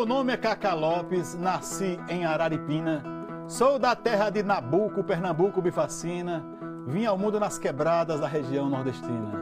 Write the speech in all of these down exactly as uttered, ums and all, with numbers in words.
nome é Cacá Lopes, nasci em Araripina. Sou da terra de Nabuco, Pernambuco me fascina. Vim ao mundo nas quebradas da região nordestina.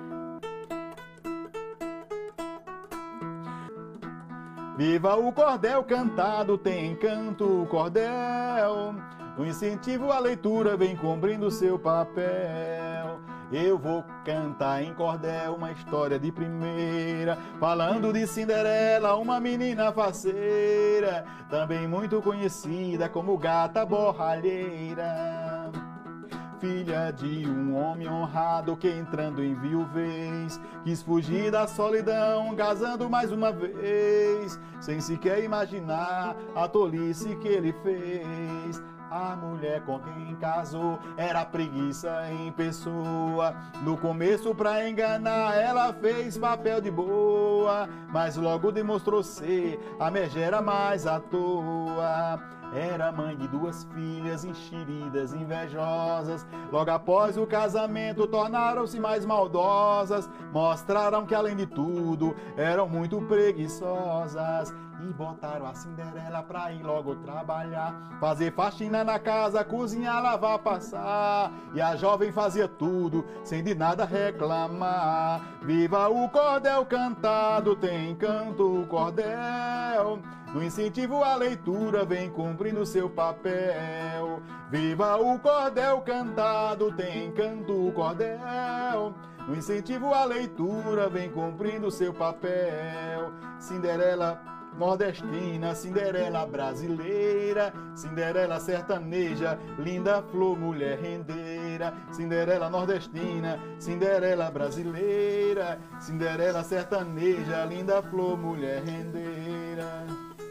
Viva o cordel cantado, tem encanto o cordel. O incentivo à leitura vem cumprindo seu papel. Eu vou cantar em cordel uma história de primeira, falando de Cinderela, uma menina faceira, também muito conhecida como Gata Borralheira. Filha de um homem honrado que entrando em viuvez quis fugir da solidão, casando mais uma vez, sem sequer imaginar a tolice que ele fez. A mulher com quem casou era preguiça em pessoa. No começo, pra enganar, ela fez papel de boa, mas logo demonstrou ser a megera mais à toa. Era mãe de duas filhas enxeridas, invejosas. Logo após o casamento tornaram-se mais maldosas. Mostraram que além de tudo eram muito preguiçosas. E botaram a Cinderela pra ir logo trabalhar, fazer faxina na casa, cozinhar, lavar, passar. E a jovem fazia tudo sem de nada reclamar. Viva o cordel cantado, tem encanto o cordel. No incentivo à leitura vem cumprindo seu papel. Viva o cordel cantado, tem encanto o cordel. No incentivo à leitura vem cumprindo seu papel. Cinderela nordestina, Cinderela brasileira, Cinderela sertaneja, linda flor, mulher rendeira. Cinderela nordestina, Cinderela brasileira, Cinderela sertaneja, linda flor, mulher rendeira.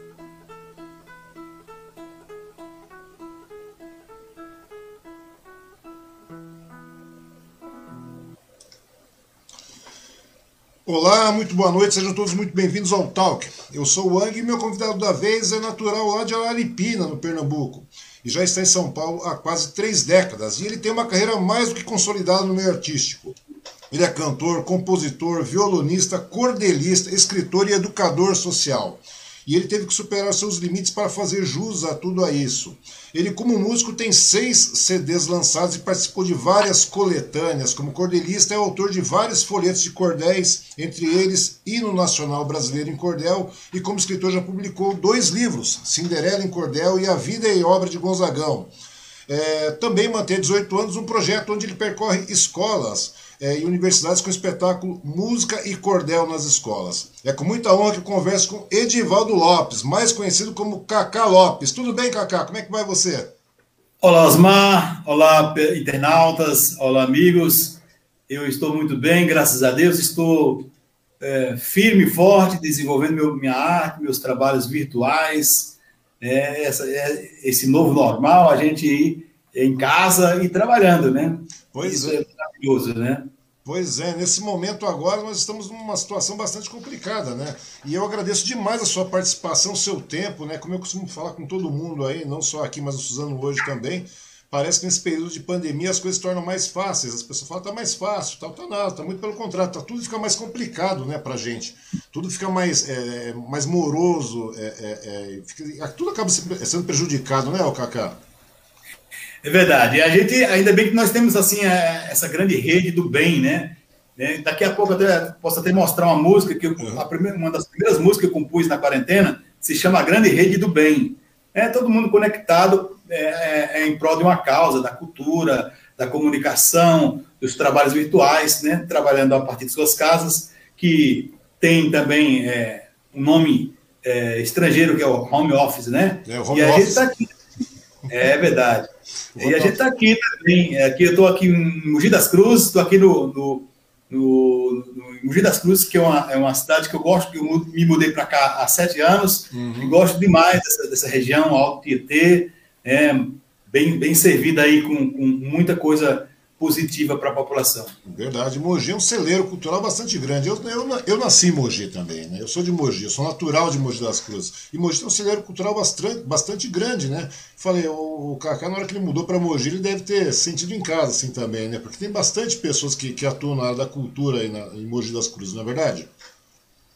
Olá, muito boa noite, sejam todos muito bem-vindos ao Talk. Eu sou o Ang e meu convidado da vez é natural lá de Araripina, no Pernambuco, e já está em São Paulo há quase três décadas, e ele tem uma carreira mais do que consolidada no meio artístico. Ele é cantor, compositor, violonista, cordelista, escritor e educador social. E ele teve que superar seus limites para fazer jus a tudo a isso. Ele, como músico, tem seis C Ds lançados e participou de várias coletâneas. Como cordelista, é autor de vários folhetos de cordéis, entre eles Hino Nacional Brasileiro em Cordel, e como escritor já publicou dois livros, Cinderela em Cordel e A Vida e Obra de Gonzagão. É, também mantém há dezoito anos um projeto onde ele percorre escolas é, e universidades com o espetáculo Música e Cordel nas Escolas. É com muita honra que eu converso com Edivaldo Lopes, mais conhecido como Cacá Lopes. Tudo bem, Cacá? Como é que vai você? Olá, Osmar. Olá, internautas. Olá, amigos. Eu estou muito bem, graças a Deus. Estou é, firme e forte, desenvolvendo meu, minha arte, meus trabalhos virtuais. É, essa, é, esse novo normal, a gente ir em casa e trabalhando, né? Pois Isso é. é maravilhoso, né? Pois é, nesse momento agora nós estamos numa situação bastante complicada, né? E eu agradeço demais a sua participação, o seu tempo, né? Como eu costumo falar com todo mundo aí, não só aqui, mas no Suzano hoje também. Parece que nesse período de pandemia as coisas se tornam mais fáceis. As pessoas falam, tá mais fácil, tal, tá nada, tá muito pelo contrário, tá, tudo fica mais complicado, né, pra gente. Tudo fica mais, é, mais moroso, é, é, é, fica, tudo acaba sendo prejudicado, né, Cacá? É verdade. E a gente, ainda bem que nós temos assim essa grande rede do bem, né? Daqui a pouco eu até, posso até mostrar uma música que eu, a primeira, uma das primeiras músicas que eu compus na quarentena se chama A Grande Rede do Bem. É todo mundo conectado é, é, em prol de uma causa, da cultura, da comunicação, dos trabalhos virtuais, né? Trabalhando a partir de suas casas, que tem também é, um nome é, estrangeiro que é o home office, né? É, o home e a office. gente está aqui. É verdade. E a gente está aqui também. Aqui eu estou aqui em Mogi das Cruzes, estou aqui no, no, no, no Mogi das Cruzes, que é uma, é uma cidade que eu gosto, que eu me mudei para cá há sete anos, uhum. E gosto demais dessa, dessa região, Alto Tietê, é, bem, bem servida aí com, com muita coisa positiva para a população. Verdade, Mogi é um celeiro cultural bastante grande. Eu, eu, eu nasci em Mogi também, né? Eu sou de Mogi, eu sou natural de Mogi das Cruzes. E Mogi tem um celeiro cultural bastante, bastante grande, né? Falei, o, o Cacá, na hora que ele mudou para Mogi, ele deve ter sentido em casa, assim, também, né? Porque tem bastante pessoas que, que atuam na área da cultura aí na, em Mogi das Cruzes, não é verdade?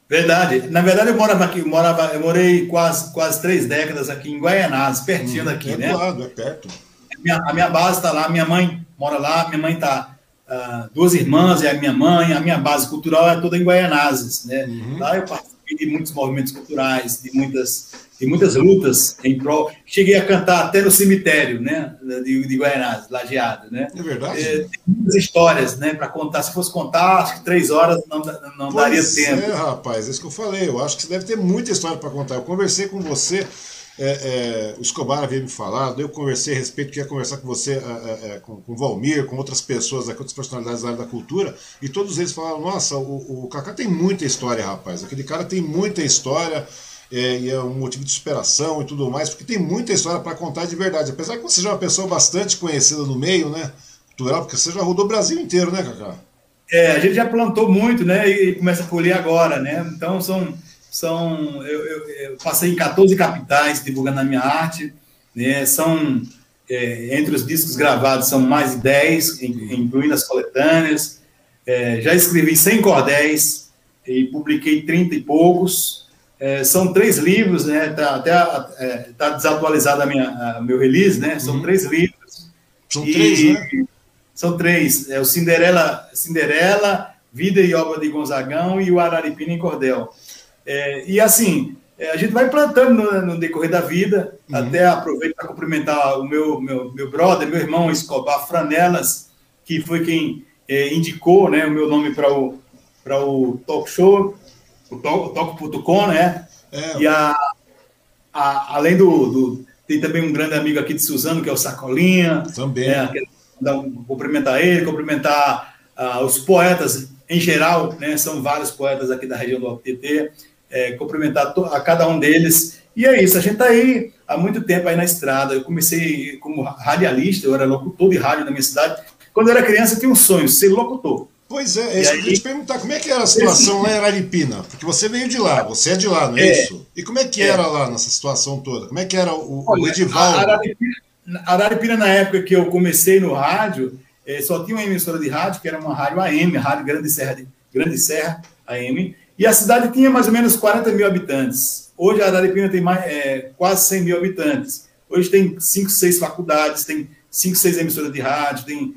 Verdade. Na verdade, eu morava aqui, eu, morava, eu morei quase, quase três décadas aqui em Guaianazes, pertinho hum, daqui, é né? Do lado, é perto. A minha, a minha base está lá, minha mãe mora lá, minha mãe está... Uh, duas irmãs e a minha mãe, a minha base cultural é toda em Guaianazes, né? Uhum. Lá eu participei de muitos movimentos culturais, de muitas, de muitas lutas em prol. Cheguei a cantar até no cemitério, né? De, de Guaianazes, Lajeado, né? É verdade. É, tem muitas histórias, né? Para contar. Se fosse contar, acho que três horas não, não daria tempo. É, rapaz, é isso que eu falei. Eu acho que você deve ter muita história para contar. Eu conversei com você. É, é, o Escobar havia me falado, eu conversei a respeito, queria conversar com você, é, é, com, com o Valmir, com outras pessoas, aqui, outras personalidades da área da cultura, e todos eles falaram, nossa, o, o Kaká tem muita história, rapaz, aquele cara tem muita história, é, e é um motivo de superação e tudo mais, porque tem muita história para contar de verdade, apesar que você já é uma pessoa bastante conhecida no meio, né, cultural, porque você já rodou o Brasil inteiro, né, Kaká? É, a gente já plantou muito, né, e começa a colher agora, né, então são... São, eu, eu, eu passei em quatorze capitais divulgando a minha arte, né? São, é, entre os discos gravados, são mais de dez, incluindo as coletâneas. É, já escrevi cem cordéis e publiquei trinta e poucos. É, são três livros, né? Tá, até é, tá desatualizado a minha, a meu release, né? São uhum. três livros. São e, três, né? São três. É o Cinderela, Cinderela, Vida e Obra de Gonzagão e o Araripina em Cordel. É, e assim, é, a gente vai plantando no, no decorrer da vida, uhum. até aproveito para cumprimentar o meu, meu, meu brother, meu irmão Escobar Franelas, que foi quem é, indicou, né, o meu nome para o, para o talk show, o toco ponto com, né? É. E a, a, além do, do... Tem também um grande amigo aqui de Suzano, que é o Sacolinha. Também. É, dar um, cumprimentar ele, cumprimentar uh, os poetas em geral, né? São vários poetas aqui da região do Alto Tietê. É, cumprimentar a cada um deles, e é isso, a gente está aí há muito tempo aí na estrada. Eu comecei como radialista, eu era locutor de rádio na minha cidade. Quando eu era criança eu tinha um sonho, ser locutor. Pois é, é isso que eu queria te perguntar, como é que era a situação lá em Araripina? Porque você veio de lá, você é de lá, não é, é isso? E como é que era é. lá nessa situação toda? Como é que era o, Olha, o Edivaldo? Araripina, Araripina, na época que eu comecei no rádio, é, só tinha uma emissora de rádio, que era uma rádio A M, Rádio Grande Serra, de, Grande Serra A M, e a cidade tinha mais ou menos quarenta mil habitantes. Hoje a Araripina tem mais, é, quase cem mil habitantes. Hoje tem cinco, seis faculdades, tem cinco, seis emissoras de rádio, tem,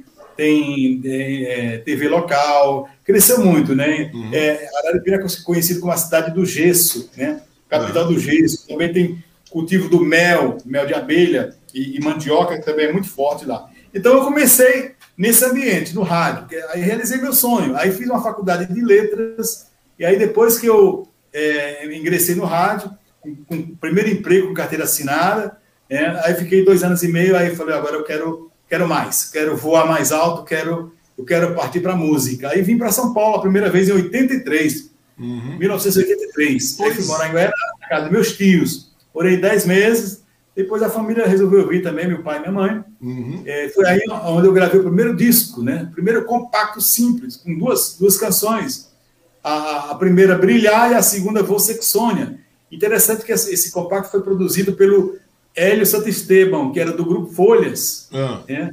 tem é, T V local. Cresceu muito, né? Uhum. É, Araripina é conhecido como a cidade do gesso, né? Capital uhum. do gesso. Também tem cultivo do mel, mel de abelha e, e mandioca, que também é muito forte lá. Então eu comecei nesse ambiente, no rádio. Aí realizei meu sonho. Aí fiz uma faculdade de letras. E aí, depois que eu é, ingressei no rádio, com, com o primeiro emprego com carteira assinada, é, aí fiquei dois anos e meio, aí falei, agora eu quero, quero mais, quero voar mais alto, quero, eu quero partir para a música. Aí vim para São Paulo a primeira vez em oitenta e três, uhum. mil novecentos e oitenta e três. Aí fui morar em Goiânia, na casa dos meus tios. Morei dez meses, depois a família resolveu vir também, meu pai e minha mãe. Uhum. É, foi aí onde eu gravei o primeiro disco, né? Primeiro compacto simples, com duas, duas canções. A, a primeira Brilhar e a segunda Você que Sonha. Interessante que esse, esse compacto foi produzido pelo Hélio Santisteban, que era do grupo Folhas, ah. né?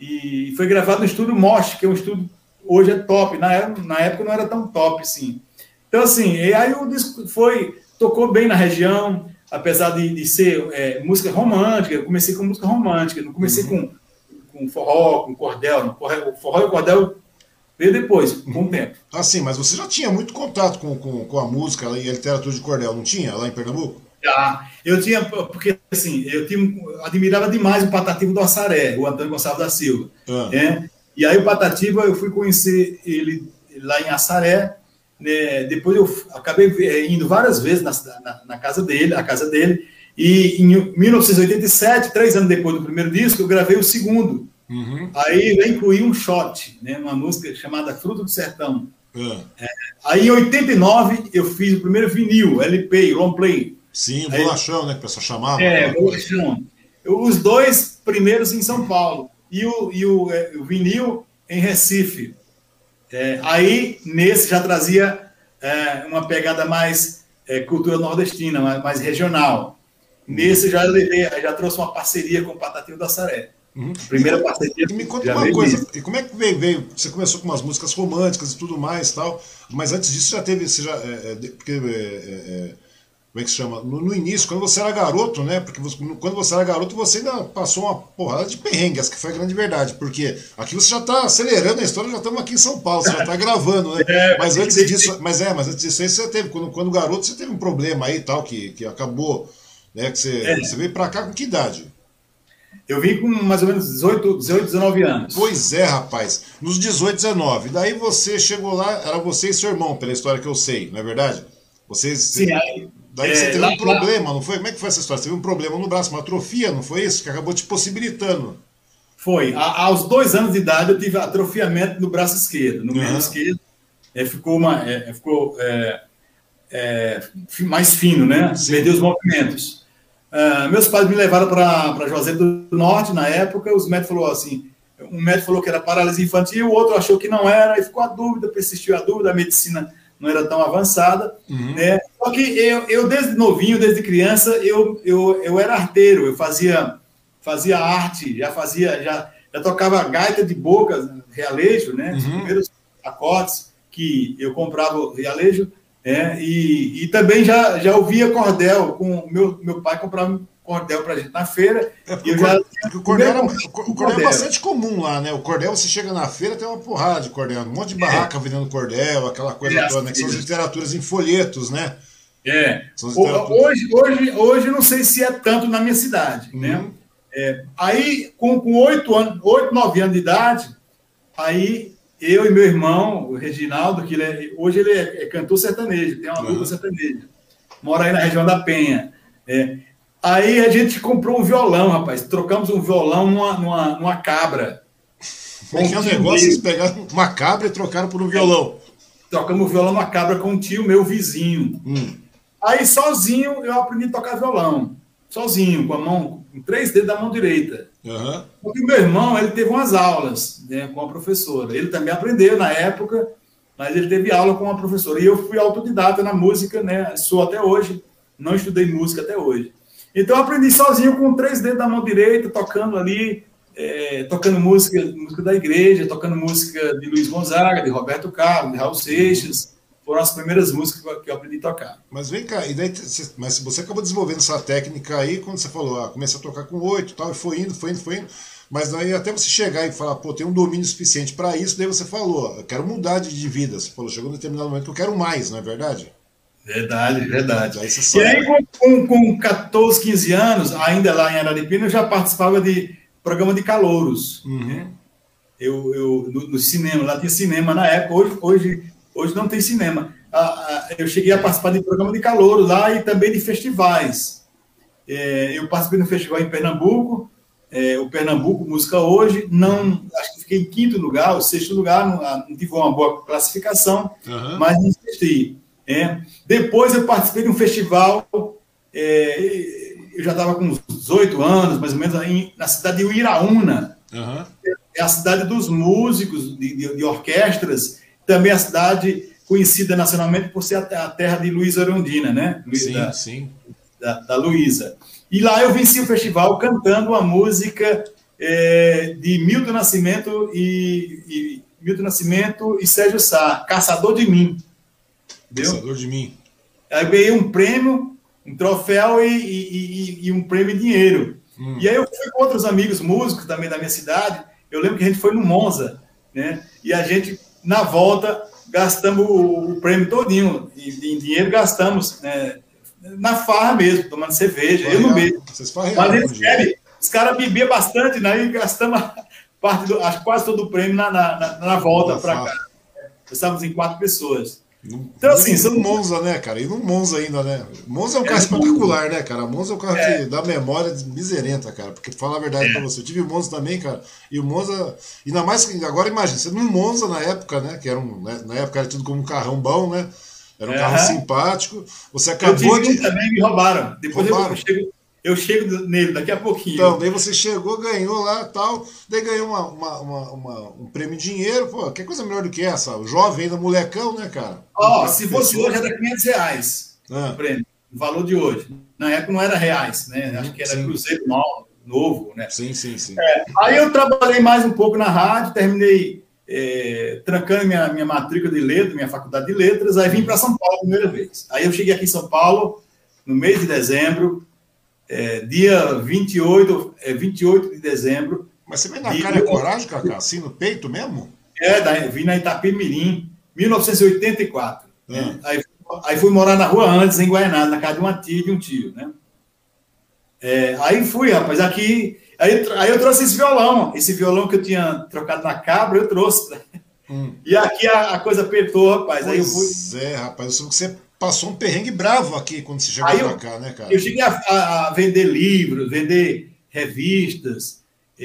E foi gravado no estúdio Mosh, que é um estúdio hoje é top, na época, na época não era tão top assim. Então assim, e aí o disco foi, tocou bem na região, apesar de, de ser é, música romântica. Eu comecei com música romântica, não comecei uhum. com, com forró, com cordel, não. Forró e cordel veio depois, com o tempo. Ah, sim, mas você já tinha muito contato com, com, com a música e a literatura de cordel, não tinha, lá em Pernambuco? Ah, eu tinha, porque assim, eu, tinha, eu admirava demais o Patativa do Assaré, o Antônio Gonçalves da Silva. Ah. Né? E aí o Patativa, eu fui conhecer ele lá em Assaré, né? Depois eu acabei indo várias vezes na, na, na casa dele, a casa dele, e em mil novecentos e oitenta e sete, três anos depois do primeiro disco, eu gravei o segundo. Uhum. Aí eu incluí um shot, né, uma música chamada Fruto do Sertão. Uhum. É, aí em oitenta e nove eu fiz o primeiro vinil, L P, long play. Sim, o bolachão, né, que o pessoal chamava. É, bolachão. Os dois primeiros em São Paulo e o, e o, é, o vinil em Recife. É, aí nesse já trazia é, uma pegada mais é, cultura nordestina, mais, mais regional. Nesse já levei, já trouxe uma parceria com o Patativa do Assaré. Uhum. Primeira parceria. E me conta uma coisa, e como é que veio, veio? Você começou com umas músicas românticas e tudo mais tal, mas antes disso já teve, você já, é, é, porque, é, é, como é que se chama? No, no início, quando você era garoto, né? Porque você, quando você era garoto, você ainda passou uma porrada de perrengue, essa que foi a grande verdade, porque aqui você já está acelerando a história, já estamos aqui em São Paulo, você já está gravando, né? É, mas antes disso, mas é, mas antes disso aí você teve, quando, quando garoto, você teve um problema aí e tal, que, que acabou, né? Que você, é. você veio para cá com que idade? Eu vim com mais ou menos dezoito, dezenove anos. Pois é, rapaz. Nos dezoito, dezenove. Daí você chegou lá, era você e seu irmão, pela história que eu sei, não é verdade? Vocês. Sim, aí. Daí é, você teve lá, um problema, lá... não foi? Como é que foi essa história? Você teve um problema no braço, uma atrofia, não foi isso? Que acabou te possibilitando. Foi. A, aos dois anos de idade eu tive atrofiamento no braço esquerdo. No uhum. membro esquerdo. É, ficou uma, é, ficou é, é, mais fino, né? Sim. Perdeu os movimentos. Uh, meus pais me levaram para Juazeiro do Norte na época. Os médicos falaram assim: um médico falou que era paralisia infantil, o outro achou que não era, e ficou a dúvida, persistiu a dúvida, a medicina não era tão avançada. Uhum. Né? Só que eu, eu, desde novinho, desde criança, eu, eu, eu era arteiro, eu fazia, fazia arte, já fazia, já, já tocava gaita de boca, realejo, né? Os uhum. primeiros acordes que eu comprava realejo. É, e, e também já, já ouvia cordel, com meu, meu pai comprava cordel pra gente na feira. É, e eu já, o cordel, era, o cordel é bastante comum lá, né? O cordel, você chega na feira, tem uma porrada de cordel, um monte de barraca é. vendendo cordel, aquela coisa é, toda, né? Que são as literaturas em folhetos, né? É. Hoje, hoje, hoje não sei se é tanto na minha cidade, uhum. né? É, aí, com, com oito anos, oito, nove anos de idade, aí eu e meu irmão, o Reginaldo, que ele é, hoje ele é, é cantor sertanejo, tem uma dupla uhum. sertaneja, mora aí na região da Penha. É. Aí a gente comprou um violão, rapaz, trocamos um violão numa, numa, numa cabra. Como é que é o negócio? Vocês pegaram uma cabra e trocaram por um violão. Trocamos o violão numa cabra com um tio meu vizinho. Hum. Aí sozinho eu aprendi a tocar violão, sozinho, com a mão, com três dedos da mão direita. Uhum. Porque o meu irmão, ele teve umas aulas, né, com a professora. Ele também aprendeu na época, mas ele teve aula com a professora. E eu fui autodidata na música, né? Sou até hoje, não estudei música até hoje. Então eu aprendi sozinho com três dedos da mão direita, tocando ali, é, tocando música, música da igreja, tocando música de Luiz Gonzaga, de Roberto Carlos, de Raul Seixas. Foram as primeiras músicas que eu aprendi a tocar. Mas vem cá, e daí, mas você acabou desenvolvendo essa técnica aí, quando você falou, ah, comecei a tocar com oito, tal, e foi indo, foi indo, foi indo, mas daí até você chegar e falar, pô, tem um domínio suficiente para isso, daí você falou, eu quero mudar de vida. Você falou, chegou um determinado momento que eu quero mais, não é verdade? Verdade, verdade. Aí você e aí, com, com, com catorze, quinze anos, ainda lá em Araripina, eu já participava de programa de calouros. Uhum. Né? Eu, eu, no, no cinema, lá tinha cinema na época, hoje... hoje Hoje não tem cinema. Eu cheguei a participar de programa de calouro lá e também de festivais. Eu participei no festival em Pernambuco, o Pernambuco Música Hoje. Não, acho que fiquei em quinto lugar, ou sexto lugar, não, não tive uma boa classificação, uhum. mas não assisti. Depois eu participei de um festival, eu já estava com uns dezoito anos, mais ou menos, na cidade de Uiraúna. Uhum. É a cidade dos músicos, de, de, de orquestras. Também a cidade conhecida nacionalmente por ser a terra de Luísa Erundina, né? Sim, da, sim. Da, da Luísa. E lá eu venci o festival cantando a música é, de Milton Nascimento e, e Milton Nascimento e Sérgio Sá, Caçador de Mim. Caçador de Mim. Aí eu ganhei um prêmio, um troféu e, e, e, e um prêmio em dinheiro. Hum. E aí eu fui com outros amigos músicos também da minha cidade. Eu lembro que a gente foi no Monza, né? E a gente... Na volta, gastamos o prêmio todinho. Em dinheiro, gastamos, né, na farra mesmo, tomando cerveja. Farrear, eu não bebo. Mas eles bebem. Os caras bebiam bastante, né? E gastamos parte do, acho, quase todo o prêmio na, na, na volta para cá. Estávamos em quatro pessoas. Então, assim, são Monza, né, cara? E no Monza ainda, né? Monza é um carro é espetacular, né, cara? Monza é um carro é. que dá memória miserenta, cara. Porque, pra falar a verdade é. pra você, eu tive o Monza também, cara. E o Monza, ainda mais que agora, imagina, você no Monza na época, né? Que era um, né, na época era tudo como um carrão bom, né? Era um é. carro simpático. Você acabou eu tive de. Um também me roubaram. Depois roubaram. Eu chego. Eu chego nele daqui a pouquinho. Então, daí você chegou, ganhou lá e tal, daí ganhou uma, uma, uma, uma, um prêmio em dinheiro, pô, que coisa melhor do que essa? O jovem ainda, molecão, né, cara? Ó, oh, se fosse hoje era quinhentos reais ah. o prêmio, o valor de hoje. Na época não era reais, né? Acho que era Sim. Cruzeiro novo, né? Sim, sim, sim. É, aí eu trabalhei mais um pouco na rádio, terminei é, trancando minha, minha matrícula de letras, minha faculdade de letras, aí vim para São Paulo a primeira vez. Aí eu cheguei aqui em São Paulo no mês de dezembro, é, dia vinte e oito, é, vinte e oito de dezembro. Mas você vem na cara e coragem, Cacá? Assim, no peito mesmo? É, daí, vim na Itapemirim, mil novecentos e oitenta e quatro. Hum. Né? Aí, aí fui morar na Rua Andes, em Guaianazes, na casa de uma tia e de um tio, né? É, aí fui, rapaz, aqui... Aí, aí eu trouxe esse violão, esse violão que eu tinha trocado na Cabra, eu trouxe. Hum. E aqui a, a coisa apertou, rapaz. Pois aí eu fui... é, rapaz, eu soube que você passou um perrengue bravo aqui quando você chegou pra cá, né, cara? Eu cheguei a, a, a vender livros, vender revistas,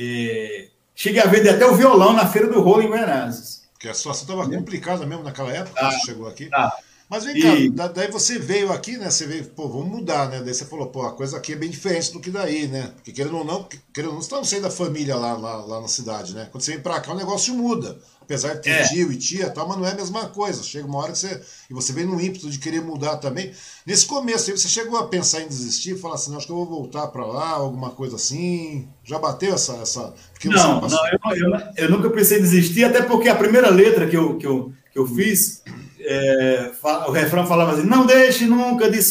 é, cheguei a vender até o violão na Feira do Rolo em Guaianazes. Porque a situação estava é. complicada mesmo naquela época, ah, quando você chegou aqui. Ah. Mas vem cá, e... daí você veio aqui, né? Você veio, pô, vamos mudar, né? Daí você falou, pô, a coisa aqui é bem diferente do que daí, né? Porque querendo ou não, querendo ou não, você não sai da família lá, lá, lá na cidade, né? Quando você vem pra cá, o negócio muda. Apesar de ter é. tio e tia e tal, mas não é a mesma coisa. Chega uma hora que você. E você vem no ímpeto de querer mudar também. Nesse começo aí, você chegou a pensar em desistir, falar assim, não, acho que eu vou voltar pra lá, alguma coisa assim. Já bateu essa. essa... Porque não, passou... não eu, eu, eu nunca pensei em desistir, até porque a primeira letra que eu, que eu, que eu fiz. É, o refrão falava assim: não deixe nunca de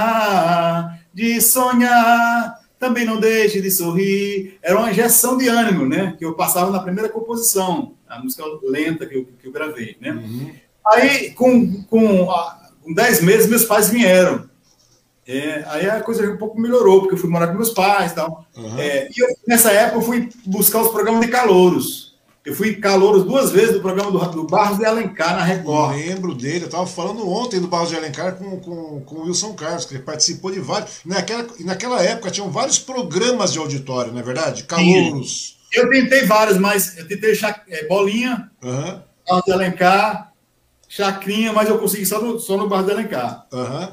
sonhar, de sonhar, também não deixe de sorrir. Era uma injeção de ânimo, né? Que eu passava na primeira composição, a música lenta que eu, que eu gravei, né? Uhum. Aí, com, com, com dez meses, meus pais vieram. É, aí a coisa um pouco melhorou, porque eu fui morar com meus pais e tal. Uhum. É, e eu, nessa época eu fui buscar os programas de calouros. Eu fui calouro duas vezes do programa do, do Barros de Alencar, na Record. Eu lembro dele, eu estava falando ontem do Barros de Alencar com, com, com o Wilson Carlos, que ele participou de vários. E naquela, naquela época tinham vários programas de auditório, não é verdade? Calouros. Sim. Eu tentei vários, mas eu tentei é, Bolinha, uhum. Barros de Alencar, Chacrinha, mas eu consegui só no, só no Barros de Alencar. Uhum.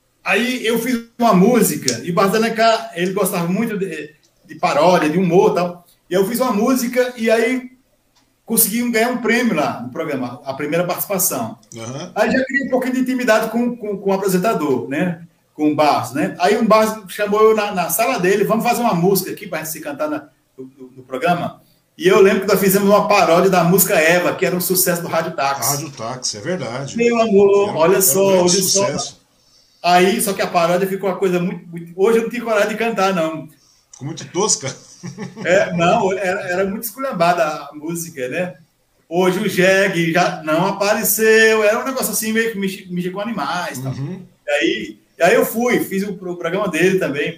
Aí eu fiz uma música, e o Barros de Alencar, ele gostava muito de, de paródia, de humor e tal. E eu fiz uma música, e aí conseguiam ganhar um prêmio lá no programa, a primeira participação. Uhum. Aí já criei um pouquinho de intimidade com, com, com o apresentador, né? Com o Barros, né? Aí um Barros chamou eu na, na sala dele, vamos fazer uma música aqui para a gente se cantar na, no, no programa. E eu lembro que nós fizemos uma paródia da música Eva, que era um sucesso do Rádio Táxi. Rádio Táxi, é verdade. Meu amor, era, olha só, um hoje sucesso. Só... Aí, só que a paródia ficou uma coisa muito, muito... Hoje eu não tinha coragem de cantar, não. Ficou muito tosca. É, não, era, era muito esculhambada a música, né? Hoje o Jeg já não apareceu, era um negócio assim, meio que mexer com animais. Tal. Uhum. E aí, e aí eu fui, fiz o, o programa dele também.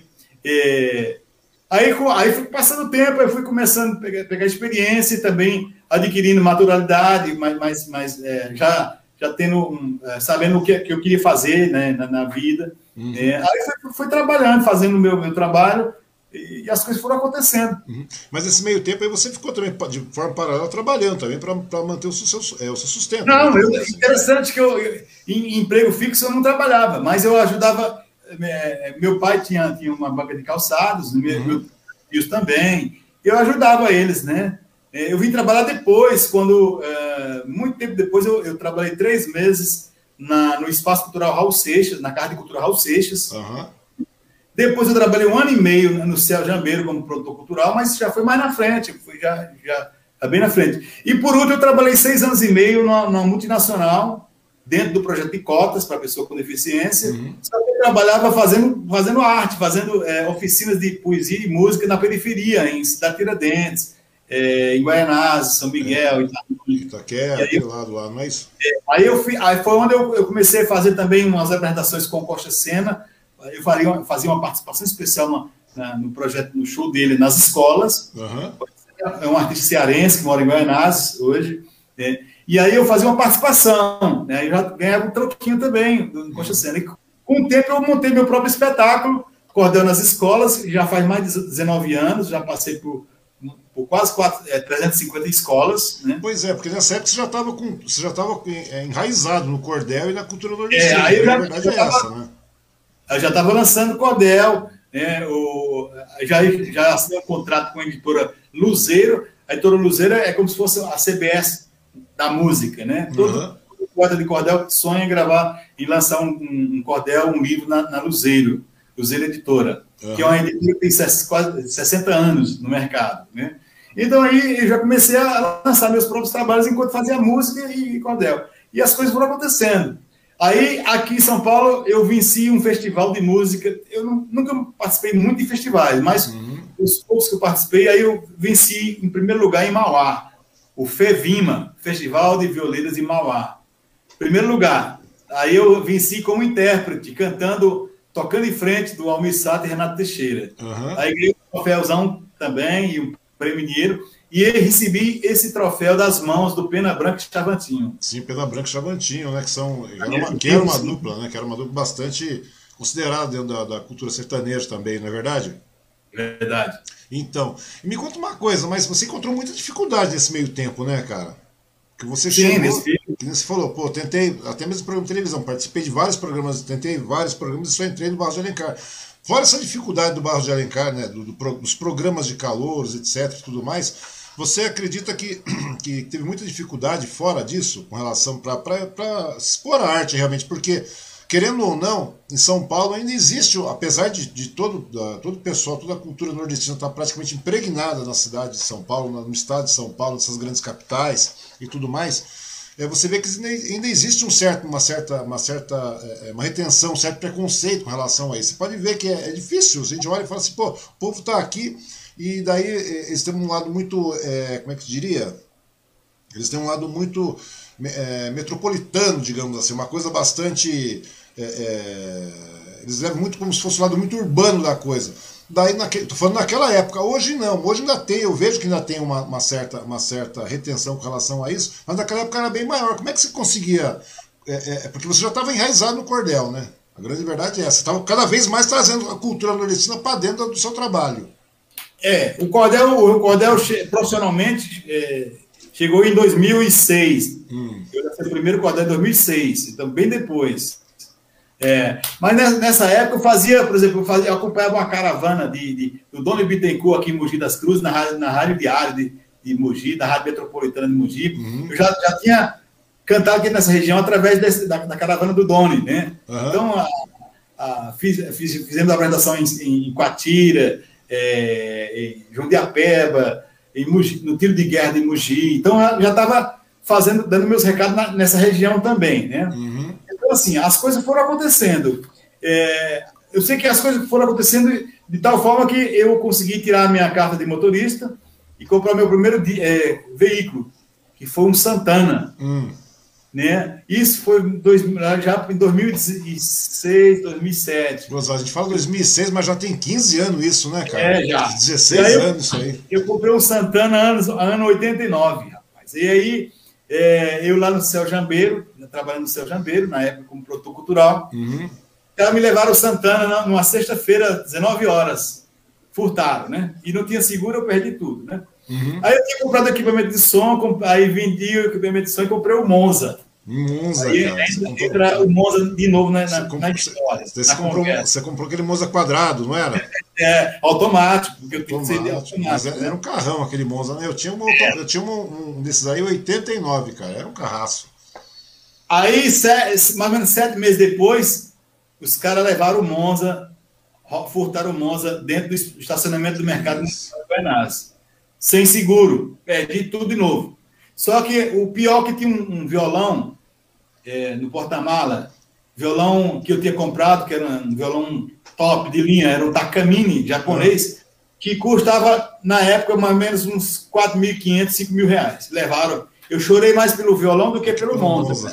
E, aí, aí fui passando o tempo, eu fui começando a pegar, pegar experiência e também adquirindo maturidade, mas, mas, mas é, já, já tendo um, é, sabendo o que, que eu queria fazer, né, na, na vida. Uhum. É, aí fui, fui trabalhando, fazendo o meu, meu trabalho. E as coisas foram acontecendo. Uhum. Mas nesse meio tempo aí você ficou também de forma paralela trabalhando também para manter o seu, é, o seu sustento. Não, né? eu, interessante que eu, eu em, em emprego fixo eu não trabalhava, mas eu ajudava. É, meu pai tinha, tinha uma banca de calçados, uhum. meus filhos também. Eu ajudava eles, né? Eu vim trabalhar depois, quando é, muito tempo depois eu, eu trabalhei três meses na, no Espaço Cultural Raul Seixas, na Casa de Cultura Raul Seixas. Uhum. Depois eu trabalhei um ano e meio no Céu Jambeiro como produtor cultural, mas já foi mais na frente, fui já, já, já bem na frente. E por último, eu trabalhei seis anos e meio numa, numa multinacional, dentro do projeto de cotas para pessoa com deficiência. Uhum. Só que eu trabalhava fazendo, fazendo arte, fazendo é, oficinas de poesia e música na periferia, em Cidade Tiradentes, é, em Guaianazes, São Miguel, é. Itaquera, aquele lado lá, não é isso? É, aí, eu fui, aí foi onde eu, eu comecei a fazer também umas apresentações com o Costa Sena. Eu fazia, fazia uma participação especial no, na, no projeto, no show dele nas escolas. Uhum. É um artista cearense que mora em Guaianazes hoje. É, e aí eu fazia uma participação, né? Eu já ganhava um troquinho também do Costa Sena. E com o tempo eu montei meu próprio espetáculo, cordel nas escolas, já faz mais de dezenove anos, já passei por, por quase quatro, é, trezentas e cinquenta escolas. Né? Pois é, porque nessa época você já estava com, você já estava enraizado no cordel e na cultura nordestina. É, aí já, a verdade é tava, essa, né? Eu já estava lançando cordel, né? o, já, já assinei um contrato com a editora Luzeiro. A editora Luzeiro é como se fosse a C B S da música, né? Todo uhum. poeta de cordel sonha em gravar e lançar um, um cordel, um livro na, na Luzeiro, Luzeiro Editora. uhum. que é uma editora que tem quase sessenta anos no mercado, né? Então aí eu já comecei a lançar meus próprios trabalhos enquanto fazia música e, e cordel. E as coisas foram acontecendo. Aí, aqui em São Paulo, eu venci um festival de música. Eu não, nunca participei muito de festivais, mas uhum. os poucos que eu participei, aí eu venci em primeiro lugar em Mauá, o FEVIMA, Festival de Violeiras de Mauá. Primeiro lugar. Aí eu venci como intérprete, cantando, tocando em frente do Almir Sater e Renato Teixeira. Uhum. Aí ganhei um troféuzão também, e um prêmio dinheiro. E eu recebi esse troféu das mãos do Pena Branca e Chavantinho. Sim, Pena Branca e Chavantinho, né? Que, são, que, era uma, que era uma dupla, né? Que era uma dupla bastante considerada dentro da, da cultura sertaneja também, não é verdade? Verdade. Então, me conta uma coisa, mas você encontrou muita dificuldade nesse meio tempo, né, cara? Que você Sim, chegou, nesse que você falou, pô, tentei, até mesmo programa de televisão, participei de vários programas, tentei vários programas e só entrei no Barros de Alencar. Fora essa dificuldade do Barros de Alencar, né? Do, do, dos programas de calouros, etc, e tudo mais. Você acredita que, que teve muita dificuldade fora disso, com relação para expor a arte realmente? Porque, querendo ou não, em São Paulo ainda existe, apesar de, de todo, da, todo o pessoal, toda a cultura nordestina estar praticamente impregnada na cidade de São Paulo, no estado de São Paulo, nessas grandes capitais e tudo mais, é, você vê que ainda existe um certo, uma certa, uma certa é, uma retenção, um certo preconceito com relação a isso. Você pode ver que é, é difícil, a gente olha e fala assim, pô, o povo está aqui. E daí eles têm um lado muito, é, como é que se diria? Eles têm um lado muito é, metropolitano, digamos assim, uma coisa bastante... É, é, eles levam muito como se fosse um lado muito urbano da coisa. Daí, naque, tô falando naquela época, hoje não, hoje ainda tem, eu vejo que ainda tem uma, uma, certa, uma certa retenção com relação a isso, mas naquela época era bem maior. Como é que você conseguia... É, é, porque você já estava enraizado no cordel, né? A grande verdade é essa. Você estava cada vez mais trazendo a cultura nordestina para dentro do seu trabalho. É, o cordel, o cordel profissionalmente é, chegou em dois mil e seis. Hum. Eu lancei o primeiro cordel em dois mil e seis, então bem depois. É, mas nessa época eu fazia, por exemplo, eu, fazia, eu acompanhava uma caravana de, de, do Doni Bittencourt aqui em Mogi das Cruzes, na rádio, na rádio diária de, de Mogi, da Rádio Metropolitana de Mogi. Uhum. Eu já, já tinha cantado aqui nessa região através desse, da, da caravana do Doni, né? Uhum. Então, a, a, fiz, fiz, fizemos a apresentação em, em Quatira, É, em João de Apeba, em Mogi, no tiro de guerra de Mogi. Então, eu já estava fazendo, dando meus recados na, nessa região também, né? Uhum. Então, assim, as coisas foram acontecendo. É, eu sei que as coisas foram acontecendo de tal forma que eu consegui tirar a minha carta de motorista e comprar meu primeiro é, veículo, que foi um Santana. Uhum. Né? Isso foi dois, já em dois mil e seis, dois mil e sete. A gente fala dois mil e seis, mas já tem quinze anos isso, né, cara? É, já. dezesseis eu, anos isso aí. Eu comprei um Santana anos, ano oitenta e nove, rapaz. E aí, é, eu lá no Céu Jambeiro, trabalhando no Céu Jambeiro, na época como produtor cultural, uhum. Ela me levaram o Santana numa sexta-feira, dezenove horas. Furtaram, né? E não tinha seguro, eu perdi tudo, né? Uhum. Aí eu tinha comprado equipamento de som, aí vendi o equipamento de som e comprei o Monza. Monza, aí, cara. Aí comprou... entra o Monza de novo na, na, comprou, na história. Você, na comprou, você comprou aquele Monza quadrado, não era? É, automático, porque eu tinha que ser de automático. Mas era, né? Era um carrão aquele Monza, né? Eu tinha, um, é. eu tinha um, um desses aí, oitenta e nove, cara. Era um carraço. Aí, sete, mais ou menos sete meses depois, os caras levaram o Monza, furtaram o Monza dentro do estacionamento do mercado de Goiás. Sem seguro, perdi tudo de novo. Só que o pior que tinha um, um violão é, no porta-mala, violão que eu tinha comprado, que era um violão top de linha, era um Takamine japonês, que custava, na época, mais ou menos uns quatro mil e quinhentos, cinco mil reais. Levaram. Eu chorei mais pelo violão do que pelo Monza.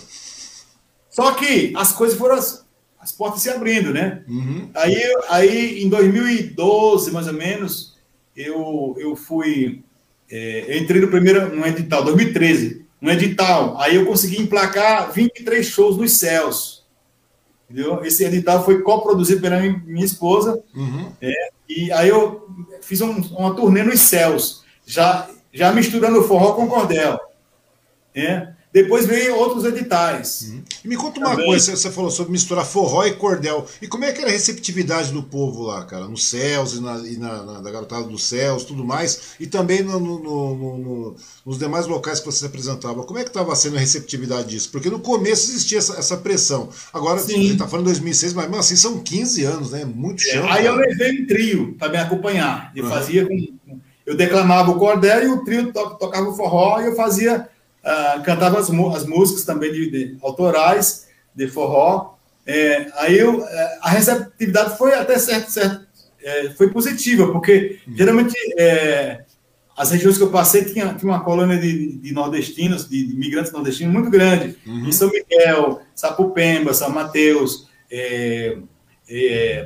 Só que as coisas foram... As, as portas se abrindo, né? Uhum. Aí, aí, em dois mil e doze, mais ou menos, eu, eu fui... É, eu entrei no primeiro, no edital, dois mil e treze, um edital. Aí eu consegui emplacar vinte e três shows nos céus. Entendeu? Esse edital foi coproduzido pela minha esposa. Uhum. É, e aí eu fiz um, uma turnê nos céus, já, já misturando forró com cordel. É. Depois veio outros editais. Uhum. E me conta uma Também. coisa, você falou sobre misturar forró e cordel. E como é que era a receptividade do povo lá, cara? Nos céus e na, e na, na da garotada dos céus, tudo mais. E também no, no, no, no, nos demais locais que você se apresentava. Como é que estava sendo a receptividade disso? Porque no começo existia essa, essa pressão. Agora, Sim. a gente está falando de dois mil e seis, mas mesmo assim são quinze anos, né? Muito chão. É, aí cara. eu levei um trio para me acompanhar. Eu uhum. fazia com, eu declamava o cordel e o trio to, tocava o forró e eu fazia... Uh, cantava as, as músicas também de, de autorais, de forró. É, aí eu, a receptividade foi até certo, certo é, foi positiva, porque uhum. geralmente é, as regiões que eu passei tinha, tinha uma colônia de, de nordestinos, de, de imigrantes nordestinos muito grande. Uhum. Em São Miguel, Sapopemba, São Mateus, é, é,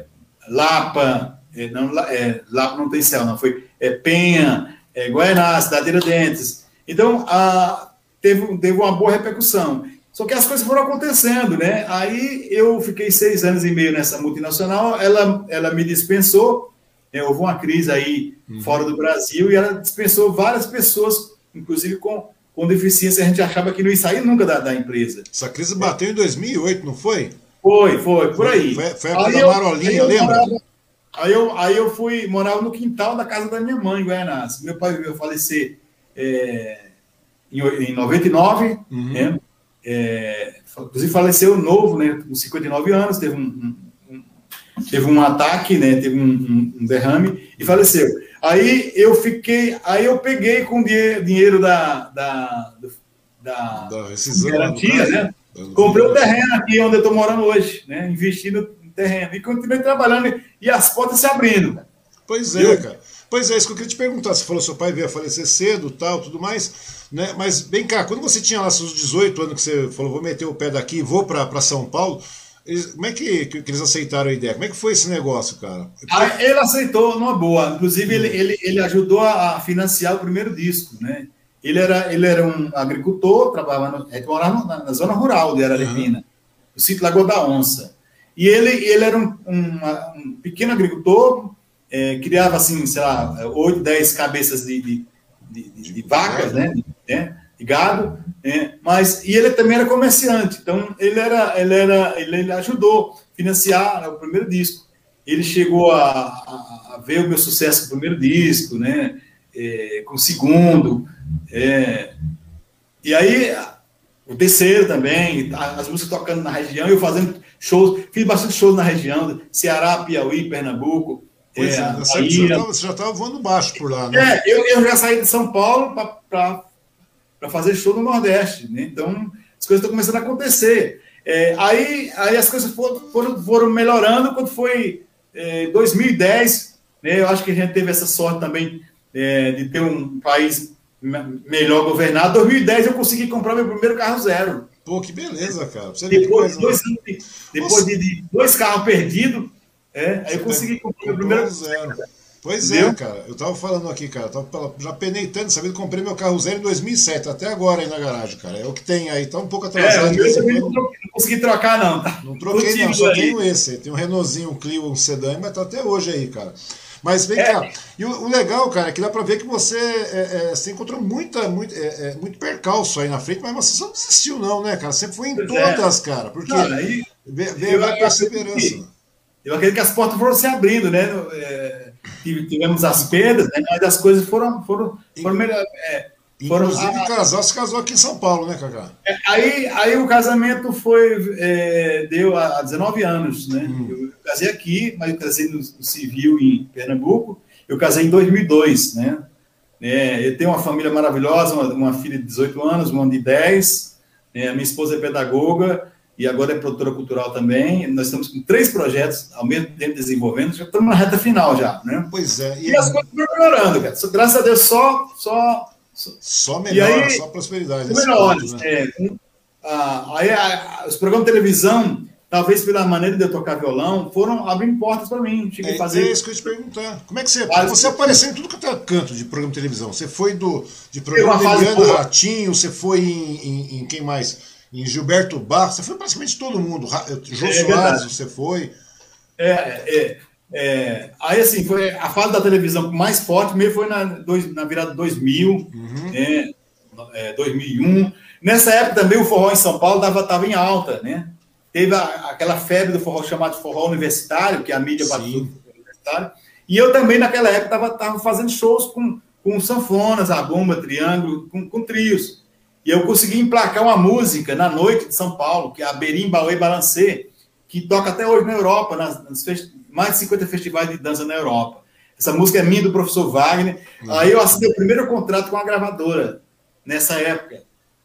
Lapa, é, não, é, Lapa não tem céu, não, foi é, Penha, é, Guaianá, Cidade de Tiradentes. Então, a Teve, teve uma boa repercussão. Só que as coisas foram acontecendo, né? Aí eu fiquei seis anos e meio nessa multinacional, ela, ela me dispensou, é, houve uma crise aí uhum. fora do Brasil, e ela dispensou várias pessoas, inclusive com, com deficiência, a gente achava que não ia sair nunca da, da empresa. Essa crise bateu é. em dois mil e oito, não foi? Foi, foi, por aí. Foi, foi a época da Marolinha, aí lembra? Morava, aí, eu, aí eu fui, morava no quintal da casa da minha mãe, em Guaianá. Meu pai veio falecer... É, em noventa e nove, uhum. né? É, inclusive faleceu novo, né? Com cinquenta e nove anos, teve um, um, teve um ataque, né? Teve um, um, um derrame e faleceu. Aí eu fiquei, aí eu peguei com dinheiro, dinheiro da, da, da, da rescisão, garantia, né? Comprei o um terreno aqui onde eu estou morando hoje, né? Investindo em terreno e continuei trabalhando e as portas se abrindo. Pois é, eu, cara. Pois é, isso que eu queria te perguntar. Você falou que seu pai veio a falecer cedo, tal, tudo mais, né? Mas, vem cá, quando você tinha lá seus dezoito anos, que você falou, vou meter o pé daqui, vou para São Paulo, eles, como é que, que, que eles aceitaram a ideia? Como é que foi esse negócio, cara? Ah, ele aceitou numa boa. Inclusive, hum. ele, ele, ele ajudou a financiar o primeiro disco, né? Ele era, ele era um agricultor, trabalhava no, ele morava na, na zona rural de Araripina, uhum. no sítio Lagoa da Onça. E ele, ele era um, um, um pequeno agricultor, É, criava, assim, sei lá, oito, dez cabeças de, de, de, de, de vacas, né, de, né, de gado, né, mas, e ele também era comerciante, então ele, era, ele, era, ele, ele ajudou a financiar, né, o primeiro disco. Ele chegou a, a, a ver o meu sucesso com o primeiro disco, né, é, com o segundo, é, e aí o terceiro também, as músicas tocando na região, eu fazendo shows, fiz bastante shows na região, Ceará, Piauí, Pernambuco. Pois é, é aí, você já estava voando baixo por lá, né? É, eu, eu já saí de São Paulo para fazer show no Nordeste, né? Então, as coisas estão começando a acontecer. É, aí, aí as coisas foram, foram, foram melhorando quando foi é, dois mil e dez, né? Eu acho que a gente teve essa sorte também é, de ter um país melhor governado. Em dois mil e dez eu consegui comprar meu primeiro carro zero. Pô, que beleza, cara. Você depois de dois, depois de, de dois carros perdidos, É, aí eu consegui comprar o primeiro zero. Pois Entendeu? é, cara. Eu tava falando aqui, cara. Tava, já penei tanto, sabendo, comprei meu carro zero em dois mil e sete, até agora aí na garagem, cara. É o que tem aí. Tá um pouco atrasado. É, eu também não, não consegui trocar, não. Tá? Não troquei, não. Só aí. tenho esse. Tem um Renaultzinho, um Clio, um sedã, mas tá até hoje aí, cara. Mas vem é. cá. E o, o legal, cara, é que dá pra ver que você, é, é, você encontrou muita, muito, é, é, muito percalço aí na frente, mas você não desistiu, não, né, cara? Você foi em pois todas, é. cara. Porque não, aí, veio a perseverança. Eu acredito que as portas foram se abrindo, né? É, tivemos as perdas, né? Mas as coisas foram, foram, foram melhor. É, foram, Inclusive, o casal se casou aqui em São Paulo, né, Cacá? É, aí, aí o casamento foi, é, deu há dezenove anos, né? Hum. Eu casei aqui, mas eu casei no, no civil em Pernambuco. Eu casei em dois mil e dois, né? É, eu tenho uma família maravilhosa, uma, uma filha de dezoito anos, uma de dez. Né? Minha esposa é pedagoga. E agora é produtora cultural também. Nós estamos com três projetos ao mesmo tempo desenvolvendo, já estamos na reta final já, né? Pois é. E, e as coisas foram melhorando, cara. Graças a Deus, só... Só, só melhora, aí, só prosperidade. Melhores. Né? É, ah, aí a, os programas de televisão, talvez pela maneira de eu tocar violão, foram abrindo portas para mim. Cheguei é, fazer... é isso que eu ia te perguntar. Como é que você... Vários... Você apareceu em tudo que é canto de programa de televisão. Você foi do, de programa de Eliana Ratinho, você foi em, em, em quem mais... Em Gilberto Barros, você foi praticamente todo mundo. Jô é, Soares, você foi. É, é, é, aí, assim, foi a fase da televisão mais forte, meio foi na, dois, na virada de dois mil. Uhum. É, é, dois mil e um. Nessa época também o forró em São Paulo estava em alta, né? Teve a, aquela febre do forró chamado forró universitário, que a mídia bateu no forró universitário. E eu também, naquela época, estava fazendo shows com, com sanfonas, a bomba, triângulo, com, com trios. E eu consegui emplacar uma música na noite de São Paulo, que é a Berim Bauê Balancê, que toca até hoje na Europa, nas, nas fest... mais de cinquenta festivais de dança na Europa. Essa música é minha, do professor Wagner. Uhum. Aí eu assinei o primeiro contrato com a gravadora, nessa época.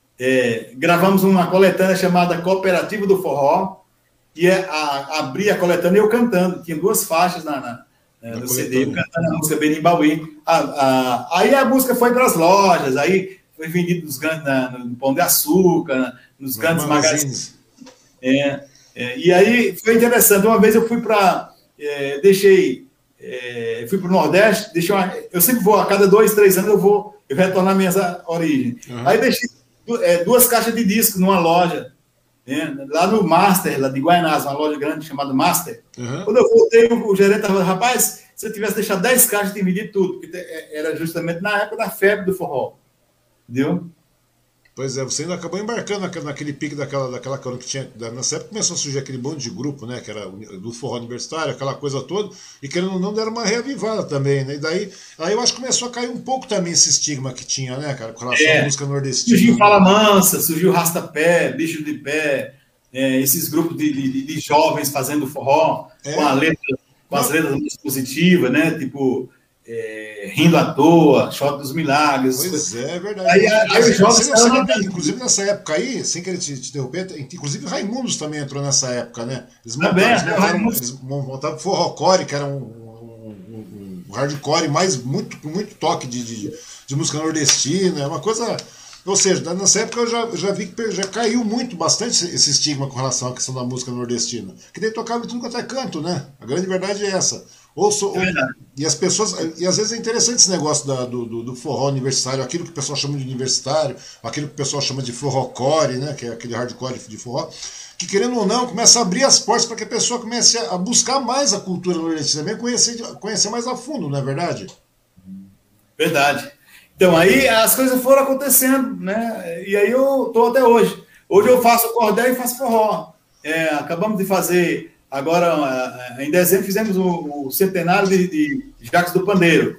É, gravamos uma coletânea chamada Cooperativa do Forró, e é, a, abri a coletânea eu cantando. Tinha duas faixas na, na, na no C D, eu cantando a música Berim Bauê. A, a, aí a música foi para as lojas, aí foi vendido nos grandes, na, no Pão de Açúcar, nos grandes magazines. É, é, e aí foi interessante. Uma vez eu fui para... É, deixei... É, fui para o Nordeste, deixei uma, eu sempre vou, a cada dois, três anos eu vou eu retornar às minhas origens. Uhum. Aí deixei é, duas caixas de discos numa loja, né, lá no Master, lá de Guaianás, uma loja grande chamada Master. Uhum. Quando eu voltei, o, o gerente estava, rapaz, se eu tivesse deixado dez caixas, tinha vendido tudo, porque era justamente na época da febre do forró. Entendeu? Pois é, você ainda acabou embarcando naquele pique daquela, daquela que tinha. Nessa época começou a surgir aquele bonde de grupo, né? Que era do forró universitário, aquela coisa toda, e querendo ou não, deram uma reavivada também, né? E daí, aí eu acho que começou a cair um pouco também esse estigma que tinha, né, cara, com relação é, à música nordestina. Surgiu Fala Mansa, surgiu Rastapé, Bicho de Pé, é, esses grupos de, de, de jovens fazendo forró, é. com, a letra, com as letras muito positivas, né? Tipo. É, Rindo à Toa, Shot dos Milagres. Pois é, é verdade. Aí, aí, aí os jovens você, você, inclusive nessa época aí, sem querer te, te interromper, inclusive Raimundos também entrou nessa época, né? Eles montaram, também, eles montaram, eles montaram forrocore, que era um, um, um, um hardcore, mais muito, muito toque de, de, de música nordestina, é uma coisa. Ou seja, nessa época eu já, já vi que já caiu muito, bastante esse estigma com relação à questão da música nordestina. Que daí tocava em tudo quanto é canto, né? A grande verdade é essa. Ou, ou, e as pessoas, e às vezes é interessante esse negócio da, do, do, do forró universitário, aquilo que o pessoal chama de universitário, aquilo que o pessoal chama de forrocore, né, que é aquele hardcore de forró, que querendo ou não, começa a abrir as portas para que a pessoa comece a buscar mais a cultura nordestina, também conhecer, conhecer mais a fundo, não é verdade? Verdade. Então aí as coisas foram acontecendo, né, e aí eu estou até hoje. Hoje eu faço cordel e faço forró. É, acabamos de fazer... Agora, em dezembro, fizemos o, o centenário de, de Jacques do Pandeiro.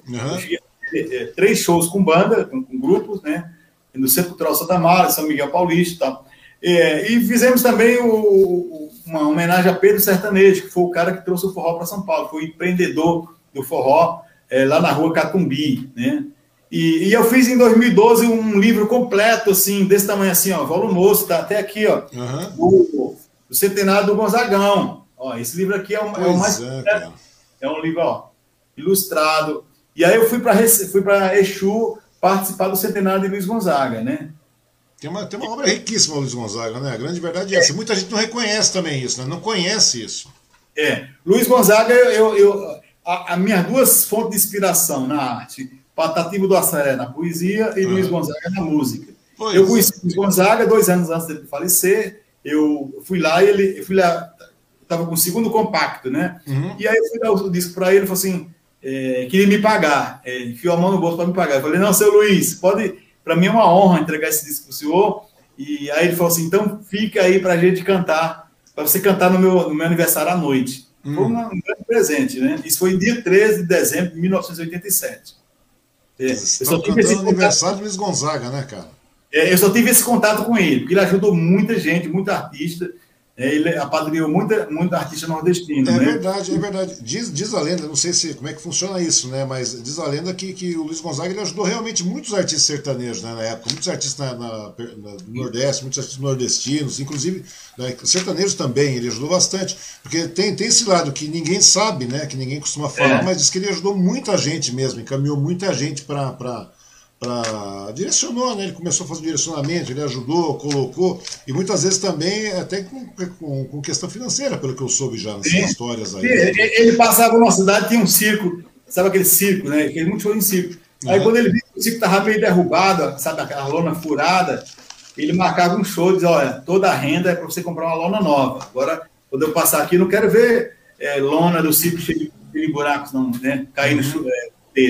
Uhum. Três shows com banda, com, com grupos, né? No Centro Cultural Santa Mara, São Miguel Paulista e tal. É, e fizemos também o, o, uma homenagem a Pedro Sertanejo, que foi o cara que trouxe o forró para São Paulo, foi o empreendedor do forró é, lá na rua Catumbi, né? E, e eu fiz em dois mil e doze um livro completo, assim, desse tamanho assim, ó, volumoso, tá até aqui, ó, uhum. o, o centenário do Gonzagão. Ó, esse livro aqui é o, é o mais... É, é um livro, ó, ilustrado. E aí eu fui para fui para Exu participar do centenário de Luiz Gonzaga, né? Tem uma, tem uma obra riquíssima, Luiz Gonzaga, né? A grande verdade é essa. Muita gente não reconhece também isso, né? Não conhece isso. É. Luiz Gonzaga, eu, eu, a, a minhas duas fontes de inspiração na arte, Patativa do Assaré na poesia e uhum. Luiz Gonzaga na música. Pois. Eu conheci Luiz Gonzaga dois anos antes dele falecer. Eu fui lá e ele... Eu fui lá... Estava com o segundo compacto, né? Uhum. E aí eu fui dar o disco para ele, ele falou assim, é, queria me pagar, é, enfiou a mão no bolso para me pagar. Eu falei, não, seu Luiz, pode, para mim é uma honra entregar esse disco para o senhor. E aí ele falou assim, então fica aí para a gente cantar, para você cantar no meu, no meu aniversário à noite. Uhum. Foi um, um grande presente, né? Isso foi dia treze de dezembro de mil novecentos e oitenta e sete. É, eu só tive esse aniversário de Luiz Gonzaga, né, cara? É, eu só tive esse contato com ele, porque ele ajudou muita gente, muita artista. Ele apadrinhou muita, muita artista nordestina. É né? verdade, é verdade. Diz, diz a lenda, não sei se, como é que funciona isso, né? Mas diz a lenda que, que o Luiz Gonzaga ele ajudou realmente muitos artistas sertanejos, né, na época, muitos artistas na, na, na, no Nordeste, muitos artistas nordestinos, inclusive né, sertanejos também, ele ajudou bastante. Porque tem, tem esse lado que ninguém sabe, né? Que ninguém costuma falar, é. Mas diz que ele ajudou muita gente mesmo, encaminhou muita gente para. Pra... Pra... direcionou, né? Ele começou a fazer direcionamento, ele ajudou, colocou, e muitas vezes também até com, com, com questão financeira, pelo que eu soube já nessas Sim. histórias aí. Ele, ele passava numa cidade, tinha um circo, sabe aquele circo, né? Ele fez muito show em circo. Aí uhum. quando ele viu que o circo estava meio derrubado, sabe aquela lona furada, ele marcava um show e dizia, olha, toda a renda é para você comprar uma lona nova. Agora, quando eu passar aqui, não quero ver é, lona do circo cheio de buracos, não, né? Cair uhum. na chuveira.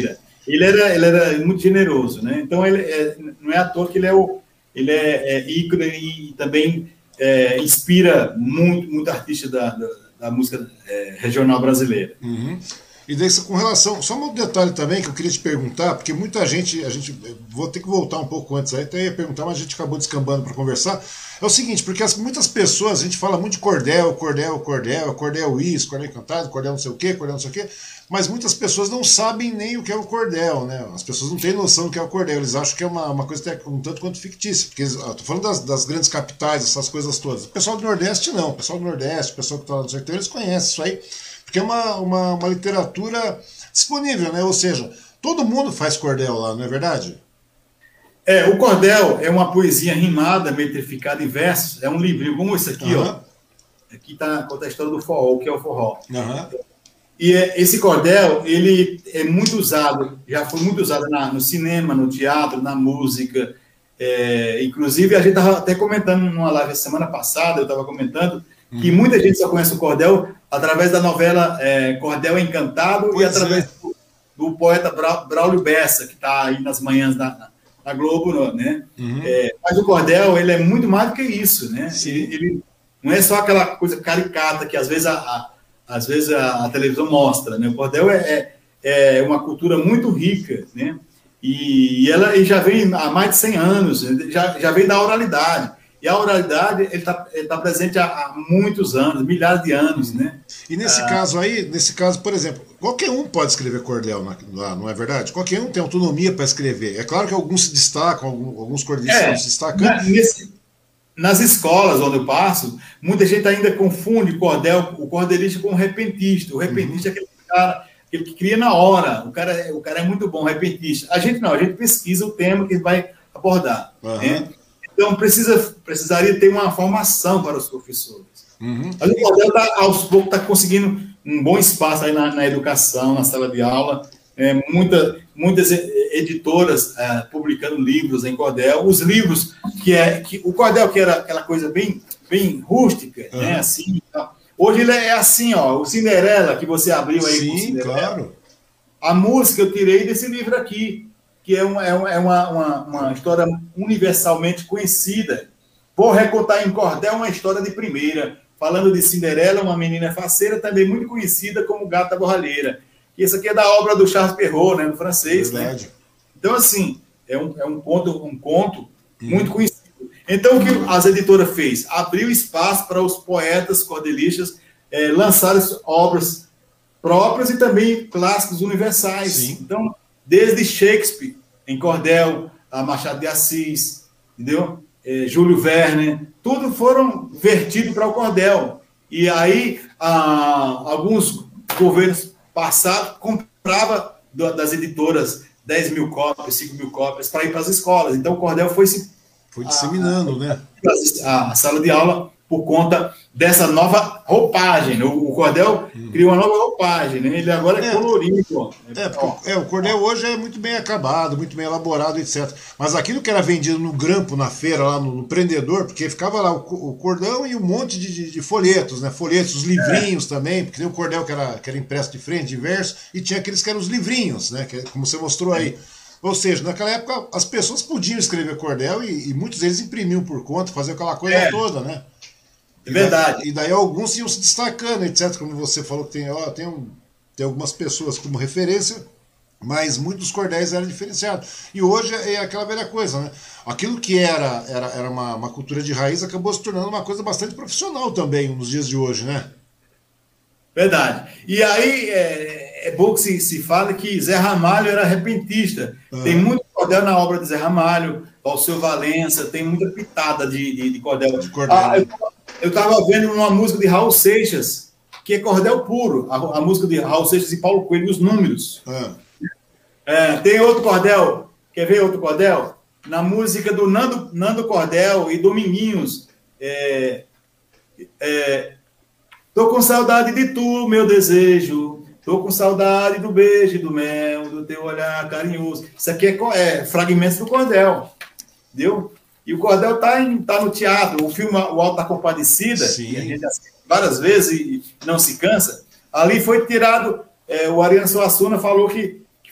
ele era, ele era muito generoso, né? Então, ele é, não é à toa que ele é, o, ele é, é ícone e também é, inspira muito, muito artista da, da, da música é, regional brasileira. Uhum. E daí, com relação, só um detalhe também que eu queria te perguntar, porque muita gente, a gente, vou ter que voltar um pouco antes aí, até ia perguntar, mas a gente acabou descambando para conversar. É o seguinte, porque as, muitas pessoas, a gente fala muito de cordel, cordel, cordel, cordel isso, cordel cantado, cordel não sei o quê, cordel não sei o quê, mas muitas pessoas não sabem nem o que é o cordel, né? As pessoas não têm noção do que é o cordel, eles acham que é uma, uma coisa um tanto quanto fictícia, porque estou falando das, das grandes capitais, essas coisas todas. O pessoal do Nordeste não, o pessoal do Nordeste, o pessoal que está no sertão, eles conhecem isso aí, porque é uma, uma, uma literatura disponível, né? Ou seja, todo mundo faz cordel lá, não é verdade? É, o cordel é uma poesia rimada, metrificada em versos, é um livrinho como esse aqui, uhum. ó. Aqui tá, conta a história do forró, o que é o forró. Uhum. E é, esse cordel, ele é muito usado, já foi muito usado na, no cinema, no teatro, na música. É, inclusive, a gente estava até comentando numa live semana passada, eu estava comentando, uhum. que muita gente só conhece o cordel através da novela é, Cordel Encantado pois e através é. do, do poeta Bra, Braulio Bessa, que está aí nas manhãs da, na Globo, né? Uhum. É, mas o cordel, ele é muito mais do que isso, né? Ele, ele não é só aquela coisa caricata que às vezes a, a, às vezes a, a televisão mostra, né? O cordel é, é, é uma cultura muito rica, né? E, e ela e já vem há mais de cem anos, já, já vem da oralidade. E a oralidade está tá presente há, há muitos anos, milhares de anos, uhum. né? E nesse ah, caso aí, nesse caso, por exemplo, qualquer um pode escrever cordel lá, não é verdade? Qualquer um tem autonomia para escrever. É claro que alguns se destacam, alguns cordelistas é, se destacam. Na, nesse, nas escolas onde eu passo, muita gente ainda confunde cordel, o cordelista com o repentista. O repentista uhum. é aquele cara aquele que cria na hora. O cara, o cara é muito bom, repentista. A gente não, a gente pesquisa o tema que vai abordar. Uhum. Né? Então, precisa, precisaria ter uma formação para os professores. Uhum. Mas o cordel, tá, aos poucos, está conseguindo um bom espaço aí na, na educação, na sala de aula. É, muita, muitas editoras é, publicando livros em cordel. Os livros, que é que o cordel, que era aquela coisa bem, bem rústica, uhum. né, assim, hoje ele é assim, ó, o Cinderela, que você abriu aí. Sim, claro. A música eu tirei desse livro aqui, que é uma, é uma, uma, uma história universalmente conhecida. Vou recontar em cordel uma história de primeira, falando de Cinderela, uma menina faceira, também muito conhecida como Gata Borralheira. E isso aqui é da obra do Charles Perrault, né, no francês. Verdade. Né? Então, assim, é um, é um conto, um conto hum. muito conhecido. Então, o que as editoras fez? Abriu espaço para os poetas cordelistas é, lançarem obras próprias e também clássicos universais. Sim. Então, desde Shakespeare, em cordel, a Machado de Assis, entendeu? É, Júlio Verne, tudo foram vertidos para o cordel. E aí, ah, alguns governos passados compravam das editoras dez mil cópias, cinco mil cópias para ir para as escolas. Então, o cordel foi se Foi disseminando, a, né? A, a sala de aula por conta dessa nova roupagem. O, o cordel hum. criou uma nova roupagem, né? Ele agora é, é colorido. É, porque, é, o cordel hoje é muito bem acabado, muito bem elaborado, etcétera. Mas aquilo que era vendido no grampo, na feira, lá no, no prendedor, porque ficava lá o, o cordão e um monte de, de, de folhetos, né? Folhetos, os livrinhos é. também, porque tem o cordel que era, que era impresso de frente, de verso, e tinha aqueles que eram os livrinhos, né? Que, como você mostrou aí. Ou seja, naquela época as pessoas podiam escrever cordel e, e muitos deles imprimiam por conta, faziam aquela coisa é. toda, né? É verdade. E daí, e daí alguns iam se destacando, etcétera. Como você falou que tem, ó, tem, um, tem algumas pessoas como referência, mas muitos cordéis eram diferenciados. E hoje é aquela velha coisa, né? Aquilo que era, era, era uma, uma cultura de raiz acabou se tornando uma coisa bastante profissional também nos dias de hoje, né? Verdade. E aí é, é bom que se, se fale que Zé Ramalho era repentista. Ah. Tem muito cordel na obra de Zé Ramalho, Alceu Valença, tem muita pitada de, de, de cordel. De cordel. Ah, eu estava vendo uma música de Raul Seixas, que é cordel puro, a, a música de Raul Seixas e Paulo Coelho, os números. Ah. É, tem outro cordel, quer ver outro cordel? Na música do Nando, Nando Cordel e Dominguinhos, é, é, tô com saudade de tu, meu desejo. Tô com saudade do beijo, do mel, do teu olhar carinhoso. Isso aqui é, é fragmentos do cordel. Entendeu? E o cordel tá, em, tá no teatro. O filme O Alto da Compadecida, que a gente assiste várias vezes e não se cansa. Ali foi tirado. É, o Ariano Suassuna falou que, que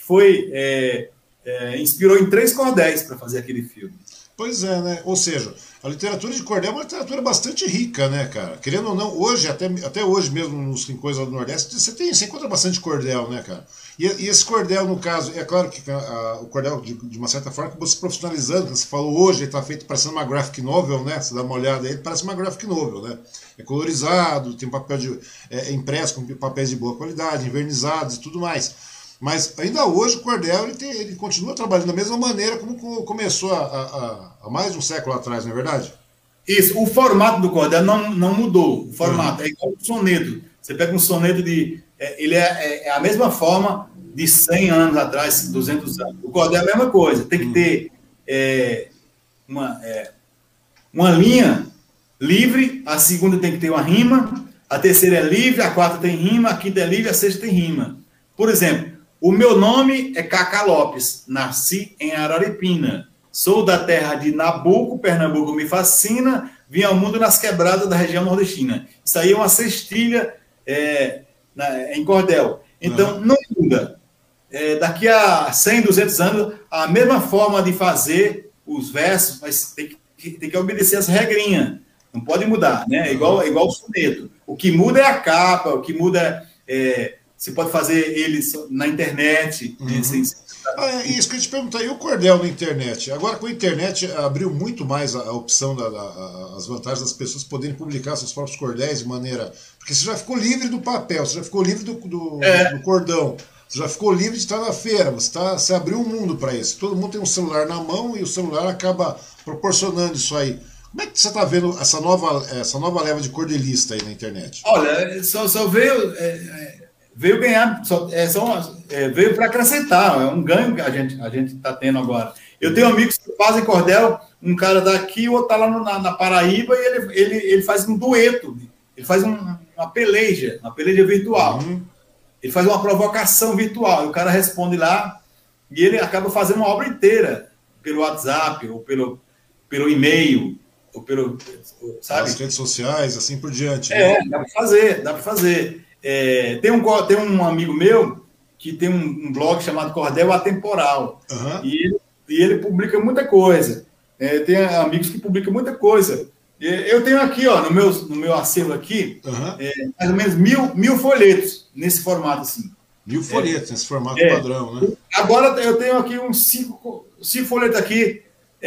foi é, é, inspirou em três cordéis para fazer aquele filme. Pois é, né? Ou seja, a literatura de cordel é uma literatura bastante rica, né, cara? Querendo ou não, hoje, até, até hoje mesmo nos rincões lá do Nordeste, você, tem, você encontra bastante cordel, né, cara? E, e esse cordel, no caso, é claro que a, a, o cordel, de, de uma certa forma, acabou se profissionalizando. Você falou hoje, ele está feito parecendo uma graphic novel, né? Você dá uma olhada aí, ele parece uma graphic novel, né? É colorizado, tem papel de, é, é impresso com papéis de boa qualidade, envernizados e tudo mais. Mas ainda hoje o cordel ele, tem, ele continua trabalhando da mesma maneira como começou há mais de um século atrás, não é verdade? Isso, o formato do cordel não, não mudou. O formato uhum. é igual o soneto. Você pega um soneto de... É, ele é, é, é a mesma forma de cem anos atrás, duzentos anos. O cordel é a mesma coisa. Tem que uhum. ter é, uma, é, uma linha livre, a segunda tem que ter uma rima, a terceira é livre, a quarta tem rima, a quinta é livre, a sexta tem rima. Por exemplo, o meu nome é Cacá Lopes, nasci em Araripina, sou da terra de Nabuco, Pernambuco me fascina, vim ao mundo nas quebradas da região nordestina. Isso aí é uma sextilha é, na, em cordel. Então, uhum. não muda. É, daqui a cem, duzentos anos, a mesma forma de fazer os versos, mas tem que, tem que obedecer as regrinhas. Não pode mudar, né? É igual, é igual o soneto. O que muda é a capa, o que muda é... Você pode fazer eles na internet. Uhum. Assim, ah, é isso que eu te perguntar. E o cordel na internet? Agora, com a internet, abriu muito mais a, a opção, da, a, as vantagens das pessoas poderem publicar seus próprios cordéis de maneira... Porque você já ficou livre do papel, você já ficou livre do, do, é. do cordão, você já ficou livre de estar na feira, você, tá, você abriu um mundo para isso. Todo mundo tem um celular na mão e o celular acaba proporcionando isso aí. Como é que você está vendo essa nova, essa nova leva de cordelista aí na internet? Olha, só, só veio... É, é... Veio ganhar, só, é, só, é, veio para acrescentar, é um ganho que a gente a gente está tendo agora. Eu tenho amigos que fazem cordel, um cara daqui, o outro está lá no, na, na Paraíba, e ele, ele, ele faz um dueto, ele faz um, uma peleja, uma peleja virtual. Uhum. Ele faz uma provocação virtual, e o cara responde lá, e ele acaba fazendo uma obra inteira, pelo WhatsApp, ou pelo, pelo e-mail, ou pelo, sabe? As redes sociais, assim por diante. É, né? dá para fazer, dá para fazer. É, tem, um, tem um amigo meu que tem um, um blog chamado Cordel Atemporal. Uhum. E, ele, e ele publica muita coisa. É, tem amigos que publicam muita coisa. É, eu tenho aqui, ó, no meu, no meu acervo aqui, uhum. é, mais ou menos mil, mil folhetos nesse formato assim. Mil folhetos, é, nesse formato é, padrão, né? Agora eu tenho aqui uns cinco, cinco folhetos aqui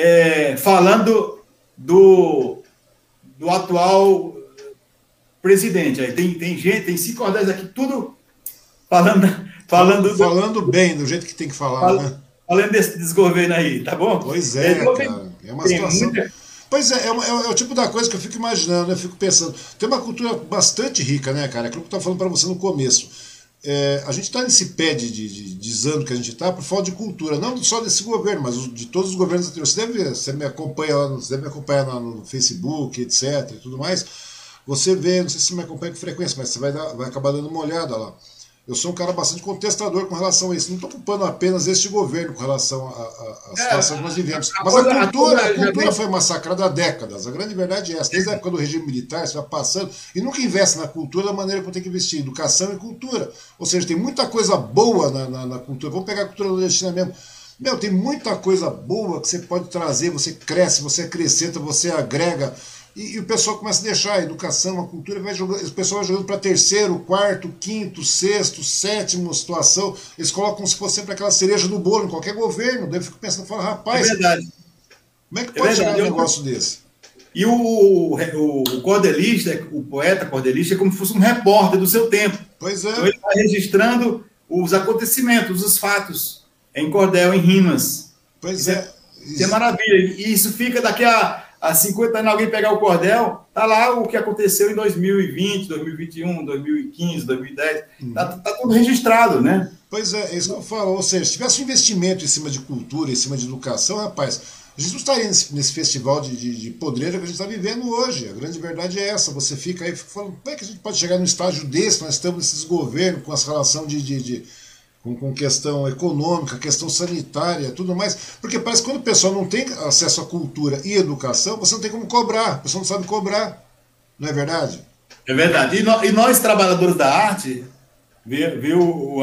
é, falando do, do atual presidente. Aí tem, tem gente, tem cinco cordéis aqui, tudo falando... Falando, falando do, bem, do jeito que tem que falar, falando, né? Falando desse desgoverno aí, tá bom? Pois é, é cara. É uma situação... Muita... Pois é, é, é, é o tipo da coisa que eu fico imaginando, eu fico pensando. Tem uma cultura bastante rica, né, cara? Aquilo que eu estava falando para você no começo. É, a gente está nesse pé de, de, de desando que a gente está por falta de cultura, não só desse governo, mas de todos os governos anteriores. Você, deve, você me acompanha lá, você deve me acompanhar no Facebook, etc e tudo mais. Você vê, não sei se você me acompanha com frequência, mas você vai, dar, vai acabar dando uma olhada lá. Eu sou um cara bastante contestador com relação a isso. Não estou culpando apenas este governo com relação à situação é, que nós vivemos. Mas a cultura, a cultura foi massacrada há décadas. A grande verdade é essa. Desde a época do regime militar, você vai passando e nunca investe na cultura da maneira que tem que investir. Educação e cultura. Ou seja, tem muita coisa boa na, na, na cultura. Vamos pegar a cultura nordestina mesmo. Meu, tem muita coisa boa que você pode trazer. Você cresce, você acrescenta, você agrega. E, e o pessoal começa a deixar a educação, a cultura, vai jogando, o pessoal vai jogando para terceiro, quarto, quinto, sexto, sétimo situação. Eles colocam como se fosse sempre aquela cereja do bolo em qualquer governo. Daí eu fico pensando, falo, rapaz, é verdade. Como é que pode é chegar um negócio desse? E o, o, o cordelista, o poeta cordelista, é como se fosse um repórter do seu tempo. Pois é. Então ele vai registrando os acontecimentos, os fatos, em cordel, em rimas. Pois isso é. é. Isso é maravilha. E isso fica daqui a. Há cinquenta anos alguém pegar o cordel, tá lá o que aconteceu em dois mil e vinte, dois mil e vinte e um, dois mil e quinze, dois mil e dez. Uhum. Tá, tá tudo registrado, né? Pois é, é isso que eu falo. Ou seja, se tivesse um investimento em cima de cultura, em cima de educação, rapaz, a gente não estaria nesse, nesse festival de, de, de podreira que a gente está vivendo hoje. A grande verdade é essa. Você fica aí falando, como é que a gente pode chegar num estágio desse? Nós estamos nesses governos com essa relação de... de, de Com, com questão econômica, questão sanitária, tudo mais, porque parece que quando o pessoal não tem acesso à cultura e educação, você não tem como cobrar, o pessoal não sabe cobrar, não é verdade? É verdade, e, no, e nós trabalhadores da arte, viu, viu Wang,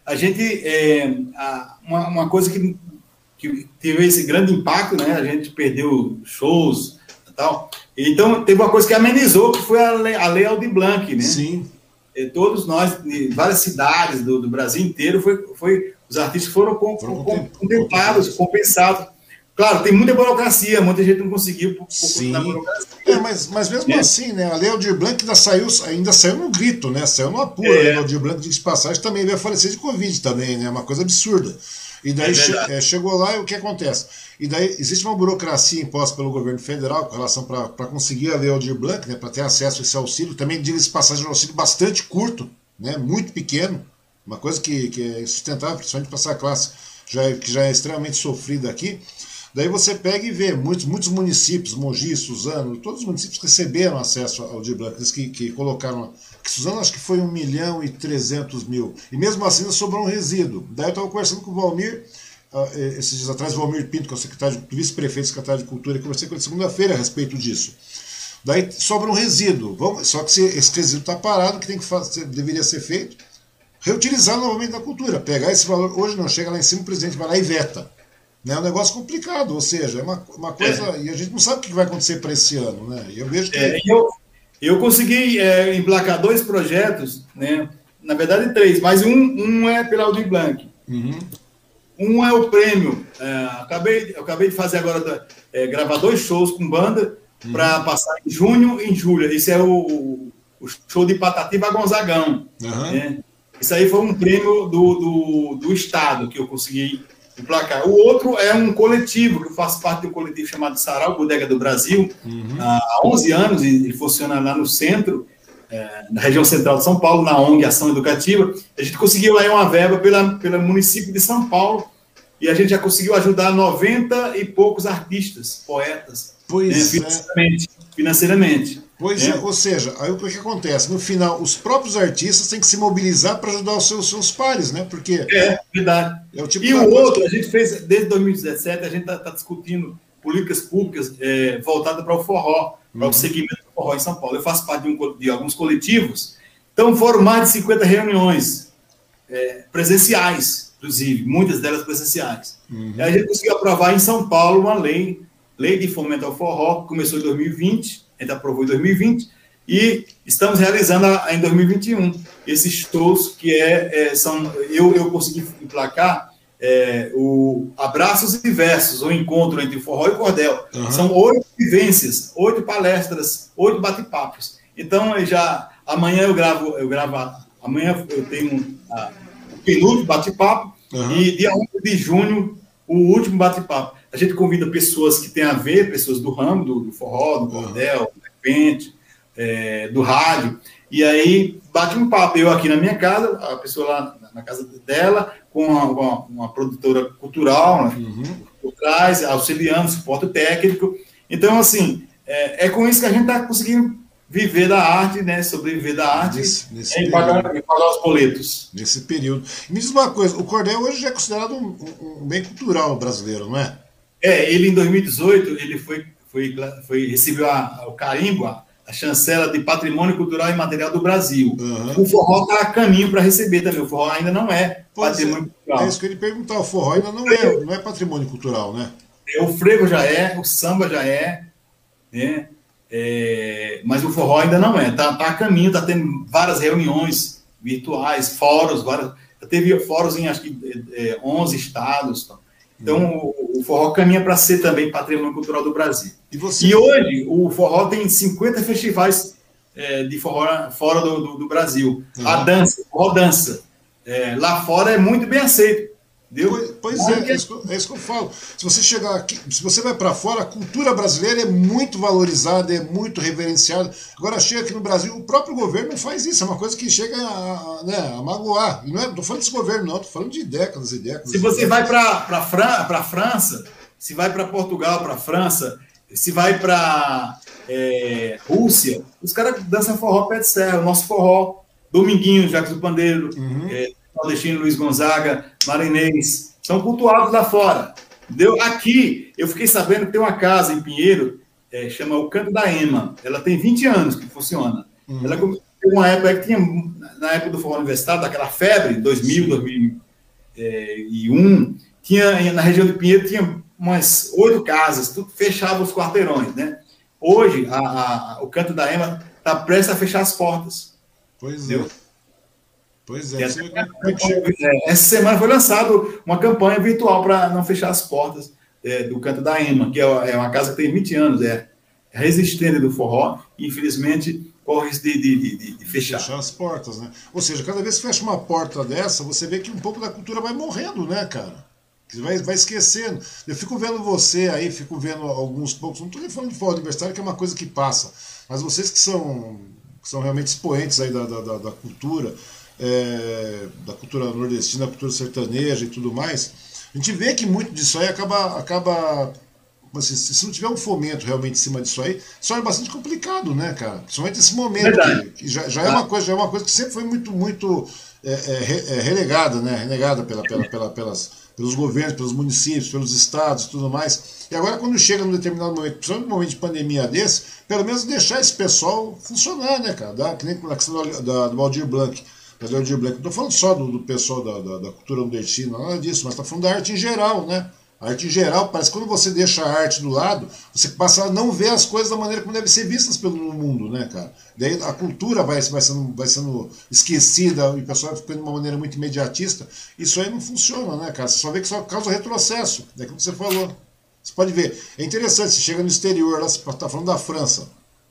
a gente, é, a, uma, uma coisa que, que teve esse grande impacto, né? A gente perdeu shows e tal. Então, teve uma coisa que amenizou, que foi a Lei, a lei Aldir Blanc, né? Sim. E todos nós, em várias cidades do, do Brasil inteiro, foi, foi, os artistas foram, com, foram com, contemplados, compensados. Claro, tem muita burocracia, muita gente não conseguiu por, por Sim. da burocracia. É, mas, mas mesmo é. assim, né, a Lei Aldir Blanc ainda saiu, ainda saiu no grito, né? Saiu no apuro. É. A Lei Aldir Blanc, de passagem, também veio a falecer de Covid também, né? Uma coisa absurda. E daí é che é, chegou lá e o que acontece? E daí existe uma burocracia imposta pelo governo federal com relação para conseguir a Lei Aldir Blanc, né, para ter acesso a esse auxílio. Também, diga-se passagem, um auxílio bastante curto, né, muito pequeno, uma coisa que, que é sustentável, principalmente para essa classe já é, que já é extremamente sofrida aqui. Daí você pega e vê, muitos, muitos municípios, Mogi, Suzano, todos os municípios receberam acesso ao Aldir Blanc, eles que, que colocaram, que Suzano acho que foi um milhão e trezentos mil, e mesmo assim sobrou um resíduo. Daí eu estava conversando com o Valmir, uh, esses dias atrás, o Valmir Pinto, que é o secretário, vice-prefeito secretário de Cultura, e conversei com ele segunda-feira a respeito disso. Daí sobra um resíduo, vamos, só que se esse resíduo está parado, o que tem que fazer, deveria ser feito? Reutilizar novamente a cultura, pegar esse valor, hoje não, chega lá em cima, o presidente vai lá e veta. É um negócio complicado, ou seja, é uma, uma coisa. É. E a gente não sabe o que vai acontecer para esse ano, né? E eu vejo que. É, eu, eu consegui é, emplacar dois projetos, né? Na verdade, três, mas um, um é pela Aldir Blanc. Uhum. Um é o prêmio. É, acabei, eu acabei de fazer agora, é, gravar dois shows com banda uhum. para passar em junho e em julho. Esse é o, o show de Patativa Gonzagão. Uhum. Né? Isso aí foi um prêmio do, do, do Estado que eu consegui emplacar. O outro é um coletivo, que eu faço parte de um coletivo chamado Sarau Bodega do Brasil, uhum. há onze anos, e ele funciona lá no centro, é, na região central de São Paulo, na O N G Ação Educativa. A gente conseguiu lá uma verba pela, pelo município de São Paulo, e a gente já conseguiu ajudar noventa e poucos artistas, poetas, pois né, financeiramente. É. financeiramente. Pois é. é, ou seja, aí o que acontece? No final, os próprios artistas têm que se mobilizar para ajudar os seus, seus pares, né? Porque é verdade. É o tipo e o outro, que... a gente fez, desde dois mil e dezessete, a gente está tá discutindo políticas públicas é, voltadas para o forró, para uhum. o segmento do forró em São Paulo. Eu faço parte de, um, de alguns coletivos, então foram mais de cinquenta reuniões é, presenciais, inclusive, muitas delas presenciais. Uhum. E a gente conseguiu aprovar em São Paulo uma lei, lei de fomento ao forró, que começou em dois mil e vinte, a gente aprovou em dois mil e vinte, e estamos realizando a, em dois mil e vinte e um esses shows que é, é, são, eu, eu consegui emplacar é, o Abraços e Versos, o encontro entre forró e cordel. Uhum. São oito vivências, oito palestras, oito bate-papos. Então, eu já, amanhã eu gravo, eu gravo, amanhã eu tenho a, o penúltimo bate-papo, uhum. e dia onze de junho, o último bate-papo. A gente convida pessoas que têm a ver, pessoas do ramo, do, do forró, do cordel, do repente, é, do rádio, e aí bate um papo. Eu aqui na minha casa, a pessoa lá na casa dela, com uma, uma, uma produtora cultural, né, uhum. por trás, auxiliando, suporte técnico. Então, assim, é, é com isso que a gente está conseguindo viver da arte, né, sobreviver da arte nesse, nesse e pagar, pagar os boletos. Nesse período. E me diz uma coisa, o cordel hoje já é considerado um, um, um bem cultural brasileiro, não é? É, ele em dois mil e dezoito, ele foi, foi, foi, recebeu a, o carimbo, a, a chancela de Patrimônio Cultural e Material do Brasil. Uhum. O forró está a caminho para receber também, o forró ainda não é pois patrimônio é, cultural. É isso que eu ia perguntar, o forró ainda não é, não é patrimônio cultural, né? É, o frevo já é, o samba já é, né? É, mas o forró ainda não é, está tá a caminho, está tendo várias reuniões virtuais, fóruns, várias, teve fóruns em acho que é, onze estados, tá? Então, hum. o, o forró caminha para ser também patrimônio cultural do Brasil. E, você... e hoje, o forró tem cinquenta festivais é, de forró fora do, do, do Brasil. Uhum. A dança, forró dança. É, lá fora é muito bem aceito. Deu? Pois, pois é, é isso, é isso que eu falo. Se você chegar aqui, se você vai para fora, a cultura brasileira é muito valorizada, é muito reverenciada. Agora chega aqui no Brasil, o próprio governo não faz isso, é uma coisa que chega a, a, né, a magoar. E não estou falando desse governo, não, estou falando de décadas e décadas. Se você vai para Fran a França, se vai para Portugal, para França, se vai para é, Rússia, os caras dançam forró pé de serra, o nosso forró, Dominguinho, Jacques do Pandeiro, uhum. é, Nordestino, Luiz Gonzaga, Marinês, são cultuados lá fora. Entendeu? Aqui, eu fiquei sabendo que tem uma casa em Pinheiro, é, chama o Canto da Ema. Ela tem vinte anos que funciona. Uhum. Ela teve uma época que tinha, na época do forró universitário, daquela febre, dois mil, dois mil e um, tinha, na região de Pinheiro, tinha umas oito casas, tudo fechava os quarteirões, né? Hoje, a, a, o Canto da Ema está prestes a fechar as portas. Pois é. Pois é. Você... Essa semana foi lançado uma campanha virtual para não fechar as portas é, do Canto da Ema, que é uma casa que tem vinte anos, é resistente do forró, e infelizmente corre de, de, de, de fechar. Fechar as portas, né? Ou seja, cada vez que fecha uma porta dessa, você vê que um pouco da cultura vai morrendo, né, cara? Vai, vai esquecendo. Eu fico vendo você aí, fico vendo alguns poucos, não estou nem falando de forró universitário, que é uma coisa que passa, mas vocês que são, que são realmente expoentes aí da, da, da, da cultura, é, da cultura nordestina, da cultura sertaneja e tudo mais, a gente vê que muito disso aí acaba... acaba assim, se não tiver um fomento realmente em cima disso aí, isso é bastante complicado, né, cara? Principalmente esse momento, que, que já, já, é uma coisa, já é uma coisa que sempre foi muito, muito é, é, relegada, né? Renegada pela, pela, pela, pelas, pelos governos, pelos municípios, pelos estados e tudo mais. E agora, quando chega num determinado momento, principalmente num momento de pandemia desse, pelo menos deixar esse pessoal funcionar, né, cara? Da, que nem a questão da, do Valdir Blanc. Da Valdir Blanc. Não estou falando só do, do pessoal da, da, da cultura nordestina, nada disso, mas está falando da arte em geral, né? A arte em geral, parece que quando você deixa a arte do lado, você passa a não ver as coisas da maneira como devem ser vistas pelo mundo, né, cara? Daí a cultura vai, vai, sendo, vai sendo esquecida e o pessoal vai ficando de uma maneira muito imediatista. Isso aí não funciona, né, cara? Você só vê que só causa retrocesso, daquilo que você falou. Você pode ver. É interessante, você chega no exterior, lá, você está falando da França,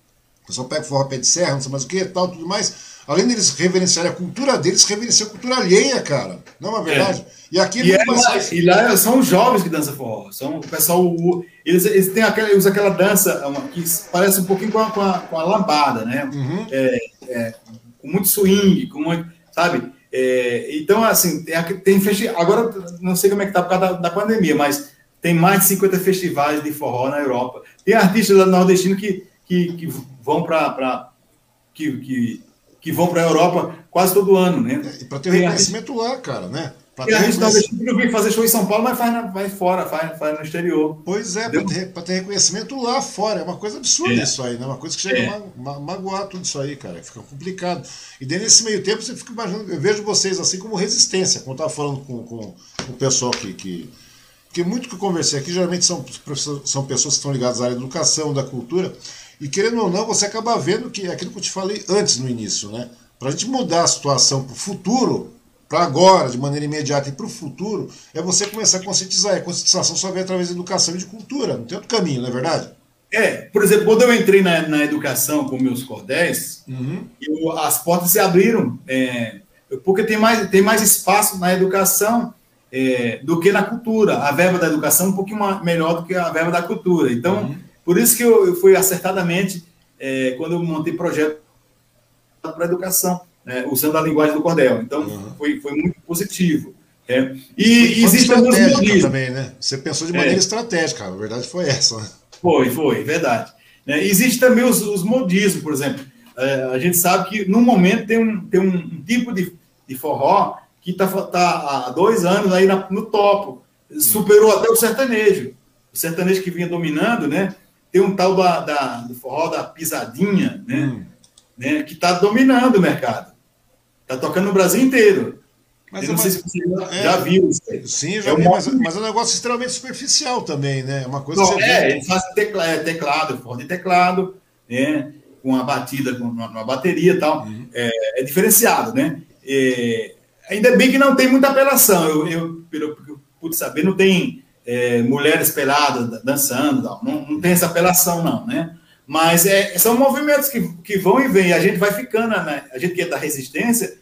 o pessoal pega o forró pé de serra, não sei mais o que, tal, tudo mais. Além deles reverenciarem a cultura deles, reverenciam a cultura alheia, cara. Não é uma verdade? É. E aqui e, é é mais... e lá são os jovens que dançam forró. São o pessoal. Eles, eles têm aquela, usam aquela dança uma, que parece um pouquinho com a, com a, com a lambada, né? Uhum. É, é, com muito swing, com muito. Sabe? É, então, assim, tem, tem festival. Agora, não sei como é que tá por causa da, da pandemia, mas tem mais de cinquenta festivais de forró na Europa. Tem artistas lá nordestinos que, que, que vão para. Que, que, que vão para a Europa quase todo ano, né? É, e para ter reconhecimento lá, cara, né? E a gente reconhecimento... não vem fazer show em São Paulo, mas faz, na, vai fora, faz, faz no exterior. Pois é, para ter, ter reconhecimento lá fora. É uma coisa absurda é. isso aí, né? Uma coisa que chega é. a ma, magoar tudo isso aí, cara. Fica complicado. E daí, nesse meio tempo, você fica imaginando. Eu vejo vocês assim como resistência, como eu estava falando com, com, com o pessoal que. que porque muito que eu conversei aqui, geralmente são, são pessoas que estão ligadas à área da educação, da cultura. E querendo ou não, você acaba vendo que é aquilo que eu te falei antes no início, né? Para a gente mudar a situação para o futuro, para agora, de maneira imediata e para o futuro, é você começar a conscientizar. E a conscientização só vem através da educação e de cultura. Não tem outro caminho, não é verdade? É, por exemplo, quando eu entrei na, na educação com meus cordéis, uhum. eu, as portas se abriram, é, porque tem mais, tem mais espaço na educação é, do que na cultura. A verba da educação é um pouquinho melhor do que a verba da cultura. Então, uhum. por isso que eu, eu fui acertadamente, é, quando eu montei projeto para a educação, né, usando a linguagem do cordel. Então, uhum. foi, foi muito positivo. É. E existe estratégica também, né? Você pensou de maneira é. estratégica, a verdade foi essa. Né? Foi, foi, verdade. É, existe também os, os modismos, por exemplo. É, a gente sabe que, no momento, tem um, tem um, um tipo de, de forró que está tá há dois anos aí na, no topo. Superou uhum. até o sertanejo. O sertanejo que vinha dominando, né? Tem um tal da, da, do forró da pisadinha, né? Uhum. Né, que está dominando o mercado. Está tocando no Brasil inteiro. Mas eu não sei se você é, já viu isso aí. Sim, já é vi, mas, mas é um negócio extremamente superficial também, né? É uma coisa não, que você é, vê. ele faz teclado, é, teclado, forró de teclado, né, com uma batida, com uma, uma bateria e tal. Uhum. É, é diferenciado, né? É, ainda bem que não tem muita apelação. Eu, eu pelo que eu pude saber, não tem é, mulheres peladas dançando, não, não, não tem essa apelação, não, né? Mas é, são movimentos que, que vão e vêm, a gente vai ficando, né? A gente que é da resistência,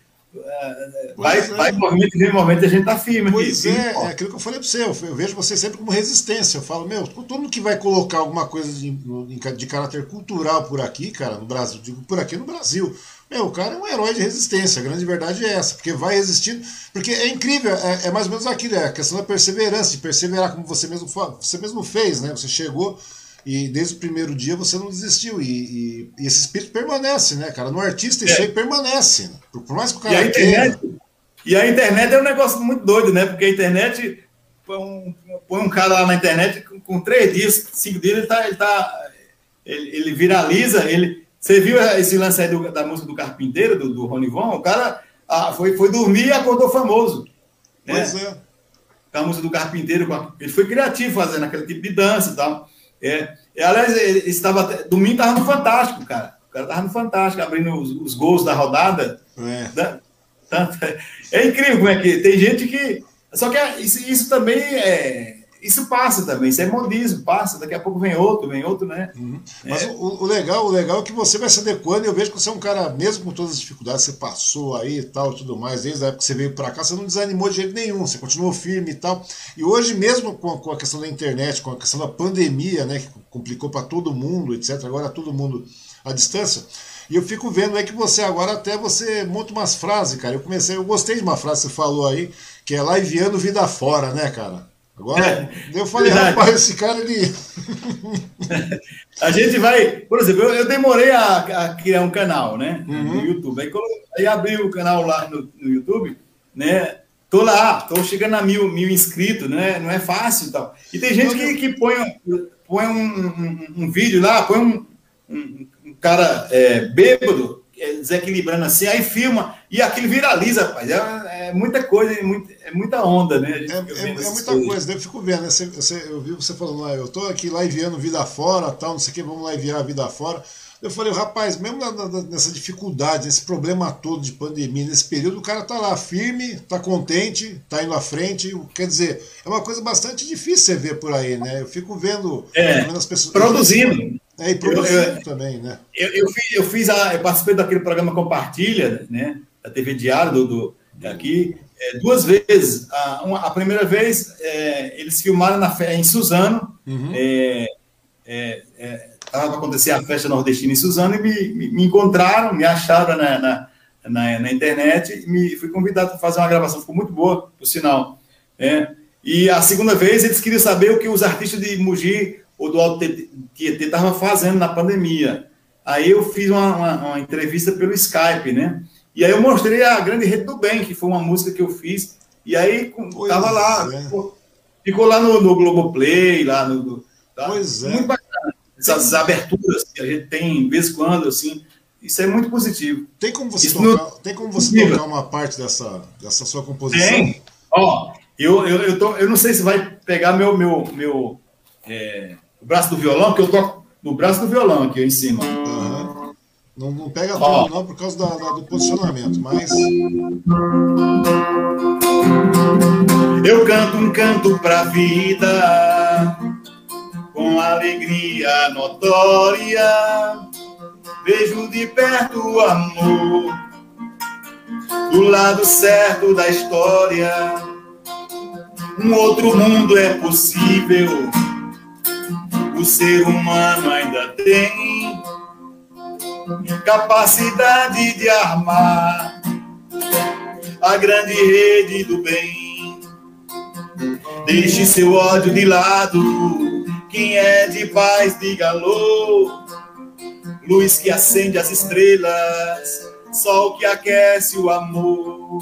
uh, vai, é. vai movimento e vem movimento e a gente está firme. Pois aqui, é, firme, é aquilo que eu falei para você, eu, eu vejo você sempre como resistência. Eu falo, meu, todo mundo que vai colocar alguma coisa de, de caráter cultural por aqui, cara, no Brasil, digo por aqui no Brasil, meu, o cara é um herói de resistência, a grande verdade é essa, porque vai resistindo, porque é incrível, é, é mais ou menos aquilo, é a questão da perseverança, de perseverar como você mesmo, você mesmo fez, né? Você chegou. E desde o primeiro dia você não desistiu. E, e, e esse espírito permanece, né, cara? No artista isso é. aí permanece. Né? Por, por mais que o cara e a internet, queira... E a internet é um negócio muito doido, né? Porque a internet põe um, põe um cara lá na internet com, com três dias, cinco dias, ele, tá, ele, tá, ele, ele viraliza, ele, Você viu esse lance aí do, da música do Carpinteiro, do, do Ronivon? O cara ah, foi, foi dormir e acordou famoso. Né? Pois é. A música do Carpinteiro, ele foi criativo fazendo aquele tipo de dança e tal. É, é, aliás, ele estava, domingo estava no Fantástico, cara. O cara estava no Fantástico, abrindo os, os gols da rodada. É. Da, tanto, é incrível como é que tem gente que... Só que isso, isso também é... Isso passa também, isso é modismo, passa, daqui a pouco vem outro, vem outro, né? Uhum. Mas é. o, o, legal, o legal é que você vai se adequando, e eu vejo que você é um cara, mesmo com todas as dificuldades que você passou aí e tal, e tudo mais, desde a época que você veio pra cá, você não desanimou de jeito nenhum, você continuou firme e tal. E hoje mesmo com a, com a questão da internet, com a questão da pandemia, né, que complicou para todo mundo, etcétera, agora todo mundo à distância, e eu fico vendo aí que você agora até você monta umas frases, cara. Eu comecei, eu gostei de uma frase que você falou aí, que é liveando vida fora, né, cara? Agora, é, eu falei, verdade. Rapaz, esse cara, ele... A gente vai... Por exemplo, eu, eu demorei a, a criar um canal, né? Uhum. No YouTube. Aí, aí abri o canal lá no, no YouTube, né? Tô lá, tô chegando a mil, mil inscritos, né? Não é fácil e tal. E tem gente que, que põe, põe um, um, um vídeo lá, põe um, um, um cara é, bêbado, desequilibrando assim, aí filma, e aquilo viraliza, rapaz. É, é muita coisa, é muita, é muita onda, né? É, é, é muita coisas. coisa, eu fico vendo, né? Você, você, eu vi você falando lá, eu tô aqui liveando vida fora, tal, não sei o que, vamos livear a vida fora. Eu falei, rapaz, mesmo na, na, nessa dificuldade, nesse problema todo de pandemia, nesse período, o cara tá lá firme, tá contente, tá indo à frente. Quer dizer, é uma coisa bastante difícil você ver por aí, né? Eu fico vendo, é, vendo as pessoas. Produzindo. É, e produzindo eu, eu, também, né? Eu, eu, fiz, eu, fiz a, eu participei daquele programa Compartilha, né? Da T V Diário, do, do, daqui, é, duas vezes. A, uma, a primeira vez, é, eles filmaram na, em Suzano. Uhum. É, é, é, estava para acontecer a festa nordestina em Suzano e me, me, me encontraram, me acharam na, na, na, na internet e me, fui convidado para fazer uma gravação. Ficou muito boa, por sinal. É. E a segunda vez, eles queriam saber o que os artistas de Mogi ou do Alto Tietê estavam fazendo na pandemia. Aí eu fiz uma, uma, uma entrevista pelo Skype, né? E aí eu mostrei a Grande Rede do Bem, que foi uma música que eu fiz. E aí pois tava lá, é. ficou, ficou lá no, no Globoplay, lá no... no tá? Pois é. Muito bacana. Essas aberturas que a gente tem, de vez em quando, assim, isso é muito positivo. Tem como você, tocar, no... tem como você tocar uma parte dessa, dessa sua composição? Tem. Ó, eu, eu, eu, tô, eu não sei se vai pegar meu... meu, meu é, o braço do violão, porque eu toco no braço do violão aqui em cima. Uhum. Não, não pega tudo, não, por causa da, da, do posicionamento, mas... Eu canto um canto pra vida, com alegria notória, vejo de perto o amor, do lado certo da história. Um outro mundo é possível, o ser humano ainda tem capacidade de armar a grande rede do bem. Deixe seu ódio de lado, quem é de paz diga alô. Luz que acende as estrelas, sol que aquece o amor.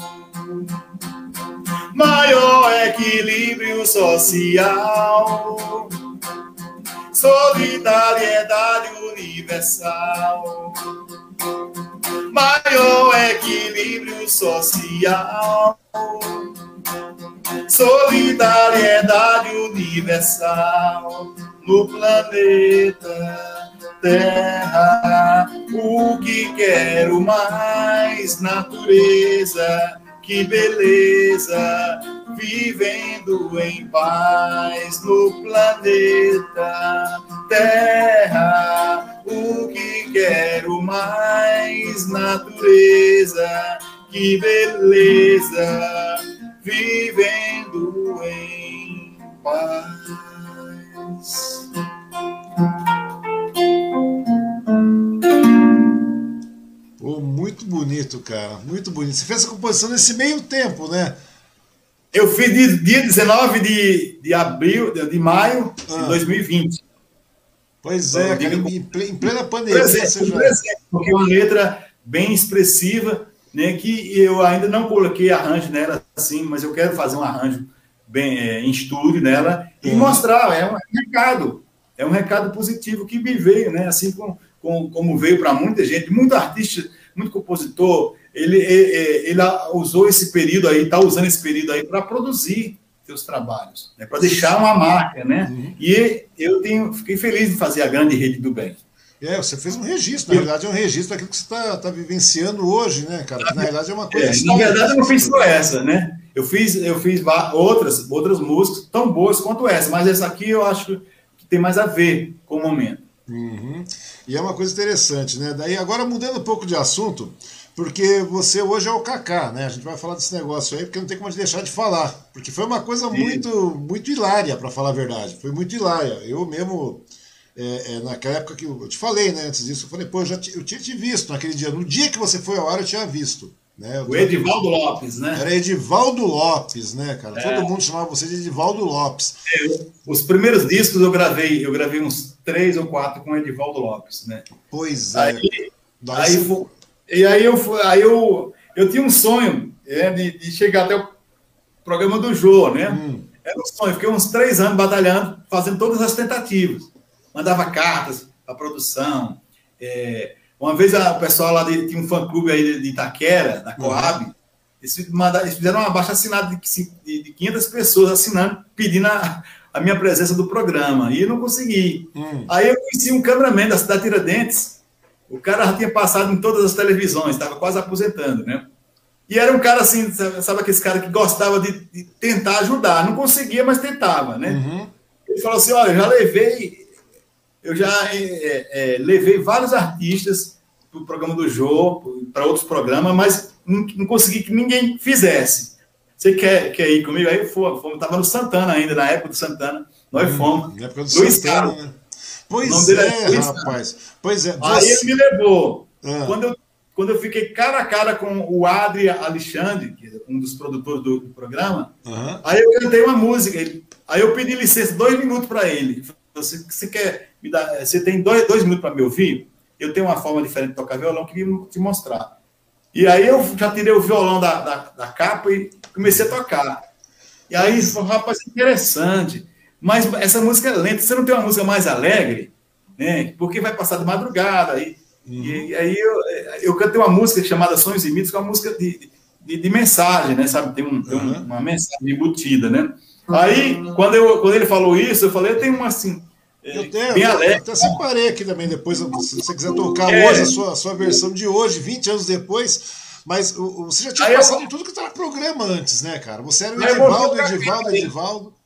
Maior equilíbrio social, solidariedade universal. Maior equilíbrio social, solidariedade universal no planeta Terra. O que quero mais? Natureza, que beleza, vivendo em paz no planeta Terra. O que quero mais? Natureza, que beleza, vivendo em paz. Oh, muito bonito, cara, muito bonito. Você fez essa composição nesse meio tempo, né? Eu fiz dia, dia dezenove de, de abril, de, de maio ah. de dois mil e vinte. Pois é, cara, em, em plena pandemia. Presente, você já... presente, porque é uma letra bem expressiva, né, que eu ainda não coloquei arranjo nela assim, mas eu quero fazer um arranjo bem é, em estúdio nela e uhum. mostrar, é um recado, é um recado positivo que me veio, né, assim, com, como, como veio para muita gente, muito artista, muito compositor, ele, ele, ele usou esse período aí, está usando esse período aí para produzir seus trabalhos, né, para deixar uma marca, né? Uhum. E eu tenho, fiquei feliz de fazer a grande rede do bem. É, você fez um registro, na verdade é um registro daquilo que você está tá vivenciando hoje, né, cara? Que, na verdade é uma coisa... É, na verdade eu não fiz só essa, né? Eu fiz, eu fiz outras, outras músicas tão boas quanto essa, mas essa aqui eu acho que tem mais a ver com o momento. Uhum. E é uma coisa interessante, né? Daí agora mudando um pouco de assunto, porque você hoje é o Kaká, né? A gente vai falar desse negócio aí, porque não tem como deixar de falar, porque foi uma coisa muito, muito hilária, para falar a verdade. Foi muito hilária. Eu mesmo... É, é, naquela época que eu te falei, né, antes disso, eu falei, pô, eu, já eu tinha te visto naquele dia, no dia que você foi ao ar eu tinha visto. Né, eu o Edivaldo Lopes, né? Era Edivaldo Lopes, né, cara? É. Todo mundo chamava você de Edivaldo Lopes. É, os primeiros discos eu gravei, eu gravei uns três ou quatro com o Edivaldo Lopes, né? Pois é. Aí, aí, foi, e aí, eu, aí eu, eu tinha um sonho é, de, de chegar até o programa do Jô, né? Hum. Era um sonho, fiquei uns três anos batalhando, fazendo todas as tentativas. Mandava cartas para a produção. É, uma vez a, o pessoal lá de, tinha um fã-clube aí de Itaquera, da Coab, uhum. eles, mandaram, eles fizeram uma baixa assinada de, de, de quinhentas pessoas assinando, pedindo a, a minha presença do programa. E eu não consegui. Uhum. Aí eu conheci um cameraman da cidade de Tiradentes. O cara já tinha passado em todas as televisões, estava quase aposentando, né? E era um cara assim, sabe aquele cara que gostava de, de tentar ajudar. Não conseguia, mas tentava, né? Uhum. Ele falou assim, olha, eu já levei... Eu já é, é, levei vários artistas para o programa do Jô, para outros programas, mas não, não consegui que ninguém fizesse. Você quer, quer ir comigo? Aí fomos, estava no Santana ainda, na época do Santana. Nós fomos. Na época do Luiz Santana, né? Pois é, Luiz rapaz. Carlos. Pois é. Aí ele me levou. Ah. Quando, eu, quando eu fiquei cara a cara com o Adri Alexandre, que é um dos produtores do, do programa, uhum. Aí eu cantei uma música. Aí eu pedi licença, dois minutos para ele. Você, você quer me dar, você tem dois, dois minutos para me ouvir? Eu tenho uma forma diferente de tocar violão, queria te mostrar. E aí eu já tirei o violão da, da, da capa e comecei a tocar. E aí, rapaz, interessante. Mas essa música é lenta. Você não tem uma música mais alegre? Né? Porque vai passar de madrugada. Aí, uhum. e, e aí eu, eu cantei uma música chamada Sonhos e Mitos, que é uma música de, de, de mensagem, né? Sabe? Tem, um, tem um, uma mensagem embutida, né? Aí, quando, eu, quando ele falou isso, eu falei, eu tenho uma assim. Eu tenho, bem alegre. Eu até separei aqui também depois, se você quiser tocar é, hoje, a sua, a sua versão de hoje, vinte anos depois, mas o, você já tinha passado eu, em tudo que estava no programa antes, né, cara? Você era o Edivaldo, Edivaldo, Edivaldo.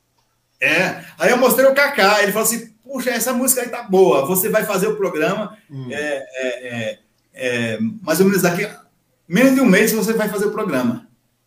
É, aí eu mostrei o Kaká, ele falou assim, puxa, essa música aí tá boa, você vai fazer o programa, hum. é, é, é, é, mais ou menos daqui, menos de um mês você vai fazer o programa.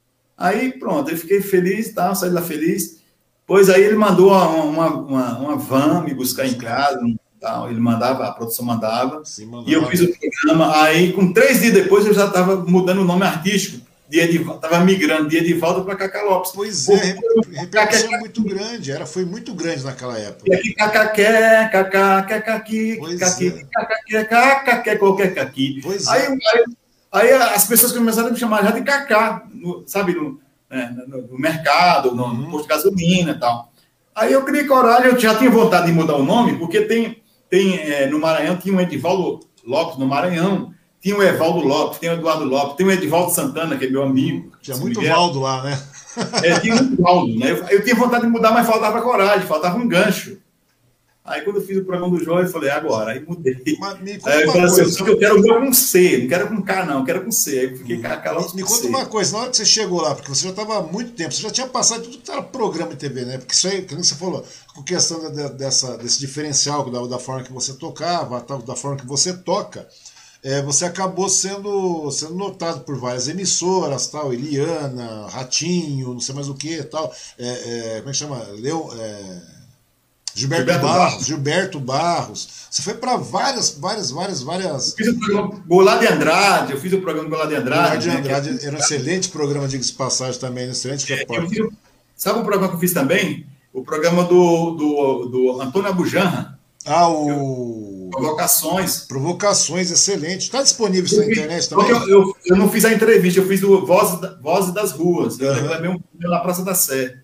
Aí pronto, eu fiquei feliz, tá, saí lá feliz. Pois aí ele mandou uma, uma, uma van me buscar em casa, tal, ele mandava, a produção mandava, Sim, mandava, e eu fiz o programa. Aí, com três dias depois, eu já estava mudando o nome artístico, estava migrando de Edivaldo para Kaká Lopes. Pois é, a repercussão é muito grande, era, foi muito grande naquela época. E aqui, Kaká quer, Kaká quer, Kaki, Kaki, Kaká quer, Kaká quer, qualquer Kaki. Aí, aí, aí as pessoas começaram a me chamar já de Kaká, no, sabe, no... É, no, no mercado, no, no posto de gasolina e tal. Aí eu criei coragem, eu já tinha vontade de mudar o nome, porque tem, tem é, no Maranhão, tinha um Edivaldo Lopes no Maranhão, tinha o Evaldo Lopes, tem o Eduardo Lopes, tem o Edivaldo Santana, que é meu amigo. Tinha muito Miguel. Valdo lá, né? É, tinha muito Valdo, né? Eu, eu tinha vontade de mudar, mas faltava coragem, faltava um gancho. Aí quando eu fiz o programa do João, eu falei, agora, aí mudei. Mas me conta aí eu falei assim, só que eu quero o meu com C, não quero com K, não, eu quero com C. Aí eu fiquei hum. Kaká Lopes. Me, me conta uma coisa, na hora que você chegou lá, porque você já estava há muito tempo, você já tinha passado tudo que era programa de T V, né? Porque isso aí, como você falou, com questão da, dessa, desse diferencial da, da forma que você tocava, da forma que você toca, é, você acabou sendo, sendo notado por várias emissoras, tal, Eliana, Ratinho, não sei mais o que, tal. É, é, como é que chama? Leo, é, Gilberto, Gilberto Barros, Barros, Gilberto Barros. Você foi para várias, várias, várias, várias. Eu fiz o programa Goulart de Andrade, eu fiz o programa Goulart de Andrade. Goulart de Andrade né? Era um excelente programa, diga-se passagem também, excelente é, eu, Sabe o programa que eu fiz também? O programa do, do, do Antônio Abujanra. Ah, o. Eu, provocações. Provocações, excelente. Está disponível isso na internet também? Eu, eu, eu não fiz a entrevista, eu fiz o Voz, Voz das Ruas. Eu uhum. levei um na Praça da Sé.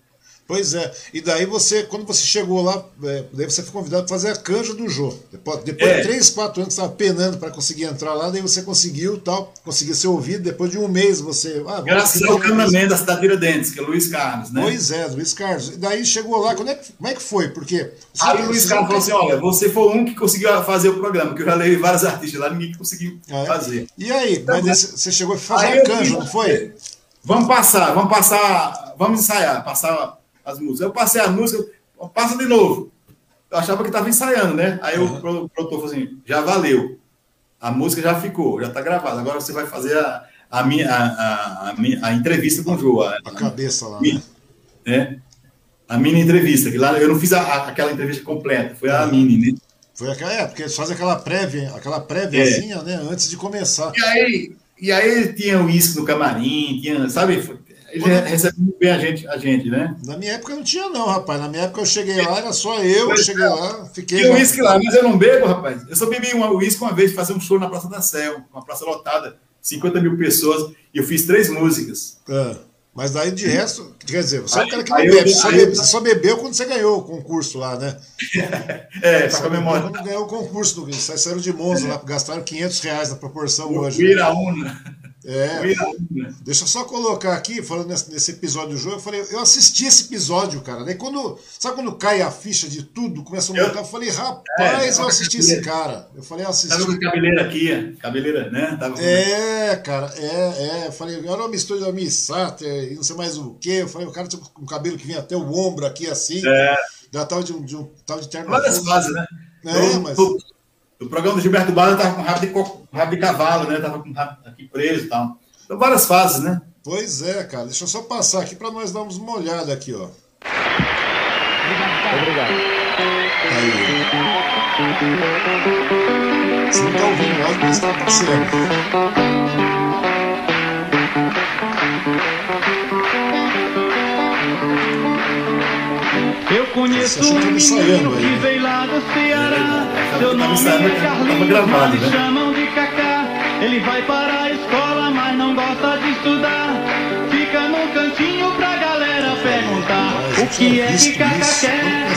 Pois é. E daí você, quando você chegou lá, é, daí você foi convidado para fazer a canja do Jô. Depois, depois é. de três, quatro anos que você estava penando para conseguir entrar lá, daí você conseguiu tal, conseguiu ser ouvido. Depois de um mês você. Ah, graças ao cameraman da cidade de Tiradentes, que é Luiz Carlos, né? Pois é, Luiz Carlos. E daí chegou lá, como é que, como é que foi? Porque. Aí o Luiz Carlos falou assim: olha, você foi um que conseguiu fazer o programa, que eu já levei vários artistas lá, ninguém conseguiu ah, é? fazer. E aí, então, mas você chegou a fazer a canja, não foi? Vamos passar, vamos passar, vamos ensaiar, passar as músicas. Eu passei a música, passa de novo. Eu achava que estava ensaiando, né? Aí uhum. o produtor falou assim, já valeu. A música já ficou, já está gravada. Agora você vai fazer a, a, minha, a, a, a, a entrevista com o Jô. A, a cabeça lá, né? né? A mini entrevista, que lá eu não fiz a, a, aquela entrevista completa, foi a uhum. mini, né? Foi aquela, é, porque eles fazem aquela prévia, aquela préviazinha, é. né? Antes de começar. E aí, e aí tinha uísque no camarim, tinha, sabe... Ele recebe muito bem a gente, a gente, né? Na minha época não tinha, não, rapaz. Na minha época eu cheguei lá, era só eu, eu cheguei lá, fiquei. Tinha uísque lá, mas eu não bebo, rapaz. Eu só bebi um uísque uma vez, fazer um show na Praça da Sé, uma praça lotada, cinquenta mil pessoas, e eu fiz três músicas. É, mas daí de resto, quer dizer, você é um cara que não bebe, só, bebe, você só bebeu quando você ganhou o concurso lá, né? É, pra comemorar. Quando ganhou o concurso, do, saíram de Monza lá, gastaram quinhentos reais na proporção o hoje. Iraúna. É, deixa eu só colocar aqui, falando nesse, nesse episódio do jogo, eu falei, eu assisti esse episódio, cara. Daí quando, sabe quando cai a ficha de tudo, começa a montar, eu, eu falei, rapaz, é, eu assisti esse cara. Eu falei, eu assisti. Tava com cabeleira aqui, cabeleira, né? Tava com... É, cara, é, é. Eu falei, era uma mistura de Almir Sater e não sei mais o que. Eu falei, o cara tinha um cabelo que vinha até o ombro aqui assim. É. Já tava de um, de um tava de terno. Várias fases, né? É, eu, mas. Eu... O programa do Gilberto Barra tava com rabo de, co... rabo de cavalo, né? Tava com rabo aqui preso e tal. Então, várias fases, né? Pois é, cara. Deixa eu só passar aqui para nós darmos uma olhada aqui, ó. Obrigado. Aí. Você não tá ouvindo o áudio, mas tá passando. Eu conheço um menino que veio lá do Ceará. Seu nome é Carlinhos, me chamam de Cacá. Ele vai para a escola, mas não gosta de estudar. Fica no cantinho pra galera perguntar o que é que Cacá quer.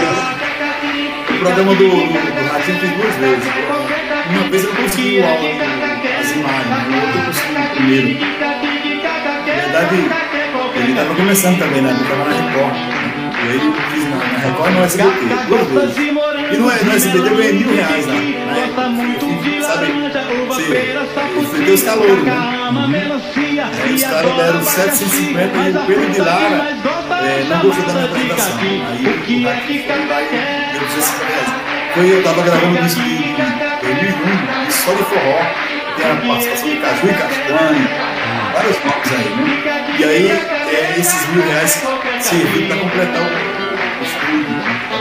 O programa do Ratinho tem duas vezes. Uma vez eu consegui o áudio, as imagens, no outro eu consegui o primeiro. Na verdade, ele estava começando também, né? Ele estava na Record. E aí eu fiz na, na Record e no S B T, duas vezes. E no, no S B T eu ganhei mil reais lá. Na época, sabe? Você enfrentei os calouros, né? Uhum. Aí os caras deram setecentos e cinquenta e o Pedro de Lara é, não gostou da minha apresentação. Aí eu deu duzentos reais. Foi eu tava gravando um disco de dois mil e um, só de forró. Tem a participação de Caju e Castanho, vários nomes aí, né? E aí, é, esses mil reais serviram para completar o, o estúdio.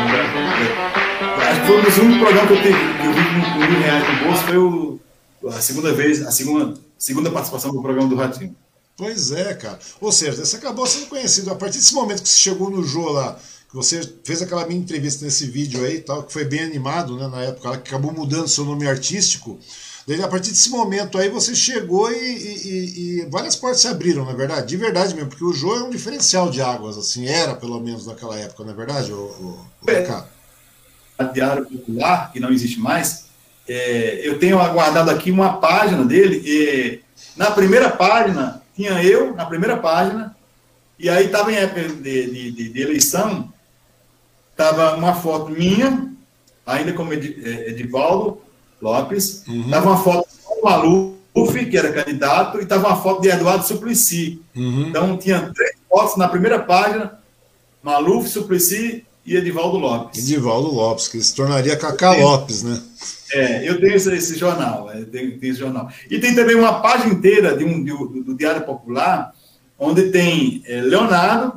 Acho que foi um dos únicos programas que eu, teve, que eu vi com mil reais no bolso, foi o, a segunda vez, a segunda, segunda participação do programa do Ratinho. Pois é, cara. Ou seja, você acabou sendo conhecido. A partir desse momento que você chegou no Jô lá, que você fez aquela minha entrevista nesse vídeo aí, tal, que foi bem animado, né, na época, que acabou mudando seu nome artístico. Daí, a partir desse momento aí, você chegou e, e, e várias portas se abriram, na verdade, de verdade mesmo, porque o Jô é um diferencial de águas, assim, era pelo menos naquela época, não é verdade, o, o, o é. A Diário Popular, que não existe mais, é, eu tenho aguardado aqui uma página dele, e na primeira página, tinha eu, na primeira página, e aí estava em época de, de, de, de eleição, estava uma foto minha, ainda como Edivaldo Lopes, estava uhum. uma foto do Maluf, que era candidato, e estava uma foto de Eduardo Suplicy. Uhum. Então, tinha três fotos na primeira página, Maluf, Suplicy e Edivaldo Lopes. Edivaldo Lopes, que se tornaria Cacá Lopes, né? É, eu tenho esse, esse jornal, eu tenho, tenho esse jornal. E tem também uma página inteira de um, de, do, do Diário Popular, onde tem é, Leonardo,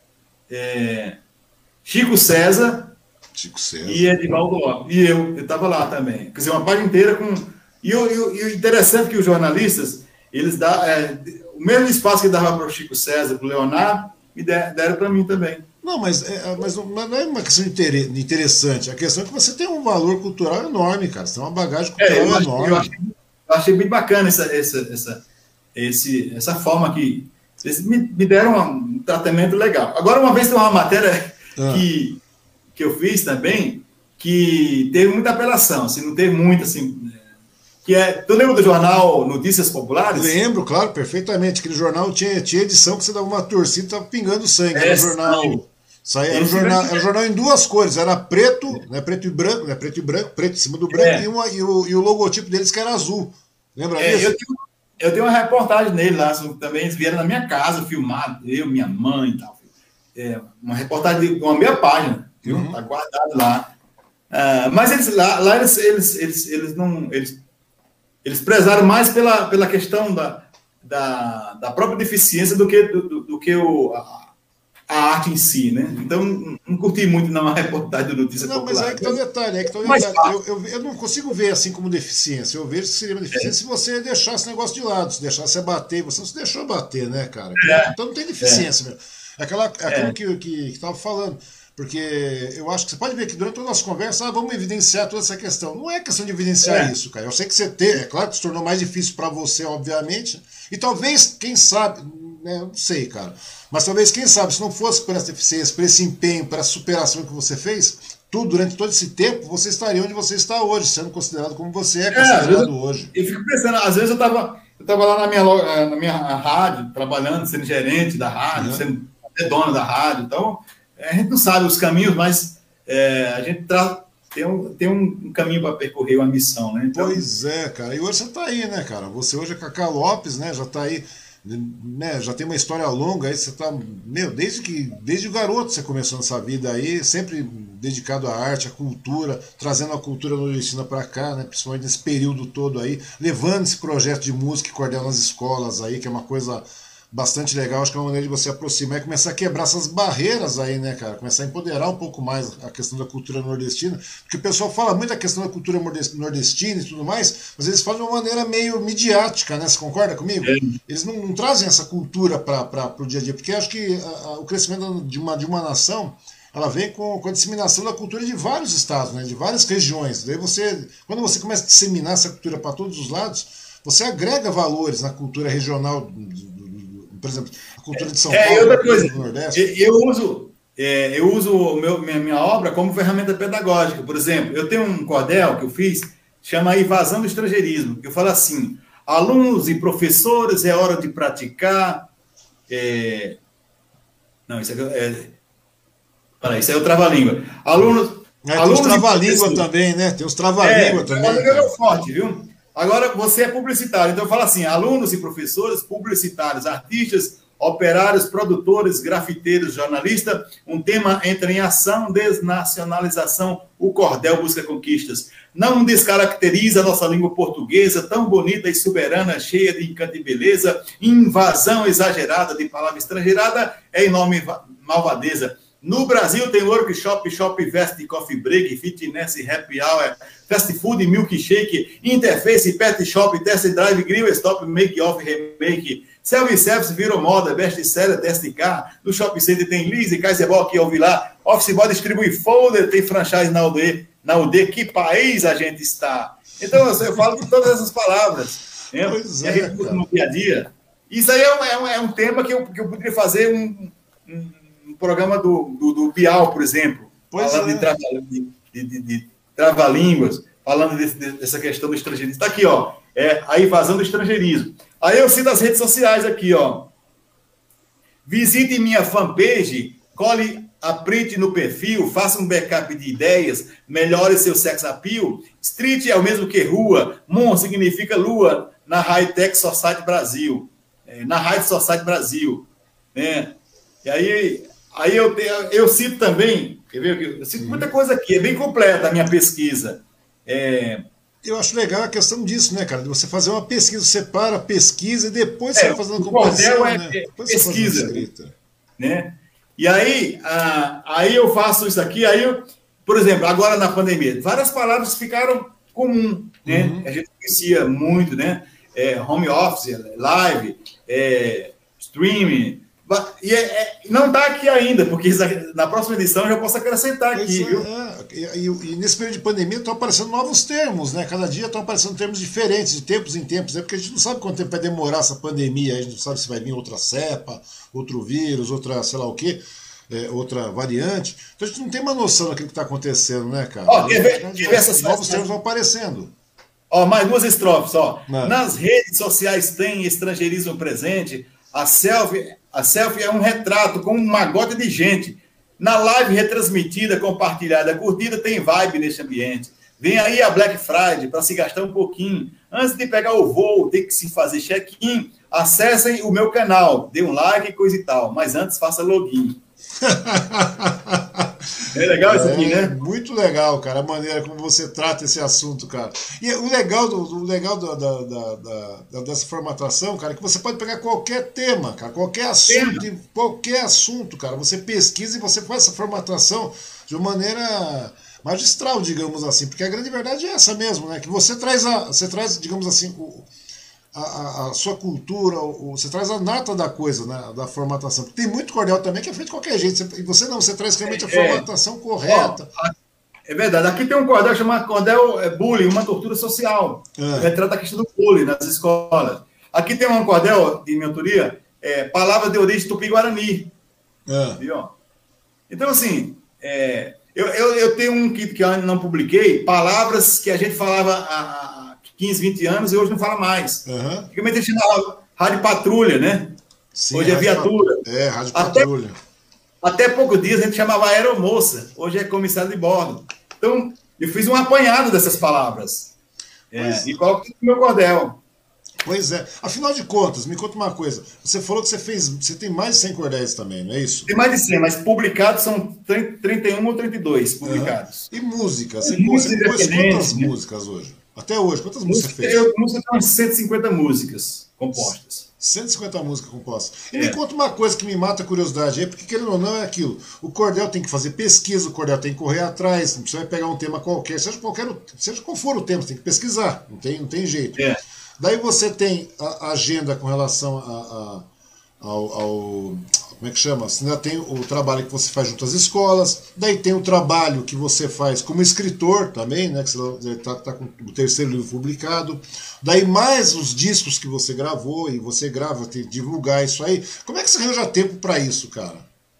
é, Chico César, Chico César. E Edivaldo Lopes. E eu, eu estava lá também. Quer dizer, uma página inteira com... E o interessante é que os jornalistas, eles dão é, o mesmo espaço que dava para o Chico César, para o Leonardo, me deram para mim também. Não, mas, é, mas não é uma questão interessante. A questão é que você tem um valor cultural enorme, cara. Você tem uma bagagem cultural é, eu achei, enorme. Eu achei, eu achei muito bacana essa, essa, essa, esse, essa forma que... Eles me, me deram uma, um tratamento legal. Agora, uma vez tem uma matéria ah. que, que eu fiz também, que teve muita apelação, assim, não teve muito, assim... Que é, tu lembra do jornal Notícias Populares? Lembro, claro, perfeitamente. Aquele jornal tinha, tinha edição que você dava uma torcida e estava pingando sangue. É, era um jornal... Saía, era, um jornal, era um jornal em duas cores, era preto, né, preto e branco, né, preto e branco, preto em cima do branco, é. e, uma, e, o, e o logotipo deles que era azul. Lembra é, disso? Eu tenho, eu tenho uma reportagem nele lá, também eles vieram na minha casa filmado, eu, minha mãe e tal. É, uma reportagem de uma meia página, viu? Uhum. Tá guardado lá. Uh, mas eles lá, lá eles, eles, eles, eles não. Eles, eles prezaram mais pela, pela questão da, da, da própria deficiência do que, do, do que o. A, a arte em si, né? Então, não, não curti muito na reportagem do Notícia Não, Popular. mas aí que tá o detalhe, é que tá o detalhe. Eu, eu, eu não consigo ver assim como deficiência. Eu vejo que seria uma deficiência é. se você deixar esse negócio de lado, se deixasse abater. Você não se deixou bater, né, cara? É. Então não tem deficiência, é. mesmo. É aquela, é aquilo é. que, que, que tava falando. Porque eu acho que você pode ver que durante toda a nossa conversa, ah, vamos evidenciar toda essa questão. Não é questão de evidenciar é. isso, cara. Eu sei que você tem, é claro que se tornou mais difícil para você, obviamente. E talvez, quem sabe, né, eu não sei, cara. Mas talvez, quem sabe, se não fosse por essa deficiência, por esse empenho, por essa superação que você fez, tudo, durante todo esse tempo, você estaria onde você está hoje, sendo considerado como você é considerado é, hoje. Eu fico pensando, às vezes eu estava eu tava lá na minha, na minha rádio, trabalhando, sendo gerente da rádio, uhum. sendo até dona da rádio, então a gente não sabe os caminhos, mas é, a gente tra... tem, um, tem um caminho para percorrer, uma missão, né? Então... Pois é, cara, e hoje você está aí, né, cara? Você hoje é Cacá Lopes, né, já está aí... Né, já tem uma história longa aí, você tá, meu, desde que desde o garoto você começou nessa vida aí, sempre dedicado à arte, à cultura, trazendo a cultura nordestina para cá, né, principalmente nesse período todo aí, levando esse projeto de música e cordel nas escolas aí, que é uma coisa bastante legal. Acho que é uma maneira de você aproximar e começar a quebrar essas barreiras aí, né, cara? Começar a empoderar um pouco mais a questão da cultura nordestina, porque o pessoal fala muito da questão da cultura nordestina e tudo mais, mas eles falam de uma maneira meio midiática, né? Você concorda comigo? É. Eles não, não trazem essa cultura para o dia a dia, porque acho que a, a, o crescimento de uma, de uma nação, ela vem com, com a disseminação da cultura de vários estados, né? De várias regiões. Daí você, quando você começa a disseminar essa cultura para todos os lados, você agrega valores na cultura regional, por exemplo, a cultura de São é, Paulo, outra coisa, do Nordeste. Eu uso, é, eu uso o meu, minha, minha obra como ferramenta pedagógica. Por exemplo, eu tenho um cordel que eu fiz, chama Invasão do Estrangeirismo, que eu falo assim, alunos e professores, é hora de praticar... É... Não, isso aqui é... Peraí, isso aí é o trava-língua. Alunos... É, tem os trava-língua também, né? Tem os trava-língua é, também. Trava-língua é forte, viu? Agora, você é publicitário, então eu falo assim, alunos e professores, publicitários, artistas, operários, produtores, grafiteiros, jornalistas, um tema entra em ação, desnacionalização, o cordel busca conquistas. Não descaracteriza a nossa língua portuguesa, tão bonita e soberana, cheia de encanto e beleza, invasão exagerada de palavra estrangeirada, é enorme malvadeza. No Brasil tem workshop, shop, vest, coffee break, fitness, happy hour, fast food, milkshake, interface, pet shop, test drive, grill, stop, make off, remake. Self-service virou moda, best seller, test car. No shopping center tem Lise, Kaisebol, que eu vi lá. Office Boy distribui folder, tem franchise na U D. Na U D, que país a gente está? Então eu falo com todas essas palavras. Né? Pois e é, a gente no dia a dia. Isso aí é um, é um, é um tema que eu, que eu poderia fazer um... um programa do, do, do Bial, por exemplo, pois falando é. de, trava, de, de, de, de trava-línguas, falando desse, dessa questão do estrangeirismo. Está aqui, ó, é a invasão do estrangeirismo. Aí eu cito as redes sociais aqui, ó. Visite minha fanpage, cole a print no perfil, faça um backup de ideias, melhore seu sex appeal. Street é o mesmo que rua, Mon significa lua, na High Tech Society Brasil. É, na High Society Brasil. Né? E aí... Aí eu, te, eu cito também, quer ver? Eu cito muita coisa aqui, é bem completa a minha pesquisa. É... Eu acho legal a questão disso, né, cara? De você fazer uma pesquisa, você para a pesquisa e depois é, você vai fazendo a composição, é, né? É depois pesquisa. Você escrita. Né? E aí, ah, aí eu faço isso aqui, aí eu, por exemplo, agora na pandemia, várias palavras ficaram comuns, né? Uhum. A gente conhecia muito, né? É, home office, live, é, streaming. E é, é, não está aqui ainda, porque na próxima edição eu já posso acrescentar pois aqui, é, viu? É. E, e, e nesse período de pandemia estão aparecendo novos termos, né? Cada dia estão aparecendo termos diferentes, de tempos em tempos, né? Porque a gente não sabe quanto tempo vai demorar essa pandemia, a gente não sabe se vai vir outra cepa, outro vírus, outra sei lá o quê, é, outra variante. Então a gente não tem uma noção daquilo que está acontecendo, né, cara? Ó, quer ver, quer ver essas novos termos vão aparecendo. Ó, mais duas estrofes, ó. Não. Nas redes sociais tem estrangeirismo presente. A selfie, a selfie é um retrato com uma gota de gente. Na live retransmitida, compartilhada, curtida, tem vibe nesse ambiente. Vem aí a Black Friday para se gastar um pouquinho. Antes de pegar o voo, tem que se fazer check-in. Acessem o meu canal, dê um like e coisa e tal. Mas antes faça login. É legal isso aqui, é, né? Muito legal, cara, a maneira como você trata esse assunto, cara. E o legal, do, o legal da, da, da, da, dessa formatação, cara, é que você pode pegar qualquer tema, cara, qualquer assunto, tema. qualquer assunto, cara. Você pesquisa e você faz essa formatação de uma maneira magistral, digamos assim, porque a grande verdade é essa mesmo, né? Que você traz, a, você traz digamos assim, o, A, a sua cultura, o, você traz a nata da coisa, né, da formatação. Tem muito cordel também que é feito de qualquer jeito. Você, e você não, você traz realmente a formatação é, correta. Ó, é verdade. Aqui tem um cordel chamado cordel é, bullying, uma tortura social. É. Retrata a questão do bullying nas escolas. Aqui tem um cordel de minha autoria, é, palavras de origem tupi-guarani. É. Viu? Então, assim, é, eu, eu, eu tenho um que, que eu ainda não publiquei, palavras que a gente falava a, a quinze, vinte anos e hoje não fala mais. Uhum. Antigamente a gente chamava rádio patrulha, né? Sim, hoje é viatura. É, rádio patrulha. Até, até pouco dias a gente chamava aeromoça, hoje é comissário de bordo. Então, eu fiz um apanhado dessas palavras. É, e coloco tudo no meu cordel. Pois é. Afinal de contas, me conta uma coisa. Você falou que você fez. Você tem mais de cem cordéis também, não é isso? Tem mais de cem, mas publicados são trinta e um ou trinta e dois publicados. Uhum. E música? Você compôs quantas né? músicas hoje? Até hoje, quantas músicas você fez? Eu música tem umas cento e cinquenta músicas compostas. cento e cinquenta músicas compostas. E é. me conta uma coisa que me mata a curiosidade aí, porque querendo ou não é aquilo. O cordel tem que fazer pesquisa, o cordel tem que correr atrás, você vai pegar um tema qualquer, seja, qualquer, seja qual for o tema, você tem que pesquisar, não tem, não tem jeito. É. Daí você tem a agenda com relação a, a, ao, ao... Como é que chama? Você ainda tem o trabalho que você faz junto às escolas, daí tem o trabalho que você faz como escritor também, né? Que você está tá com o terceiro livro publicado, daí mais os discos que você gravou, e você grava, tem que divulgar isso aí. Como é que você arranja tempo para isso, cara?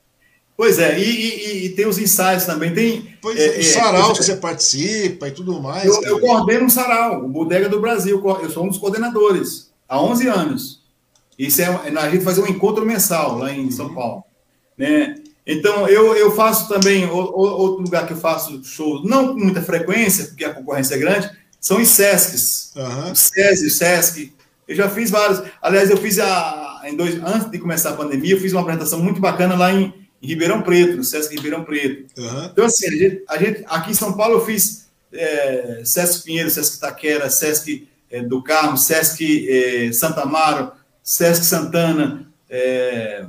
Pois é, e, e, e tem os ensaios também, tem... Pois é, os saraus que você participa e tudo mais. Eu, eu coordeno um sarau, o Bodega do Brasil, eu sou um dos coordenadores, há onze anos. Isso é, a gente faz um encontro mensal lá em São Paulo, né? Então eu, eu faço também o, o, outro lugar que eu faço shows, não com muita frequência, porque a concorrência é grande, são os Sescs, uhum. o SESI, o Sesc. Eu já fiz vários. Aliás, eu fiz a em dois antes de começar a pandemia, eu fiz uma apresentação muito bacana lá em, em Ribeirão Preto, no Sesc Ribeirão Preto. Uhum. Então assim, a gente, a gente aqui em São Paulo eu fiz é, Sesc Pinheiro, Sesc Itaquera, Sesc é, do Carmo, Sesc é, Santa Amaro, Sesc Santana, é,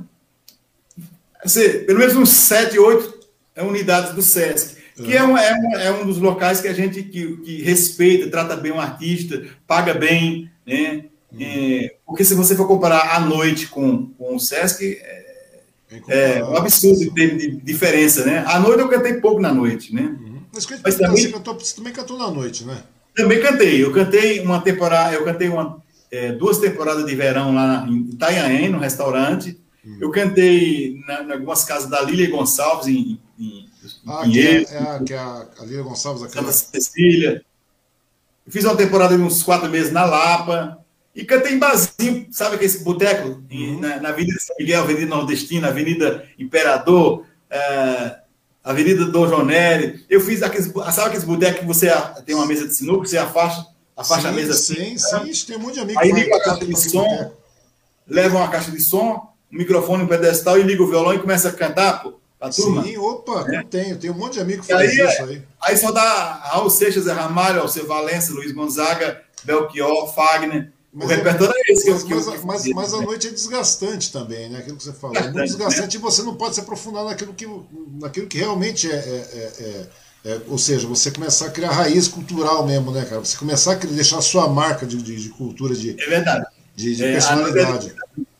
assim, pelo menos uns sete, oito unidades do Sesc, que é um, é, um, é um dos locais que a gente que, que respeita, trata bem o artista, paga bem, né? Uhum. É, porque se você for comparar à noite com, com o Sesc, é, é um absurdo em termos de diferença, né? À noite eu cantei pouco na noite, né? Uhum. Mas, Mas também, você, cantou, você também cantou na noite, né? Também cantei, eu cantei uma temporada, eu cantei uma É, duas temporadas de verão lá em Itanhaém, no restaurante. Hum. Eu cantei na, em algumas casas da Lília Gonçalves, em, em, em ah, Pinheiro. Que é, é, que é a, a Lília Gonçalves, aquela... Santa Cecília. Eu fiz uma temporada de uns quatro meses na Lapa. E cantei em barzinho, sabe aquele boteco? Uhum. Na, na Avenida São Miguel, Avenida Nordestina, Avenida Imperador, é, Avenida Dom João Nery. Eu fiz aqueles... Sabe aqueles botecos que você tem uma mesa de sinuca, você afasta afasta a mesa assim. Sim, sim, sim, tem um monte de amigos. Aí liga a caixa de som, leva uma caixa de som, um microfone, um pedestal e liga o violão e começa a cantar, pô, pra turma. Sim, opa, é. eu tenho, tenho um monte de amigos que faz aí, isso aí. Aí só dá Raul Seixas, Zé Ramalho, Alceu Valença, Luiz Gonzaga, Belchior, Fagner. Mas o é, repertório é esse. Mas, que eu, mas, que eu mas, mas a noite é desgastante também, né? Aquilo que você falou. É muito desgastante, né? E você não pode se aprofundar naquilo que, naquilo que realmente é... é, é, é É, ou seja, você começar a criar raiz cultural mesmo, né, cara? Você começar a deixar a sua marca de, de, de cultura, de, é verdade. de, de é, personalidade.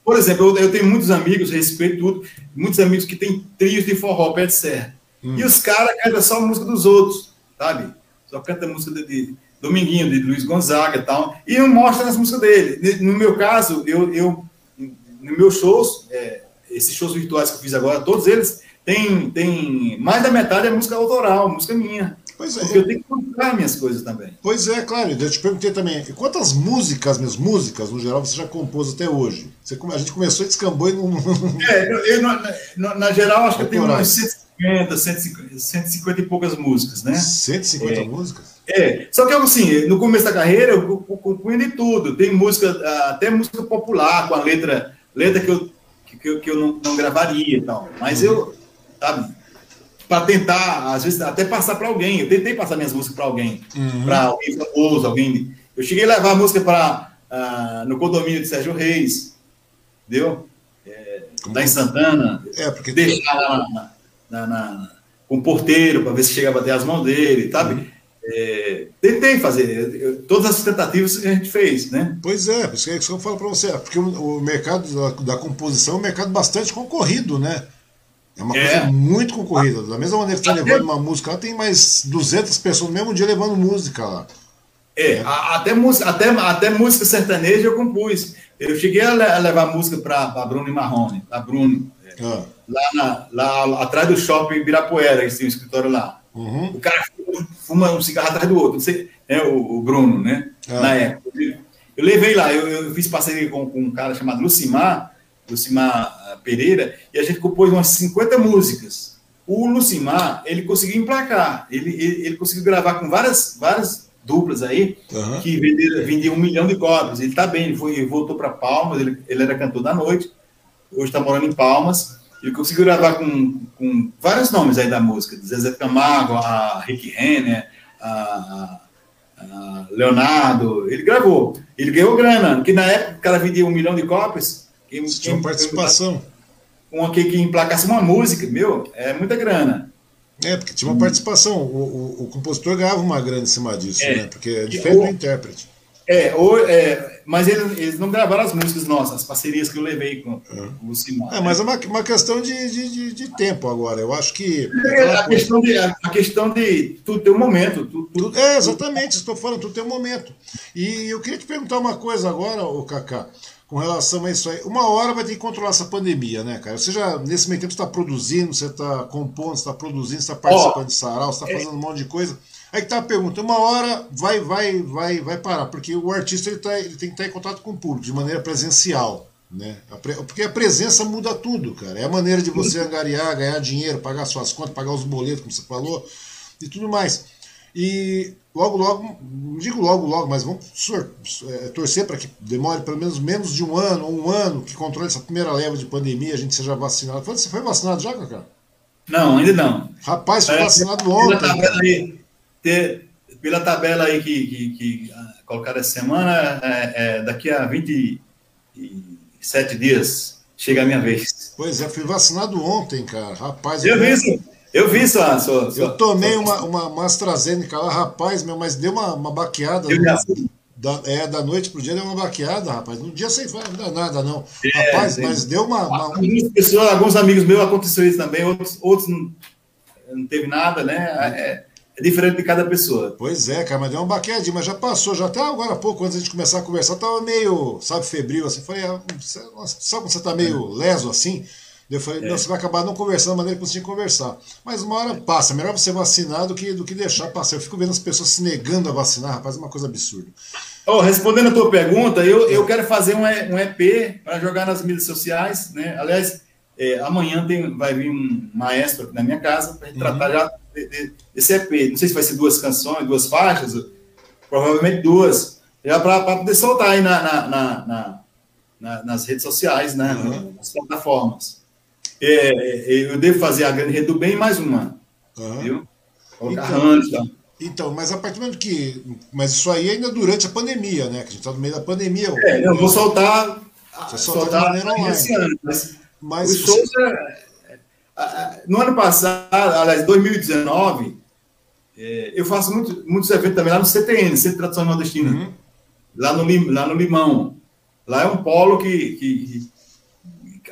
Por exemplo, eu, eu tenho muitos amigos, respeito tudo, muitos amigos que têm trios de forró, pé de serra. Hum. E os caras cantam só a música dos outros, sabe? Só canta a música de, de Dominguinho, de Luiz Gonzaga e tal, e não mostra as músicas dele. No meu caso, eu, eu no meus shows, é, esses shows virtuais que eu fiz agora, todos eles, tem, tem mais da metade é música autoral, música minha. Pois é. Porque eu tenho que comprar minhas coisas também. Pois é, claro. Eu te perguntei também, quantas músicas, minhas músicas, no geral, você já compôs até hoje? Você, a gente começou e descambou e não... É, eu, eu, na, na geral, acho que eu tenho umas cento e cinquenta, cento e cinquenta e poucas músicas, né? cento e cinquenta é, músicas? É, só que assim, no começo da carreira, eu, eu, eu compunha de tudo. Tem música, até música popular, com a letra, letra que eu, que eu, que eu não, não gravaria e tal. Mas uhum. eu, sabe... para tentar, às vezes, até passar para alguém. Eu tentei passar minhas músicas para alguém, uhum. para alguém famoso, alguém... Eu cheguei a levar a música para uh, no condomínio de Sérgio Reis, entendeu? É, lá em Santana. É, porque... Deixar lá na, na, na, com o porteiro, para ver se chegava até as mãos dele, sabe? Uhum. É, tentei fazer, eu, todas as tentativas que a gente fez, né? Pois é, isso é isso que eu falo para você, porque o, o mercado da, da composição é um mercado bastante concorrido, né? É uma é. coisa muito concorrida. Da mesma maneira que está levando uma música lá, tem mais duzentas pessoas no mesmo dia levando música lá. É, é. A, até, música, até, até música sertaneja eu compus. Eu cheguei a, le, a levar música para Bruno e Marrone, a Bruno, é, ah. lá, na, lá atrás do shopping Ibirapuera, eles tinham um escritório lá. Uhum. O cara fuma um cigarro atrás do outro, não sei, é o, o Bruno, né? Ah. Na época. Eu levei lá, eu, eu fiz parceria com, com um cara chamado Lucimar, Lucimar Pereira, e a gente compôs umas cinquenta músicas. O Lucimar, ele conseguiu emplacar, ele, ele, ele conseguiu gravar com várias, várias duplas aí, uhum. que vendiam, vendiam um milhão de cópias. Ele está bem, ele, foi, ele voltou para Palmas, ele, ele era cantor da noite, hoje está morando em Palmas. Ele conseguiu gravar com, com vários nomes aí da música, Zezé Camargo, a Rick Renner, a, a, a Leonardo, ele gravou. Ele ganhou grana, porque na época o cara vendia um milhão de cópias. Quem, tinha participação. Com aquele que emplacasse uma música, meu, é muita grana. É, porque tinha uma participação. O, o, o compositor ganhava uma grana em cima disso, é, né? Porque é diferente do intérprete. É, ou, é mas eles, eles não gravaram as músicas nossas, as parcerias que eu levei com, é. com o Lucimar. É, mas é uma, uma questão de, de, de tempo agora. Eu acho que. É, a, questão de, a, a questão de tudo ter um momento. Tudo, tudo, é, exatamente, estou falando, tudo tem um momento. E eu queria te perguntar uma coisa agora, ô Cacá, com relação a isso aí. Uma hora vai ter que controlar essa pandemia, né, cara? Você já, nesse meio tempo, você está produzindo, você está compondo, você está produzindo, você está participando oh, de sarau, você está fazendo é. um monte de coisa. Aí que tá a pergunta, uma hora vai, vai, vai, vai parar, porque o artista ele, tá, ele tem que estar em contato com o público, de maneira presencial, né? Porque a presença muda tudo, cara. É a maneira de você angariar, ganhar dinheiro, pagar suas contas, pagar os boletos, como você falou, e tudo mais. E logo, logo, não digo logo, logo, mas vamos torcer para que demore pelo menos menos de um ano, ou um ano, que controle essa primeira leva de pandemia, a gente seja vacinado. Você foi vacinado já, Cacá? Não, ainda não. Rapaz, foi é, vacinado ontem. Ter, pela tabela aí que, que, que colocaram essa semana, é, é, daqui a vinte e sete dias chega a minha vez. Pois é, fui vacinado ontem, cara. Rapaz, eu, eu vi isso. Eu vi isso. A sua, eu sua, tomei sua... uma, uma, uma AstraZeneca lá, rapaz, meu, mas deu uma, uma baqueada. Eu no, da, é, da noite pro dia deu uma baqueada, rapaz. No dia sem não dá nada, não. É, rapaz, sim. Mas deu uma. uma... Algumas pessoas, alguns amigos meus aconteceu isso também, outros, outros não, não teve nada, né? É, É diferente de cada pessoa. Pois é, cara, mas deu uma baqueadinha, mas já passou, já até agora há pouco, antes de a gente começar a conversar, tava meio, sabe, febril, assim, falei, ah, sabe quando você tá meio leso, assim? Eu falei, é. não, você vai acabar não conversando da maneira que você tinha que conversar. Mas uma hora passa, é melhor você vacinar do que, do que deixar passar. Eu fico vendo as pessoas se negando a vacinar, rapaz, é uma coisa absurda. Oh, respondendo a tua pergunta, eu, eu quero fazer um, um E P para jogar nas mídias sociais, né? Aliás, é, amanhã tem, vai vir um maestro aqui na minha casa para tratar uhum. já de, de, desse E P. Não sei se vai ser duas canções, duas faixas, provavelmente duas, já para poder soltar aí na, na, na, na, na, nas redes sociais, né? Uhum. Nas plataformas. É, eu devo fazer a Grande Rede do Bem e mais uma. Uhum. Viu? Então, então. então, mas a partir do momento que. Mas isso aí ainda durante a pandemia, né? Que a gente está no meio da pandemia. É, eu vou soltar. Você soltar de maneira online. Esse ano, mas mas os shows é, no ano passado, aliás, dois mil e dezenove, é, eu faço muito, muitos eventos também lá no C T N, Centro de Tradição Nordestina, uhum. lá, no, lá no Limão. Lá é um polo que, que,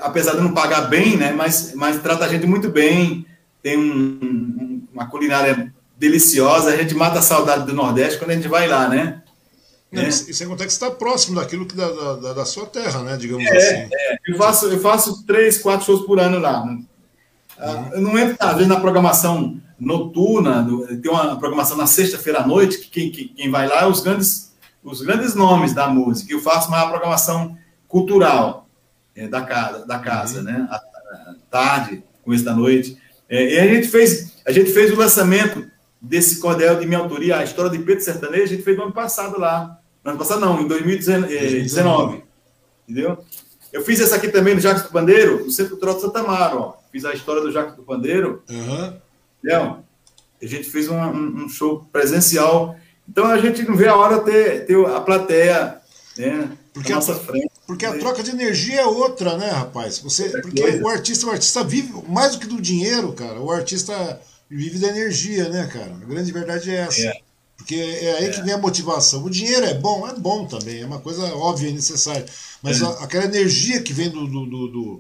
apesar de não pagar bem, né? Mas, mas trata a gente muito bem, tem um, um, uma culinária deliciosa, a gente mata a saudade do Nordeste quando a gente vai lá, né? Não, é. E sem contar que você está próximo daquilo que da, da, da sua terra, né? Digamos é, assim. É. Eu, faço, eu faço três, quatro shows por ano lá. Uhum. Eu não entro, às vezes, na programação noturna, tem uma programação na sexta-feira à noite, que quem, que, quem vai lá é os grandes, os grandes nomes da música. Eu faço mais a programação cultural é, da casa, da casa uhum. né? À tarde, começo da noite. É, e a gente, fez, a gente fez o lançamento desse cordel de minha autoria, a história de Pedro Sertanejo, a gente fez no ano passado lá. No ano passado não, em dois mil e dezenove. Entendeu? Eu fiz essa aqui também do Jacques do Pandeiro, no Centro Cultural de Santa Amaro. Ó. Fiz a história do Jacques do Pandeiro. Uhum. Entendeu? A gente fez um, um, um show presencial. Então a gente não vê a hora de ter, ter a plateia, né, porque na nossa a, frente. Porque a troca de energia é outra, né, rapaz? Você, porque o artista, o artista vive mais do que do dinheiro, cara. O artista vive da energia, né, cara? A grande verdade é essa. É. Porque é aí é. que vem a motivação. O dinheiro é bom, é bom também, é uma coisa óbvia e necessária. Mas é. a, aquela energia que vem do, do, do, do,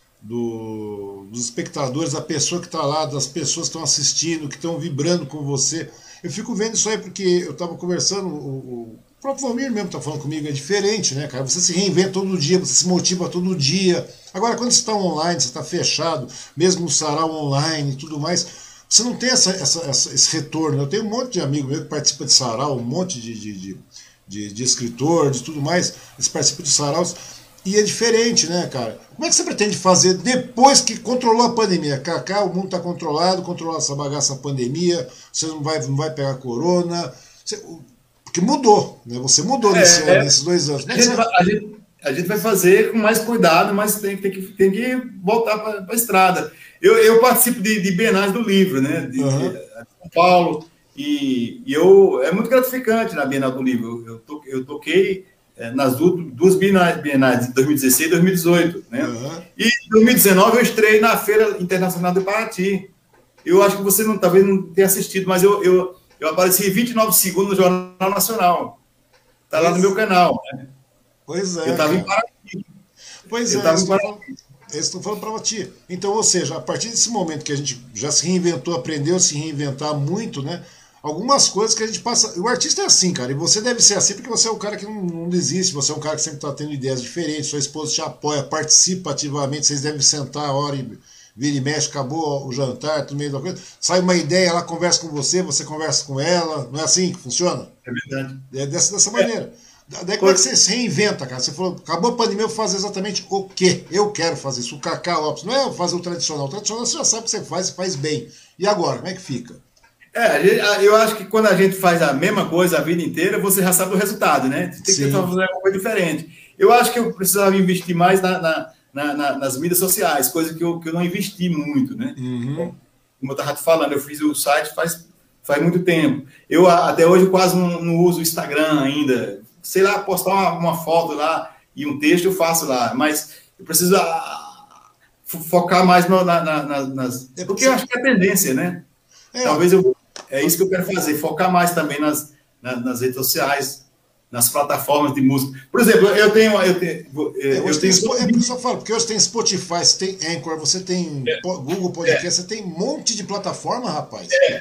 do, dos espectadores, da pessoa que está lá, das pessoas que estão assistindo, que estão vibrando com você. Eu fico vendo isso aí porque eu estava conversando, o, o próprio Valmir mesmo está falando comigo, é diferente, né, cara? Você se reinventa todo dia, você se motiva todo dia. Agora, quando você está online, você está fechado, mesmo no sarau online e tudo mais, você não tem essa, essa, essa, esse retorno. Eu tenho um monte de amigo meu que participa de sarau, um monte de, de, de, de, de escritor, de tudo mais, eles participam de saraus, e é diferente, né, cara? Como é que você pretende fazer depois que controlou a pandemia? Cacá, o mundo está controlado, controlou essa bagaça, a pandemia, você não vai, não vai pegar corona, você, porque mudou, né? Você mudou é, nesse, é, nesses dois anos. A gente, vai, a, gente, a gente vai fazer com mais cuidado, mas tem, tem, que, tem que voltar para a estrada. Eu, eu participo de, de bienais do livro, né? De, uhum. de, de São Paulo, e, e eu, é muito gratificante na Bienal do Livro. Eu, to, eu toquei é, nas duas, duas bienais, bienais, de dois mil e dezesseis e dois mil e dezoito. Né? Uhum. E em dois mil e dezenove eu estrei na Feira Internacional do Paraty. Eu acho que você não, talvez não tenha assistido, mas eu, eu, eu apareci vinte e nove segundos no Jornal Nacional. Está lá no meu canal. Né? Pois é. Eu estava em Paraty. Pois eu é. Estava em Paraty. Eles estão falando para ti. Então, ou seja, a partir desse momento que a gente já se reinventou, aprendeu a se reinventar muito, né? Algumas coisas que a gente passa. O artista é assim, cara, e você deve ser assim porque você é um cara que não, não desiste, você é um cara que sempre está tendo ideias diferentes, sua esposa te apoia, participa ativamente, vocês devem sentar a hora e vira e mexe, acabou o jantar, no meio da coisa. Sai uma ideia, ela conversa com você, você conversa com ela. Não é assim que funciona? É verdade. É dessa, dessa maneira. É. Daí como é que você se reinventa, cara? Você falou, acabou a pandemia, eu vou fazer exatamente o que eu quero fazer isso. O Cacá Lopes, não é fazer o tradicional. O tradicional você já sabe que você faz, você faz bem. E agora, como é que fica? É, eu acho que quando a gente faz a mesma coisa a vida inteira, você já sabe o resultado, né? Tem que fazer uma coisa diferente. Eu acho que eu precisava investir mais na, na, na, na, nas mídias sociais, coisa que eu, que eu não investi muito, né? Uhum. Como eu estava te falando, eu fiz o site faz, faz muito tempo. Eu até hoje quase não, não uso o Instagram ainda. Sei lá, postar uma, uma foto lá e um texto eu faço lá, mas eu preciso a, focar mais no, na, na, nas... É porque eu acho que é a tendência, né? É. Talvez eu... É isso que eu quero fazer, focar mais também nas, nas, nas redes sociais, nas plataformas de música. Por exemplo, eu tenho... Eu tenho, é, eu tem, tenho... É por isso que eu falo, porque hoje tem Spotify, você tem Anchor, você tem é. Google Podcast, é. Você tem um monte de plataforma, rapaz. É.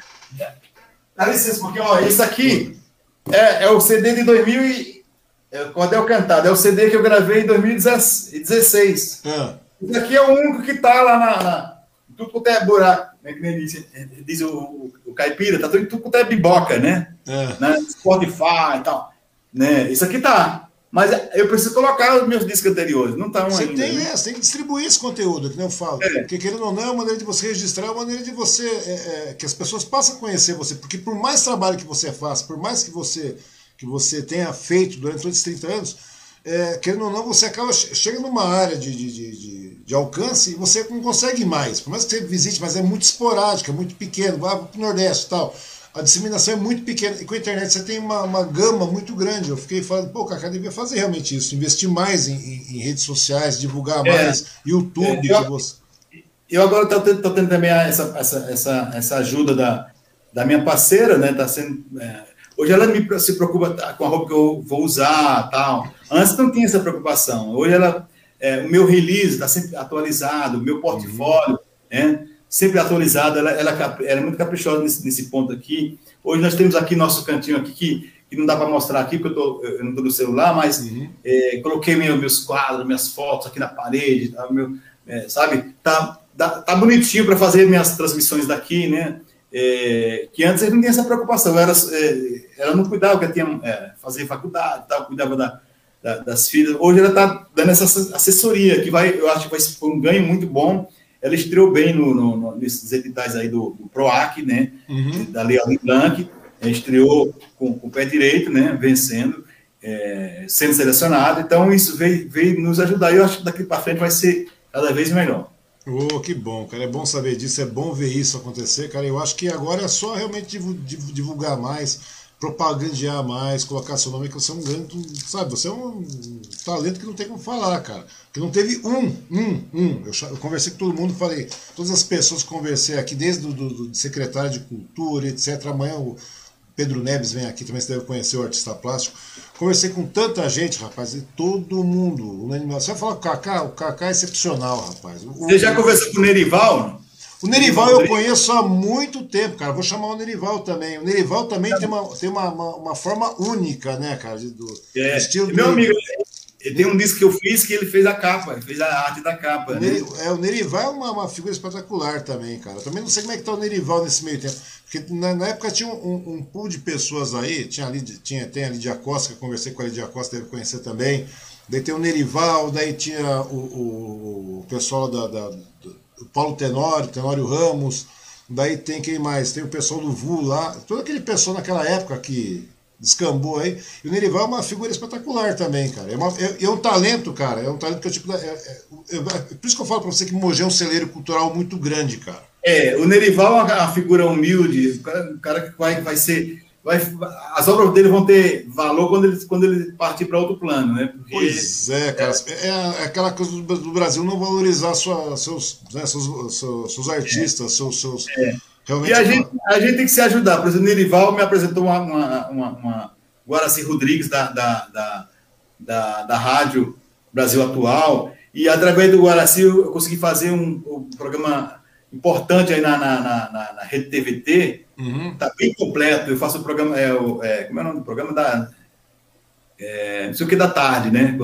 Dá licença, porque ó, isso aqui é, é o C D de dois mil e... É o Cordel Cantado, é o C D que eu gravei em dois mil e dezesseis. É. Isso aqui é o único que tá lá na... na tudo quanto é buraco, né? Que nem diz, diz o, o, o Caipira, tá tudo, tudo quanto é biboca, né? É. Né? Spotify e tal. Né? Isso aqui tá. Mas eu preciso colocar os meus discos anteriores, não estão você ainda. Tem, né? é, você tem que distribuir esse conteúdo, que nem eu falo. É. Porque querendo ou não, é uma maneira de você registrar, é uma maneira de você... É, é, que as pessoas passem a conhecer você. Porque por mais trabalho que você faça, por mais que você... que você tenha feito durante todos esses trinta anos, é, querendo ou não, você acaba chega numa área de, de, de, de alcance e você não consegue mais. Por mais que você visite, mas é muito esporádico, é muito pequeno, vai para o Nordeste e tal. A disseminação é muito pequena. E com a internet você tem uma, uma gama muito grande. Eu fiquei falando, pô, o Cacá devia fazer realmente isso, investir mais em, em, em redes sociais, divulgar mais, é, YouTube. É, eu, que você... eu agora estou tendo, tendo também essa, essa, essa, essa ajuda da, da minha parceira, né? Tá sendo... É, hoje ela me, se preocupa com a roupa que eu vou usar, tal. Antes não tinha essa preocupação. Hoje ela, é, o meu release está sempre atualizado, o meu portfólio, uhum. né, sempre atualizado, ela, ela, ela é muito caprichosa nesse, nesse ponto aqui. Hoje nós temos aqui nosso cantinho aqui, que, que não dá para mostrar aqui, porque eu, tô, eu não estou no celular, mas uhum. é, coloquei meu, meus quadros, minhas fotos aqui na parede, tá, meu, é, sabe? Tá, tá, tá bonitinho para fazer minhas transmissões daqui, né? É, que antes eu não tinha essa preocupação, eu era, é, ela não cuidava, que eu tinha é, fazer faculdade, tal, cuidava da, da, das filhas. Hoje ela está dando essa assessoria, que vai, eu acho que vai ser um ganho muito bom. Ela estreou bem no, no, no, nesses editais aí do, do PROAC, né? Uhum. Da Lei Aldir Blanc, estreou com, com o pé direito, né? Vencendo, é, sendo selecionado. Então, isso veio, veio nos ajudar. E eu acho que daqui para frente vai ser cada vez melhor. Oh, que bom, cara. É bom saber disso, é bom ver isso acontecer, cara. Eu acho que agora é só realmente divulgar mais, propagandear mais, colocar seu nome, que você é um grande, sabe, você é um talento que não tem como falar, cara. Que não teve um, um, um. Eu, eu conversei com todo mundo, falei, todas as pessoas que conversei aqui, desde o do, do secretário de Cultura, etcétera. Amanhã o Pedro Neves vem aqui, também você deve conhecer o artista plástico. Conversei com tanta gente, rapaz, e todo mundo. Você vai falar com o Kaká, o Kaká é excepcional, rapaz. O, Você já conversou com o Nerival? O Nerival eu conheço há muito tempo, cara. Vou chamar o Nerival também. O Nerival também tem uma, tem uma, uma, uma forma única, né, cara? Do, é. do estilo Meu do... amigo, ele tem um disco que eu fiz que ele fez a capa, ele fez a arte da capa. O, né? Neri, é, o Nerival é uma, uma figura espetacular também, cara. Eu também não sei como é que tá o Nerival nesse meio tempo. Porque na, na época tinha um, um pool de pessoas aí, tinha ali, tinha, tem a Lídia Costa, que eu conversei com a Lídia Costa, deve conhecer também. Daí tem o Nerival, daí tinha o, o, o pessoal da, da, do Paulo Tenório, Tenório Ramos, daí tem quem mais? Tem o pessoal do V U lá, todo aquele pessoal naquela época que descambou aí. E o Nerival é uma figura espetacular também, cara. É, uma, é, é um talento, cara. É um talento que eu tipo. É, é, é, por isso que eu falo pra você que Mogi é um celeiro cultural muito grande, cara. É, o Nerival é uma figura humilde, o cara que vai, vai ser. Vai, as obras dele vão ter valor quando ele, quando ele partir para outro plano, né? Porque, pois é, cara. É, é aquela coisa do, do Brasil não valorizar sua, seus, né, seus, seus, seus artistas, é. seus. seus é. Realmente, e a, é uma... gente, a gente tem que se ajudar. Por exemplo, o Nerival me apresentou uma, uma, uma, uma Guaraci Rodrigues da, da, da, da, da Rádio Brasil Atual, e através do Guaraci eu consegui fazer um, um programa importante aí na, na, na, na Rede T V T. Uhum. Tá bem completo. Eu faço o programa, é, o, é, como é o nome do programa? Da, é, não sei o que da tarde, né?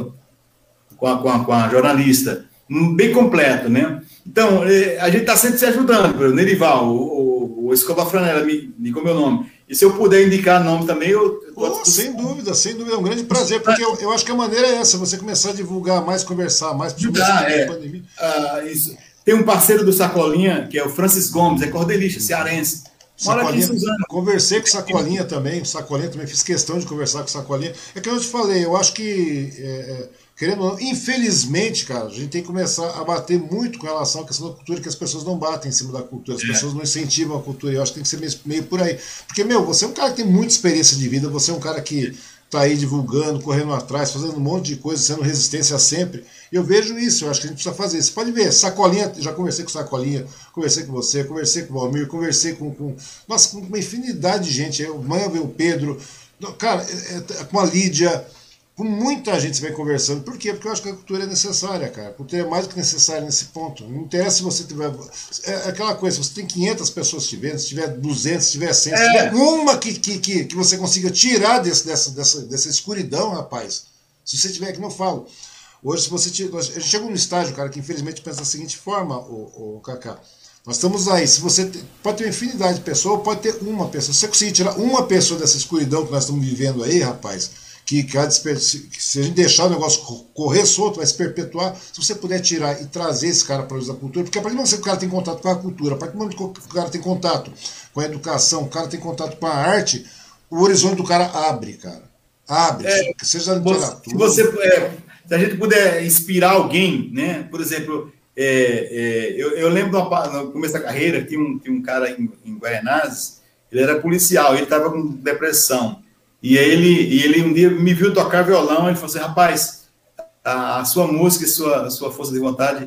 Com a, com a, com a jornalista. Bem completo, né? Então, é, a gente está sempre se ajudando. O Nerival, o, o, o Escova Franela me indicou meu nome. E se eu puder indicar nome também, eu. eu oh, sem dúvida, sem dúvida. É um grande prazer, porque eu, eu acho que a maneira é essa: você começar a divulgar mais, conversar mais. Ajudar, é. Ah, isso. Tem um parceiro do Sacolinha, que é o Francis Gomes, é cordelista, cearense. Sacolinha, conversei com o Sacolinha também, o Sacolinha também, fiz questão de conversar com o Sacolinha. É que eu te falei, eu acho que, é, querendo ou não, infelizmente, cara, a gente tem que começar a bater muito com relação à questão da cultura, que as pessoas não batem em cima da cultura, as é. pessoas não incentivam a cultura, e eu acho que tem que ser meio, meio por aí. Porque, meu, você é um cara que tem muita experiência de vida, você é um cara que tá aí divulgando, correndo atrás, fazendo um monte de coisa, sendo resistência sempre. Eu vejo isso, eu acho que a gente precisa fazer. Você pode ver, Sacolinha, já conversei com o Sacolinha, conversei com você, conversei com o Valmir, conversei com, com, nossa, com uma infinidade de gente. Amanhã veio o Pedro, cara, é, é, com a Lídia, com muita gente você vem conversando. Por quê? Porque eu acho que a cultura é necessária, cara. A cultura é mais do que necessária nesse ponto. Não interessa se você tiver... É aquela coisa, se você tem quinhentas pessoas te vendo, se tiver duzentas, se tiver cem, é. se tiver uma que, que, que, que você consiga tirar desse, dessa, dessa, dessa escuridão, rapaz. Se você tiver, que não falo. Hoje, se você tira, a gente chegou num estágio, cara, que infelizmente pensa da seguinte forma, o, o Kaká. Nós estamos aí, se você te, pode ter uma infinidade de pessoas, pode ter uma pessoa. Se você conseguir tirar uma pessoa dessa escuridão que nós estamos vivendo aí, rapaz, que, que, que se a gente deixar o negócio correr solto, vai se perpetuar. Se você puder tirar e trazer esse cara para a luz da cultura, porque a partir do momento que o cara tem contato com a cultura, a partir do momento que o cara tem contato com a educação, o cara tem contato com a arte, o horizonte do cara abre, cara. Abre, é, seja na literatura. Se você, é, se a gente puder inspirar alguém, né? Por exemplo, é, é, eu, eu lembro no começo da carreira, tinha um, tinha um cara em, em Guaianazes, ele era policial, ele estava com depressão. E ele, e ele um dia me viu tocar violão, ele falou assim, rapaz, a, a sua música, a sua, a sua força de vontade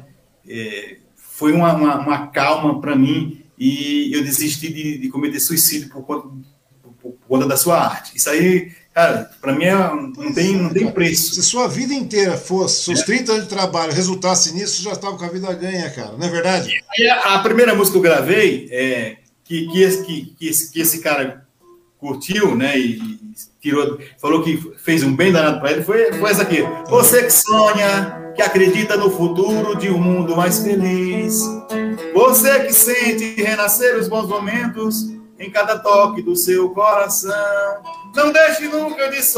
é, foi uma, uma, uma calma para mim, e eu desisti de, de cometer suicídio por conta, por, por conta da sua arte. Isso aí cara, para mim é, não, tem, não tem preço. Se sua vida inteira fosse, seus trinta anos de trabalho resultasse nisso, já estava com a vida ganha, cara, não é verdade? E a, a primeira música que eu gravei, é, que, que, esse, que, que, esse, que esse cara curtiu, né, e tirou, falou que fez um bem danado para ele, foi, foi essa aqui. Você que sonha, que acredita no futuro de um mundo mais feliz. Você que sente renascer os bons momentos em cada toque do seu coração. Não deixe nunca de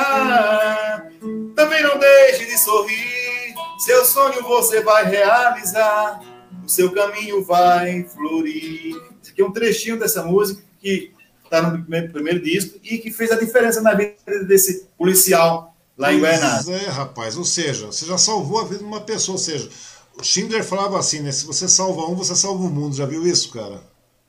sonhar, também não deixe de sorrir. Seu sonho você vai realizar, o seu caminho vai florir. Esse aqui é um trechinho dessa música que está no primeiro, primeiro disco e que fez a diferença na vida desse policial lá em Guaianazes. Pois é, rapaz, ou seja, você já salvou a vida de uma pessoa, ou seja, o Schindler falava assim, né, se você salva um, você salva o mundo, já viu isso, cara?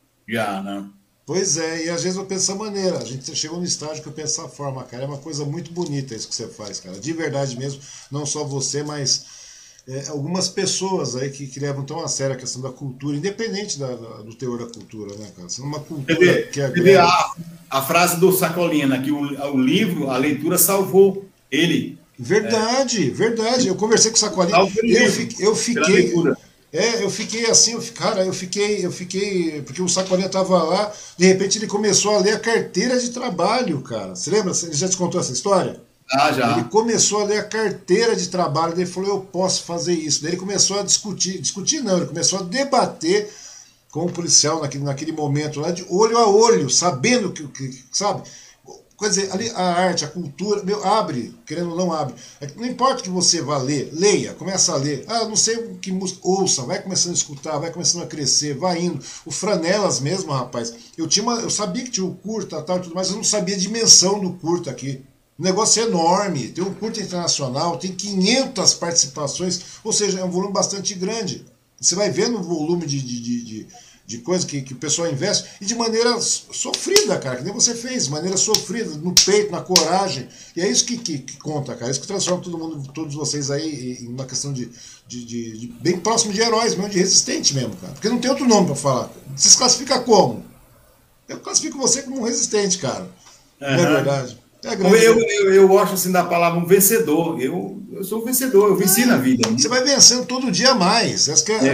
Já, não. Pois é, e às vezes eu penso dessa maneira, a gente chegou no estágio que eu penso dessa forma, cara, é uma coisa muito bonita isso que você faz, cara, de verdade mesmo, não só você, mas é, algumas pessoas aí que, que levam tão a sério a questão da cultura, independente da, da, do teor da cultura, né, cara, sendo uma cultura Quer que é... Quer a, a frase do Sacolina, que o, o livro, a leitura salvou ele. Verdade, é. verdade, eu conversei com o Sacolina, eu, fi, eu fiquei... É, eu fiquei assim, eu, cara, eu fiquei, eu fiquei, porque o Sacolina tava lá, de repente ele começou a ler a carteira de trabalho, cara. Você lembra? Ele já te contou essa história? Ah, já. Ele começou a ler a carteira de trabalho, daí ele falou, eu posso fazer isso. Daí ele começou a discutir, discutir não, ele começou a debater com o policial naquele, naquele momento lá, de olho a olho, sabendo que, que sabe? Quer dizer, ali a arte, a cultura, meu, abre, querendo ou não abre. Não importa que você vá ler, leia, começa a ler. Ah, não sei que música, ouça, vai começando a escutar, vai começando a crescer, vai indo. O Franelas mesmo, rapaz, eu, tinha uma, eu sabia que tinha o curta tal, tudo, mas eu não sabia a dimensão do curta aqui. O negócio é enorme, tem um curta internacional, tem quinhentas participações, ou seja, é um volume bastante grande. Você vai vendo o volume de... de, de, de de coisa que, que o pessoal investe, e de maneira sofrida, cara, que nem você fez, de maneira sofrida, no peito, na coragem, e é isso que, que, que conta, cara, é isso que transforma todo mundo, todos vocês aí em uma questão de, de, de, de bem próximo de heróis mesmo, de resistente mesmo, cara, porque não tem outro nome pra falar. Você se classifica como? Eu classifico você como um resistente, cara, uhum. Não é verdade? É eu, eu, eu gosto assim da palavra um vencedor. Eu, eu sou um vencedor, eu venci é, na vida. Você vai vencendo todo dia mais. Essa que é, é,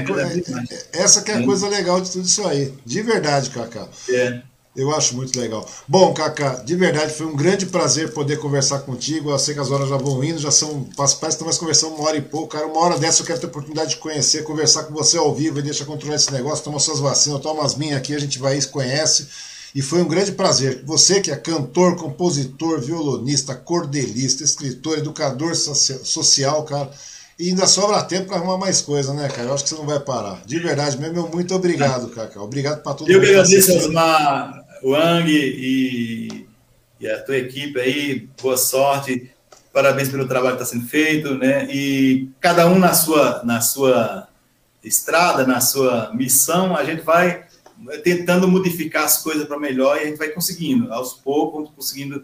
é, essa que é a é. coisa legal de tudo isso aí. De verdade, Cacá. É. Eu acho muito legal. Bom, Cacá, de verdade foi um grande prazer poder conversar contigo. Eu sei que as horas já vão indo, já são. Parece que estamos conversando uma hora e pouco. Cara, uma hora dessa eu quero ter a oportunidade de conhecer, conversar com você ao vivo e deixa controlar esse negócio, toma suas vacinas, toma as minhas aqui, a gente vai e se conhece. E foi um grande prazer. Você que é cantor, compositor, violonista, cordelista, escritor, educador social, cara, e ainda sobra tempo para arrumar mais coisa, né, cara? Eu acho que você não vai parar. De verdade mesmo, meu muito obrigado, Cacá. Obrigado para todo eu mundo. Eu que agradeço, Osmar, Wang e, e a tua equipe aí. Boa sorte. Parabéns pelo trabalho que está sendo feito, né? E cada um na sua, na sua estrada, na sua missão, a gente vai tentando modificar as coisas para melhor e a gente vai conseguindo, aos poucos, conseguindo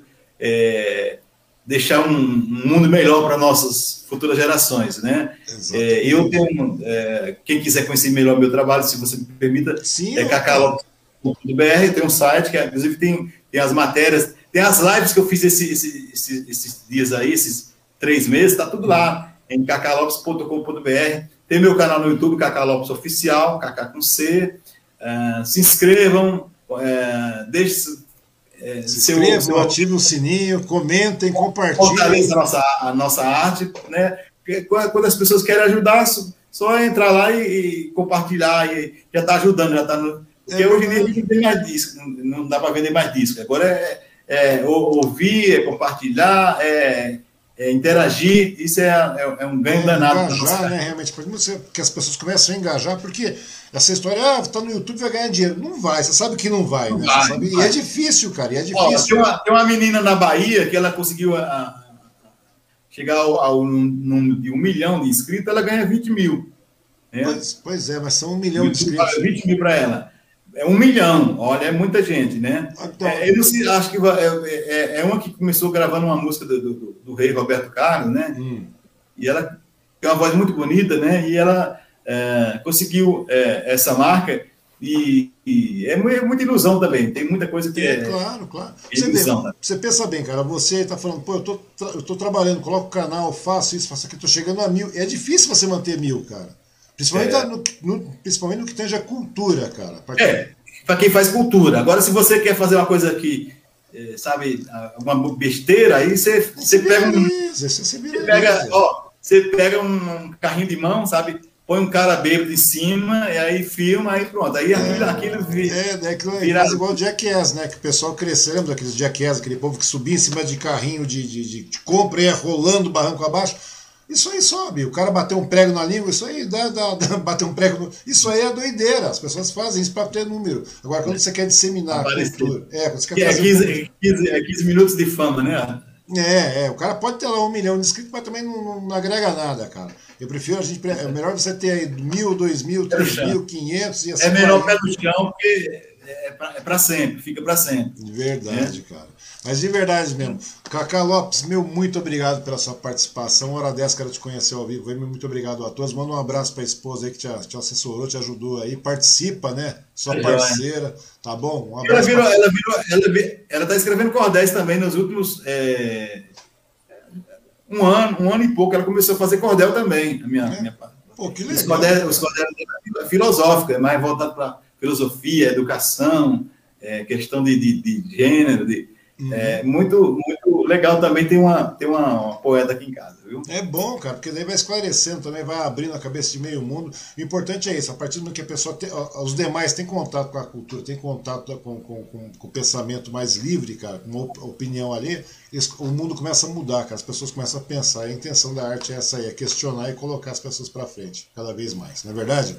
é, deixar um, um mundo melhor para nossas futuras gerações, né? É, eu tenho, é, quem quiser conhecer melhor meu trabalho, se você me permita, Sim, é cacalopes ponto com ponto b r, tem um site que inclusive tem, tem as matérias, tem as lives que eu fiz esse, esse, esse, esses dias aí, esses três meses, tá tudo lá em cacalopes ponto com ponto b r, tem meu canal no YouTube, Cacalopes Oficial, Cacá com C. Uh, se inscrevam, uh, deixe uh, se seu, inscrevam, seu... ative o sininho, comentem, compartilhem. Fortaleça a nossa, a nossa arte, né? Porque quando as pessoas querem ajudar, só entrar lá e, e compartilhar, e já está ajudando, já está no... Porque é, hoje em dia a gente não tem mais disco, não, não dá para vender mais disco. Agora é, é ouvir, é compartilhar, é, é interagir, isso é, é, é um ganho é, danado. Engajar, né, realmente, porque as pessoas começam a engajar, porque essa história, ah, tá no YouTube, vai ganhar dinheiro. Não vai, você sabe que não vai, não né? Vai, sabe? E vai. É difícil, cara, e é difícil. Ó, tem, uma, tem uma menina na Bahia que ela conseguiu a, a, chegar ao, ao número de um milhão de inscritos, ela ganha vinte mil. Né? Pois, pois é, mas são um milhão de inscritos. vinte mil para ela. É um milhão, olha, é muita gente, né? Então, é, eu não sei, acho que é, é, é uma que começou gravando uma música do, do, do rei Roberto Carlos, né? Hum. E ela tem uma voz muito bonita, né? E ela é, conseguiu é, essa marca E, e é muita ilusão também, tem muita coisa que é... É, claro, claro. É Você, ilusão, vê, né? você pensa bem, cara, você está falando, pô, eu tô, eu tô trabalhando, coloco o canal, faço isso, faço aquilo, tô chegando a mil. É difícil você manter mil, cara. Principalmente, É. no, no, principalmente no que tange a cultura, cara. A partir- É, para quem faz cultura. Agora, se você quer fazer uma coisa que, eh, sabe, alguma besteira, aí você, você pega um... viraliza, você se Você viraliza. pega, ó, você pega um carrinho de mão, sabe? Põe um cara bêbado em cima, e aí filma, aí pronto. Aí aquilo, aquilo vira. É, é, aquilo é vira- quase igual o Jackass, né? Que o pessoal cresceu, lembra daqueles Jackass, aquele povo que subia em cima de carrinho de, de, de, de compra e ia rolando o barranco abaixo. Isso aí sobe. O cara bateu um prego na língua, isso aí dá, dá, dá bater um prego no... Isso aí é doideira. As pessoas fazem isso para ter número. Agora, quando você quer disseminar a Aparecer. cultura. É, quando você quer Que é fazer. quinze, quinze, é quinze minutos de fama, né? É, é, o cara pode ter lá um milhão de inscritos, mas também não, não, não agrega nada, cara. Eu prefiro, a gente, pre- é melhor você ter aí mil, dois mil, três mil, quinhentos e assim É melhor o vai. pé no chão, porque é para é pra sempre, fica para sempre. De verdade, cara. Mas de verdade mesmo. Cacá Lopes, meu, muito obrigado pela sua participação. Hora dessa, quero te conhecer ao vivo. Meu, muito obrigado a todos. Manda um abraço para a esposa aí que te, te assessorou, te ajudou aí. Participa, né? Sua É, parceira. Tá bom? Um Ela abraço. virou, pra- ela virou, ela, vi- ela tá escrevendo cordéis também nos últimos é, um ano, um ano e pouco. Ela começou a fazer cordel também. A minha, É? minha, Pô, que os legal. cordéis, cara. os cordéis é filosófica, é mais voltado para filosofia, educação, é, questão de, de, de gênero, de, Uhum. é, muito, muito legal também. Tem uma, tem uma, uma poeta aqui em casa, viu? É bom, cara, porque daí vai esclarecendo também, vai abrindo a cabeça de meio mundo. O importante é isso, a partir do momento que a pessoa tem, ó, os demais têm contato com a cultura, têm contato com, com, com, com o pensamento mais livre, cara, com uma op- opinião ali, isso- o mundo começa a mudar, cara, as pessoas começam a pensar. A intenção da arte é essa aí, é questionar e colocar as pessoas pra frente, cada vez mais, não é verdade?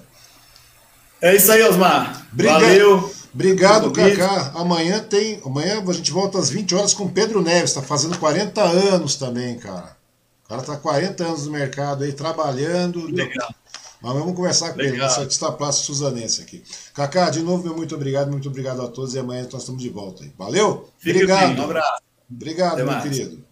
É isso aí, Osmar. Obrigado. Valeu. Obrigado, Muito convite. Cacá. Amanhã tem. Amanhã a gente volta às vinte horas com Pedro Neves, está fazendo quarenta anos também, cara. O cara tá quarenta anos no mercado aí, trabalhando. Legal. Mas vamos conversar com ele, Legal. nosso artista plástico suzanense aqui. Cacá, de novo, meu muito obrigado, muito obrigado a todos e amanhã nós estamos de volta aí. Valeu? Fique Obrigado. bem. Um abraço. Obrigado, Até meu mais. querido.